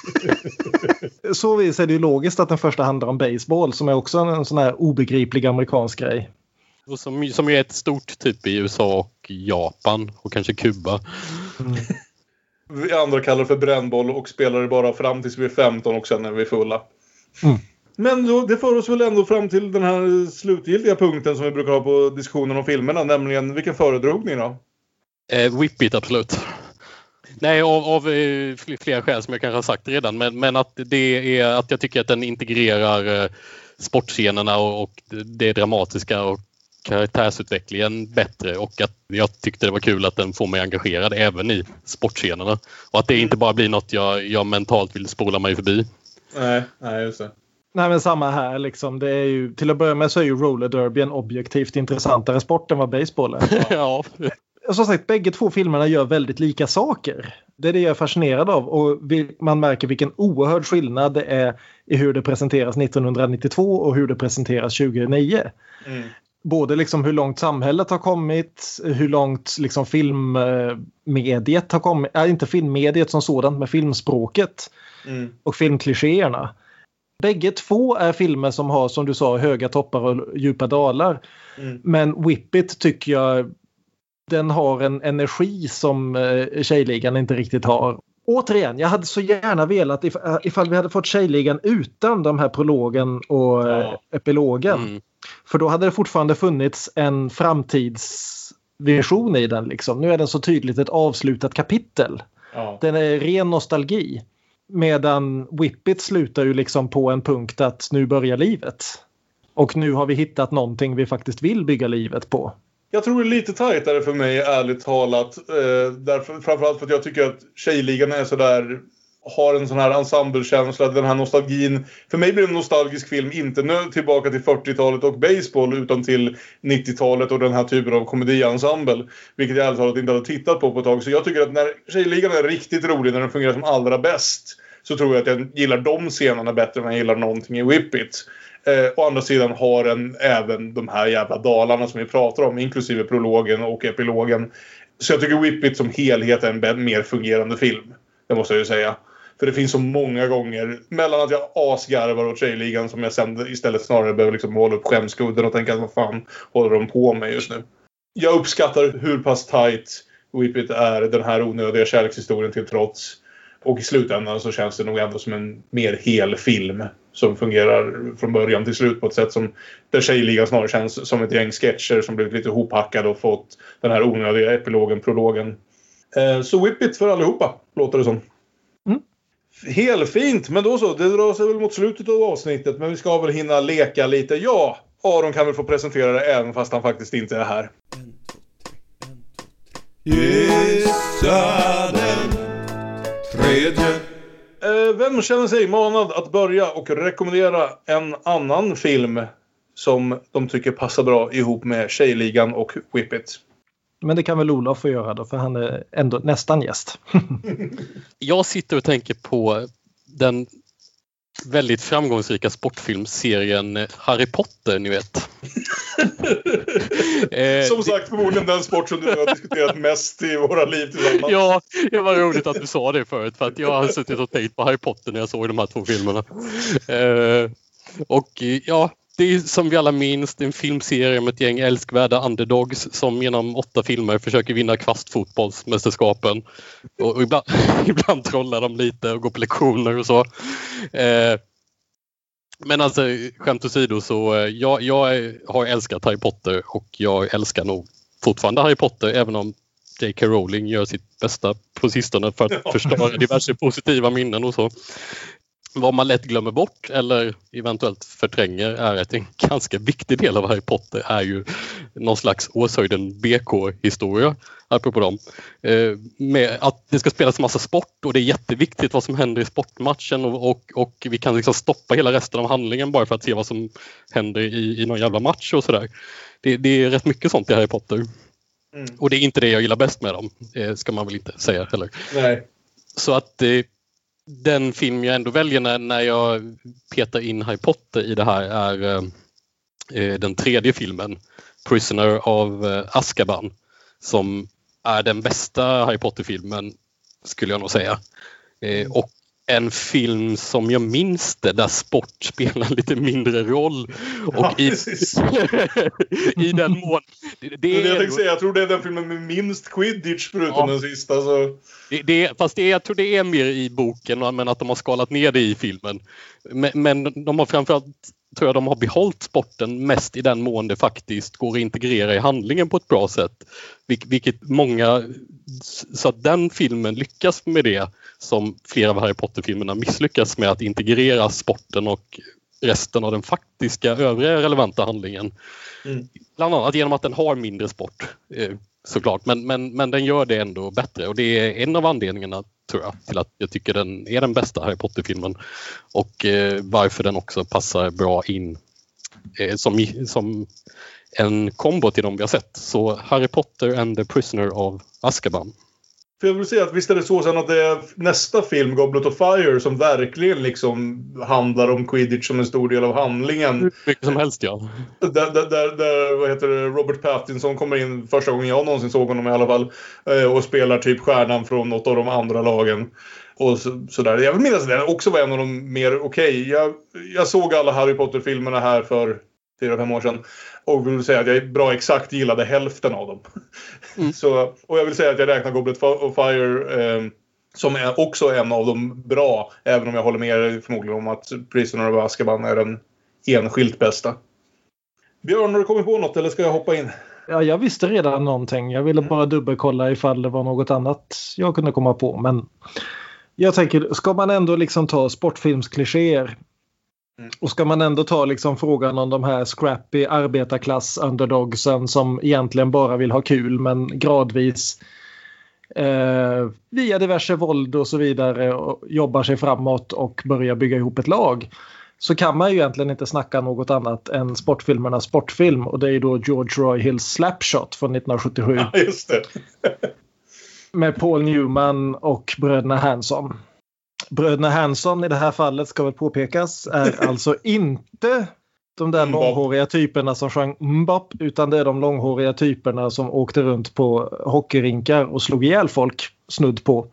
Så vis är det ju logiskt att den första handlar om baseball, som är också en sån här obegriplig amerikansk grej. Och som är ett stort typ i USA och Japan och kanske Kuba. Mm. Vi andra kallar det för brännboll och spelar det bara fram tills vi är 15 och sen är vi fulla. Mm. Men då, det för oss väl ändå fram till den här slutgiltiga punkten som vi brukar ha på diskussionen om filmerna, nämligen vilken föredrog ni då? Whip It, absolut. Nej, av flera skäl som jag kanske har sagt redan, men att det är att jag tycker att den integrerar sportscenerna och det dramatiska och karaktärsutvecklingen bättre, och att jag tyckte det var kul att den får mig engagerad även i sportscenerna och att det inte bara blir något jag mentalt vill spola mig förbi. Nej, just det. Nej, men samma här liksom. Det är ju, till att börja med så är ju roller derby en objektivt intressantare sport än vad baseball är. Ja. Som sagt, bägge två filmerna gör väldigt lika saker. Det är det jag är fascinerad av, och man märker vilken oerhörd skillnad det är i hur det presenteras 1992 och hur det presenteras 2009. Mm. Både liksom hur långt samhället har kommit, hur långt liksom filmmediet har kommit, inte filmmediet som sådant, men filmspråket och filmklichéerna. Bägge två är filmer som har, som du sa, höga toppar och djupa dalar. Men Whip It tycker jag, den har en energi som Tjejligan inte riktigt har. Återigen, jag hade så gärna velat ifall vi hade fått Tjejligan utan de här prologen och epilogen. För då hade det fortfarande funnits en framtidsvision i den. Liksom. Nu är den så tydligt ett avslutat kapitel. Ja. Den är ren nostalgi. Medan Whip It slutar ju liksom på en punkt att nu börjar livet. Och nu har vi hittat någonting vi faktiskt vill bygga livet på. Jag tror det är lite tajtare för mig, ärligt talat. Därför, framförallt för att jag tycker att Tjejligan är sådär, har en sån här ensemblekänsla, den här nostalgin. För mig blir en nostalgisk film inte tillbaka till 40-talet och baseball, utan till 90-talet och den här typen av komediensemble. Vilket jag ärligt talat inte hade tittat på ett tag. Så jag tycker att när Tjejligan är riktigt rolig, när den fungerar som allra bäst, så tror jag att jag gillar de scenerna bättre än jag gillar någonting i Whip It. Å andra sidan har den även de här jävla dalarna som vi pratar om, inklusive prologen och epilogen. Så jag tycker Whip It som helhet är en mer fungerande film. Det måste jag ju säga. För det finns så många gånger mellan att jag asgarvar åt Tjejligan som jag sen istället snarare behöver liksom hålla upp skämskudden och tänka att vad fan håller de på med just nu. Jag uppskattar hur pass tight Whip It är, den här onödiga kärlekshistorien till trots. Och i slutändan så känns det nog ändå som en mer hel film som fungerar från början till slut på ett sätt som där Tjejligan snarare känns som ett gäng sketcher som blivit lite hophackade och fått den här onödiga epilogen, prologen. Så Whip It för allihopa, låter det som. Helt fint, men då så, det drar sig väl mot slutet av avsnittet, men vi ska väl hinna leka lite. Ja, Aron kan väl få presentera det även fast han faktiskt inte är här. Gissa den tredje. Vem känner sig manad att börja och rekommendera en annan film som de tycker passar bra ihop med Tjejligan och Whip It? Men det kan väl Olof få göra då, för han är ändå nästan gäst. Jag sitter och tänker på den väldigt framgångsrika sportfilmserien Harry Potter, ni vet. Som sagt, förmodligen den sport som du har diskuterat mest i våra liv tillsammans. Ja, det var roligt att du sa det förut, för att jag har suttit och tänkt på Harry Potter när jag såg de här två filmerna. Och ja, det är som vi alla minns en filmserie om ett gäng älskvärda underdogs som genom 8 filmer försöker vinna kvastfotbollsmästerskapen. Och ibland trollar de lite och går på lektioner och så. Men alltså, skämt åsido, så jag har älskat Harry Potter och jag älskar nog fortfarande Harry Potter, även om J.K. Rowling gör sitt bästa på sistone för att förstöra diverse positiva minnen och så. vad man lätt glömmer bort eller eventuellt förtränger är att en ganska viktig del av Harry Potter är ju någon slags Åshöjden BK-historia, apropå dem. Med att det ska spelas massa sport och det är jätteviktigt vad som händer i sportmatchen och vi kan liksom stoppa hela resten av handlingen bara för att se vad som händer i någon jävla match och sådär. Det är rätt mycket sånt i Harry Potter. Och det är inte det jag gillar bäst med dem, ska man väl inte säga heller. Nej. Så att den film jag ändå väljer när jag petar in Harry Potter i det här är den tredje filmen, Prisoner of Azkaban, som är den bästa Harry Potter-filmen, skulle jag nog säga. Och en film som jag minns det, där sport spelar lite mindre roll. Och i den mån... Jag tänkte säga, jag tror det är den filmen med minst Quidditch förutom den sista. Så. Jag tror det är mer i boken, men att de har skalat ner det i filmen. Men de har framförallt, tror jag, de har behållit sporten mest i den mån det faktiskt går att integrera i handlingen på ett bra sätt. Vilket många... Så att den filmen lyckas med det som flera av Harry Potter-filmerna misslyckas med, att integrera sporten och resten av den faktiska övriga relevanta handlingen. Bland annat genom att den har mindre sport, såklart. Men den gör det ändå bättre. Och det är en av anledningarna, tror jag, till att jag tycker den är den bästa Harry Potter-filmen. Och varför den också passar bra in som en kombo till de vi har sett. Så Harry Potter and the Prisoner of Azkaban. För jag vill säga att visst är det så sen att det är nästa film, Goblet of Fire, som verkligen liksom handlar om Quidditch som en stor del av handlingen. Mycket som helst, ja. Där vad heter det, Robert Pattinson kommer in första gången jag någonsin såg honom i alla fall. Och spelar typ stjärnan från något av de andra lagen. Och sådär. Jag vill minnas att det också var en av de mer okej. Jag såg alla Harry Potter-filmerna här för 4-5 år sedan. Och vill säga att jag bra exakt gillade hälften av dem. Så, och jag vill säga att jag räknar Goblet of Fire som är också en av dem bra. Även om jag håller med förmodligen om att Prisoner of Azkaban är den enskilt bästa. Björn, har du kommit på något eller ska jag hoppa in? Ja, jag visste redan någonting. Jag ville bara dubbelkolla ifall det var något annat jag kunde komma på. Men jag tänker, ska man ändå liksom ta sportfilmsklichéer och ska man ändå ta liksom frågan om de här scrappy arbetarklass-underdogsen som egentligen bara vill ha kul men gradvis via diverse våld och så vidare och jobbar sig framåt och börjar bygga ihop ett lag, så kan man ju egentligen inte snacka något annat än sportfilmernas sportfilm, och det är då George Roy Hills Slapshot från 1977. Ja, just det. Med Paul Newman och bröderna Hanson. Bröderna Hanson i det här fallet, ska väl påpekas, är alltså inte de där långhåriga typerna som sjöng Mbop, utan det är de långhåriga typerna som åkte runt på hockeyrinkar och slog ihjäl folk snudd på.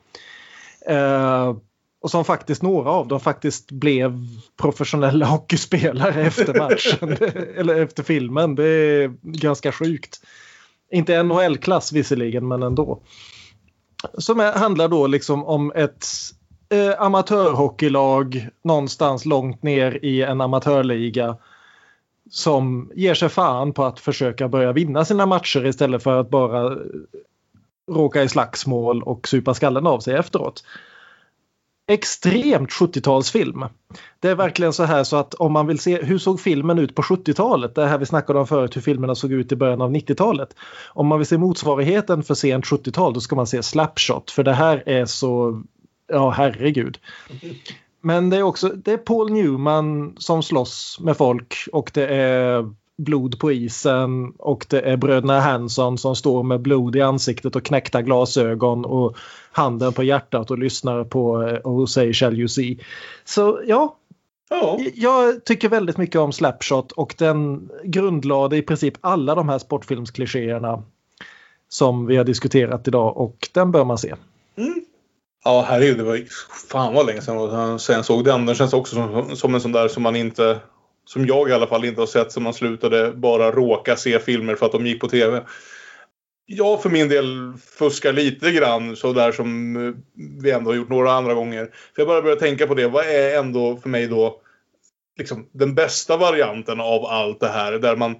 Och som faktiskt några av dem faktiskt blev professionella hockeyspelare efter matchen eller efter filmen. Det är ganska sjukt. Inte NHL-klass visserligen, men ändå. Som handlar då liksom om ett amatörhockeylag någonstans långt ner i en amatörliga som ger sig fan på att försöka börja vinna sina matcher istället för att bara råka i slagsmål och supa skallen av sig efteråt. Extremt 70-talsfilm. Det är verkligen så här så att om man vill se hur såg filmen ut på 70-talet, det här vi snackade om förut, hur filmerna såg ut i början av 90-talet. Om man vill se motsvarigheten för sent 70-tal, då ska man se Slapshot, för det här är så, ja herregud. Men det är Paul Newman som slåss med folk och det är blod på isen och det är bröderna Hanson som står med blod i ansiktet och knäckta glasögon och handen på hjärtat och lyssnar på Oh Say Shall You See. Så ja, jag tycker väldigt mycket om Slapshot och den grundlade i princip alla de här sportfilmsklichéerna som vi har diskuterat idag, och den bör man se. Ja, herregud, det var fan vad länge sedan jag såg den. Den känns också som en sån där som man inte, som jag i alla fall inte har sett, som man slutade bara råka se filmer för att de gick på tv. Jag för min del fuskar lite grann så där som vi ändå har gjort några andra gånger. För jag bara börjar tänka på det. Vad är ändå för mig då liksom den bästa varianten av allt det här, där man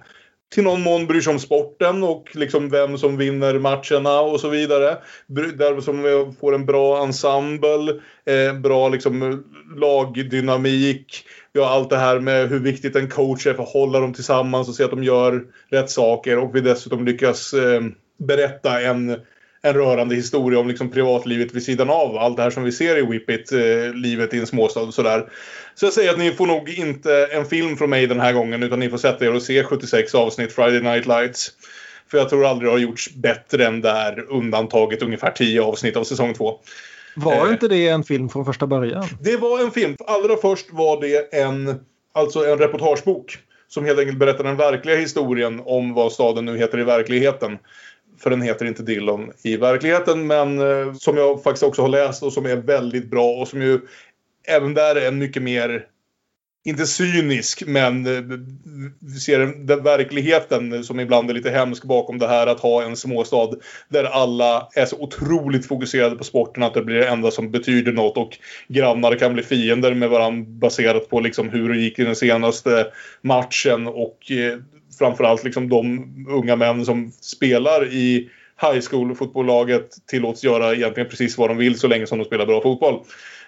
till någon mån bryr sig om sporten och liksom vem som vinner matcherna och så vidare. Där som vi får en bra ensemble, bra liksom lagdynamik. Vi har allt det här med hur viktigt en coach är för att hålla dem tillsammans och se att de gör rätt saker. Och vi dessutom lyckas berätta en rörande historia om liksom privatlivet vid sidan av allt det här som vi ser i Whip It, livet i en småstad och sådär. Så jag säger att ni får nog inte en film från mig den här gången, utan ni får sätta er och se 76 avsnitt Friday Night Lights. För jag tror aldrig det har gjorts bättre än där, undantaget ungefär 10 avsnitt av säsong 2. Var inte det en film från första början? Det var en film. Allra först var det en reportagebok som helt enkelt berättar den verkliga historien om vad staden nu heter i verkligheten. För den heter inte Dillon i verkligheten, men som jag faktiskt också har läst och som är väldigt bra och som ju även där är en mycket mer, inte cynisk, men vi ser den verkligheten som ibland är lite hemsk bakom det här att ha en småstad där alla är så otroligt fokuserade på sporten att det blir det enda som betyder något och grannar kan bli fiender med varandra baserat på liksom hur det gick i den senaste matchen och framförallt liksom de unga män som spelar i high school fotbollaget tillåts göra egentligen precis vad de vill så länge som de spelar bra fotboll.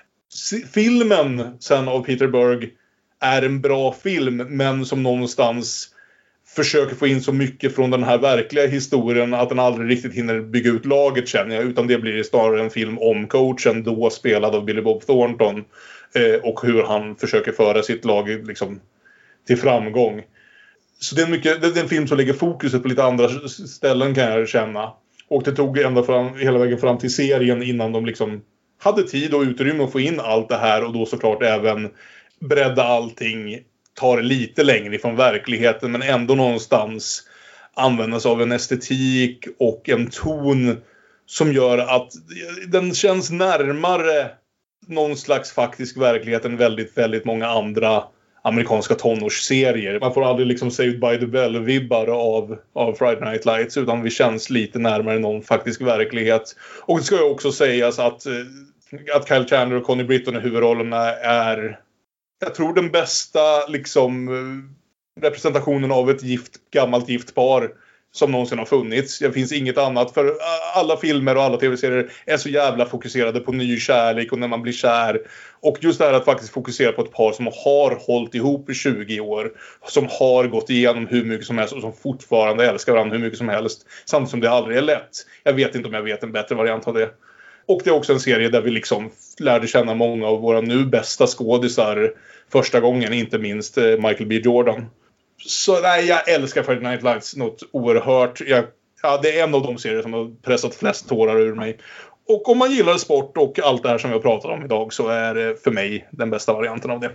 Filmen sen av Peter Berg är en bra film, men som någonstans försöker få in så mycket från den här verkliga historien att den aldrig riktigt hinner bygga ut laget, känner jag, utan det blir snarare en film om coachen, då spelad av Billy Bob Thornton, och hur han försöker föra sitt lag liksom till framgång. Så det är en film som lägger fokuset på lite andra ställen, kan jag känna. Och det tog hela vägen fram till serien innan de liksom hade tid och utrymme att få in allt det här, och då såklart även bredda allting, tar lite längre ifrån verkligheten men ändå någonstans användas av en estetik och en ton som gör att den känns närmare någon slags faktisk verklighet än väldigt, väldigt många andra amerikanska tonårsserier. Man får aldrig liksom Saved by the Bell-vibbar av Friday Night Lights, utan vi känns lite närmare någon faktisk verklighet. Och det ska ju också sägas att Kyle Chandler och Connie Britton i huvudrollerna är, jag tror, den bästa liksom representationen av ett gammalt gift par som någonsin har funnits. Det finns inget annat, för alla filmer och alla tv-serier är så jävla fokuserade på ny kärlek och när man blir kär. Och just det här att faktiskt fokusera på ett par som har hållit ihop i 20 år, som har gått igenom hur mycket som helst och som fortfarande älskar varandra hur mycket som helst, samtidigt som det aldrig är lätt. Jag vet inte om jag vet en bättre variant av det. Och det är också en serie där vi liksom lärde känna många av våra nu bästa skådisar första gången, inte minst Michael B. Jordan. Så nej, jag älskar Friday Night Lights något oerhört. Det är en av de serier som har pressat flest tårar ur mig. Och om man gillar sport och allt det här som vi har pratat om idag, så är det för mig den bästa varianten av det.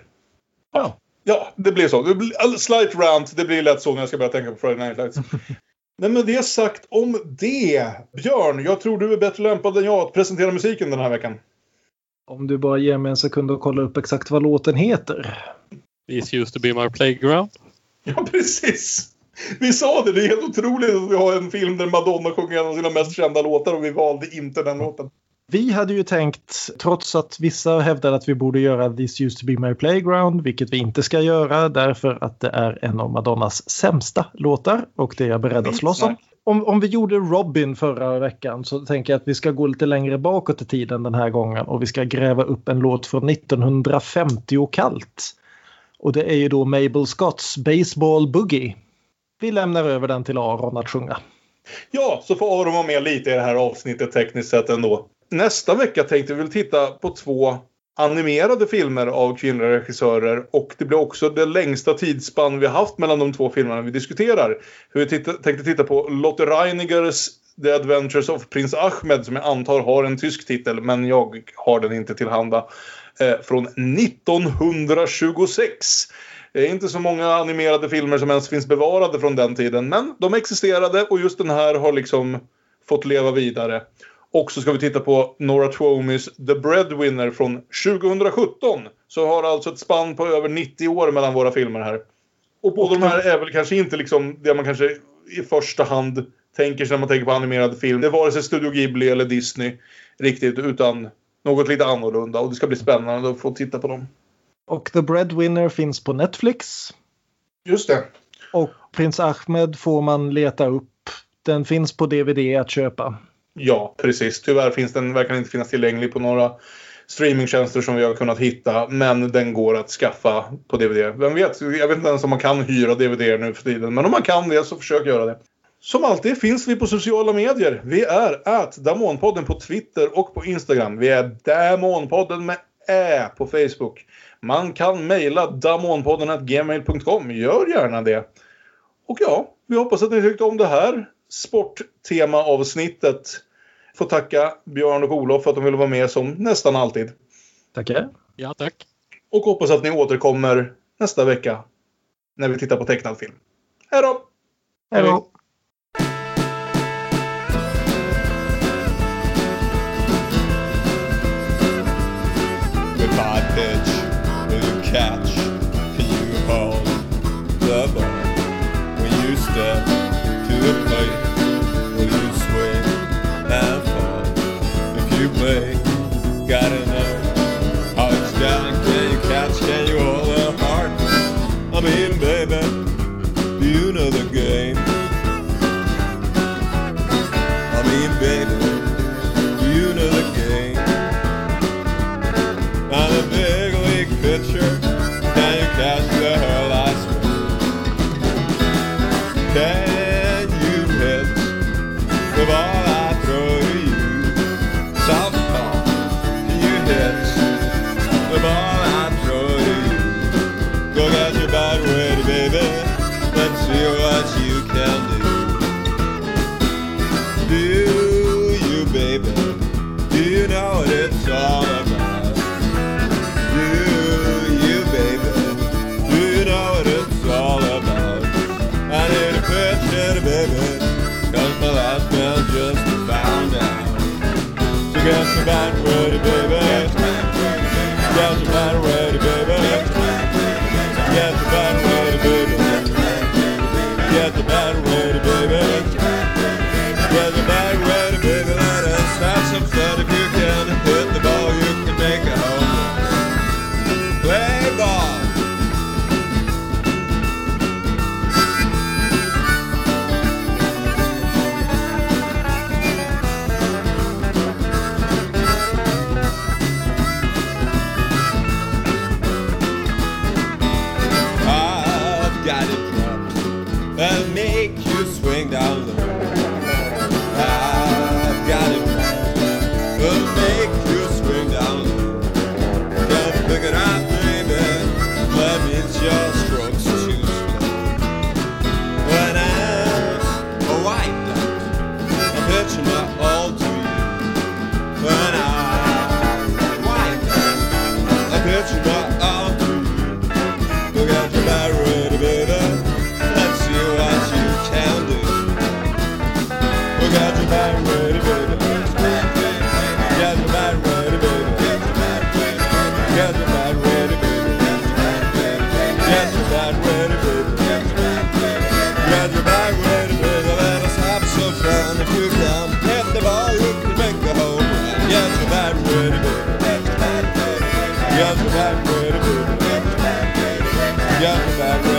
Ja, det blir så. Slight rant, det blir lätt så när jag ska börja tänka på Friday Night Lights. Men med det sagt om det, Björn, jag tror du är bättre lämpad än jag att presentera musiken den här veckan. Om du bara ger mig en sekund och kollar upp exakt vad låten heter. This used to be my playground. Ja, precis. Vi sa det, det är helt otroligt att vi har en film där Madonna sjunger en av sina mest kända låtar och vi valde inte den låten. Vi hade ju tänkt, trots att vissa hävdade att vi borde göra This used to be my playground, vilket vi inte ska göra därför att det är en av Madonnas sämsta låtar och det är jag beredd att slåss om. Om vi gjorde Robin förra veckan så tänker jag att vi ska gå lite längre bakåt i tiden den här gången och vi ska gräva upp en låt från 1950 och kallt. Och det är ju då Mabel Scotts Baseball Boogie. Vi lämnar över den till Aron att sjunga. Ja, så får Aron vara med lite i det här avsnittet tekniskt sett ändå. Nästa vecka tänkte vi väl titta på 2 animerade filmer av kvinnliga regissörer. Och det blir också det längsta tidsspann vi har haft mellan de 2 filmerna vi diskuterar. Vi tänkte titta på Lotte Reinigers The Adventures of Prince Ahmed, som jag antar har en tysk titel, men jag har den inte tillhanda. Från 1926. Det är inte så många animerade filmer som ens finns bevarade från den tiden, men de existerade och just den här har liksom fått leva vidare. Och så ska vi titta på Nora Twomey's The Breadwinner från 2017. Så har alltså ett spann på över 90 år mellan våra filmer här. Och båda de här är väl kanske inte liksom det man kanske i första hand tänker sig när man tänker på animerad film. Det är vare sig Studio Ghibli eller Disney riktigt, utan något lite annorlunda. Och det ska bli spännande att få titta på dem. Och The Breadwinner finns på Netflix. Just det. Och Prins Ahmed får man leta upp. Den finns på DVD att köpa. Ja, precis. Tyvärr verkar den inte finnas tillgänglig på några streamingtjänster som vi har kunnat hitta. Men den går att skaffa på DVD. Vem vet? Jag vet inte ens om man kan hyra DVD nu för tiden. Men om man kan det så försök göra det. Som alltid finns vi på sociala medier. Vi är @Damonpodden på Twitter och på Instagram. Vi är Damonpodden med Ä på Facebook. Man kan mejla damonpodden@gmail.com. Gör gärna det. Och ja, vi hoppas att ni tyckte om det här sporttema-avsnittet. Får tacka Björn och Olof för att de ville vara med som nästan alltid. Tackar. Ja, tack. Och hoppas att ni återkommer nästa vecka när vi tittar på tecknad film. Hej då! Hej då! If I pitch, will you catch? Can you hold the ball? When you step to the plate, will you swing and fall? If you play, gotta know how it's done. Can you catch? Can you hold a heart? I mean, baby, do you know the game? I mean, baby, do you know the game? On a big league pitcher, can you catch the hurl I swing? Can you hit the ball I throw to you? Southpaw, can you hit the ball I throw to you? Go get your bat ready, baby. Let's see what you can do. Do you, baby? Do you know what it's all about? Baby, 'cause my last man just found out. So get your bat ready, baby. Get your bat ready, baby. Get your bat ready, baby. Get your bat ready, baby. Get your bat ready, baby. Let us have some fun. If you can hit the ball, you can make a home run. Play ball. And make you swing down low. I've got it right. Will make you swing down low. Gotta pick it up, baby. That means your stroke's too slow. When I'm a white knight, I'm pitching my all to you. When I'm a white knight, I'm pitching my all to you. Look at your bat ready, baby. What you can do. We got your bat ready, baby. Get your bat ready, baby. Get your bat ready, baby. Get your bat ready, baby. Get your bat ready, baby. Get your bat ready, baby. Let us have some fun. If you can hit the ball, you can make the home run. Get your bat ready, baby. Get your bat ready, baby. Get your bat ready, baby. Get your bat ready.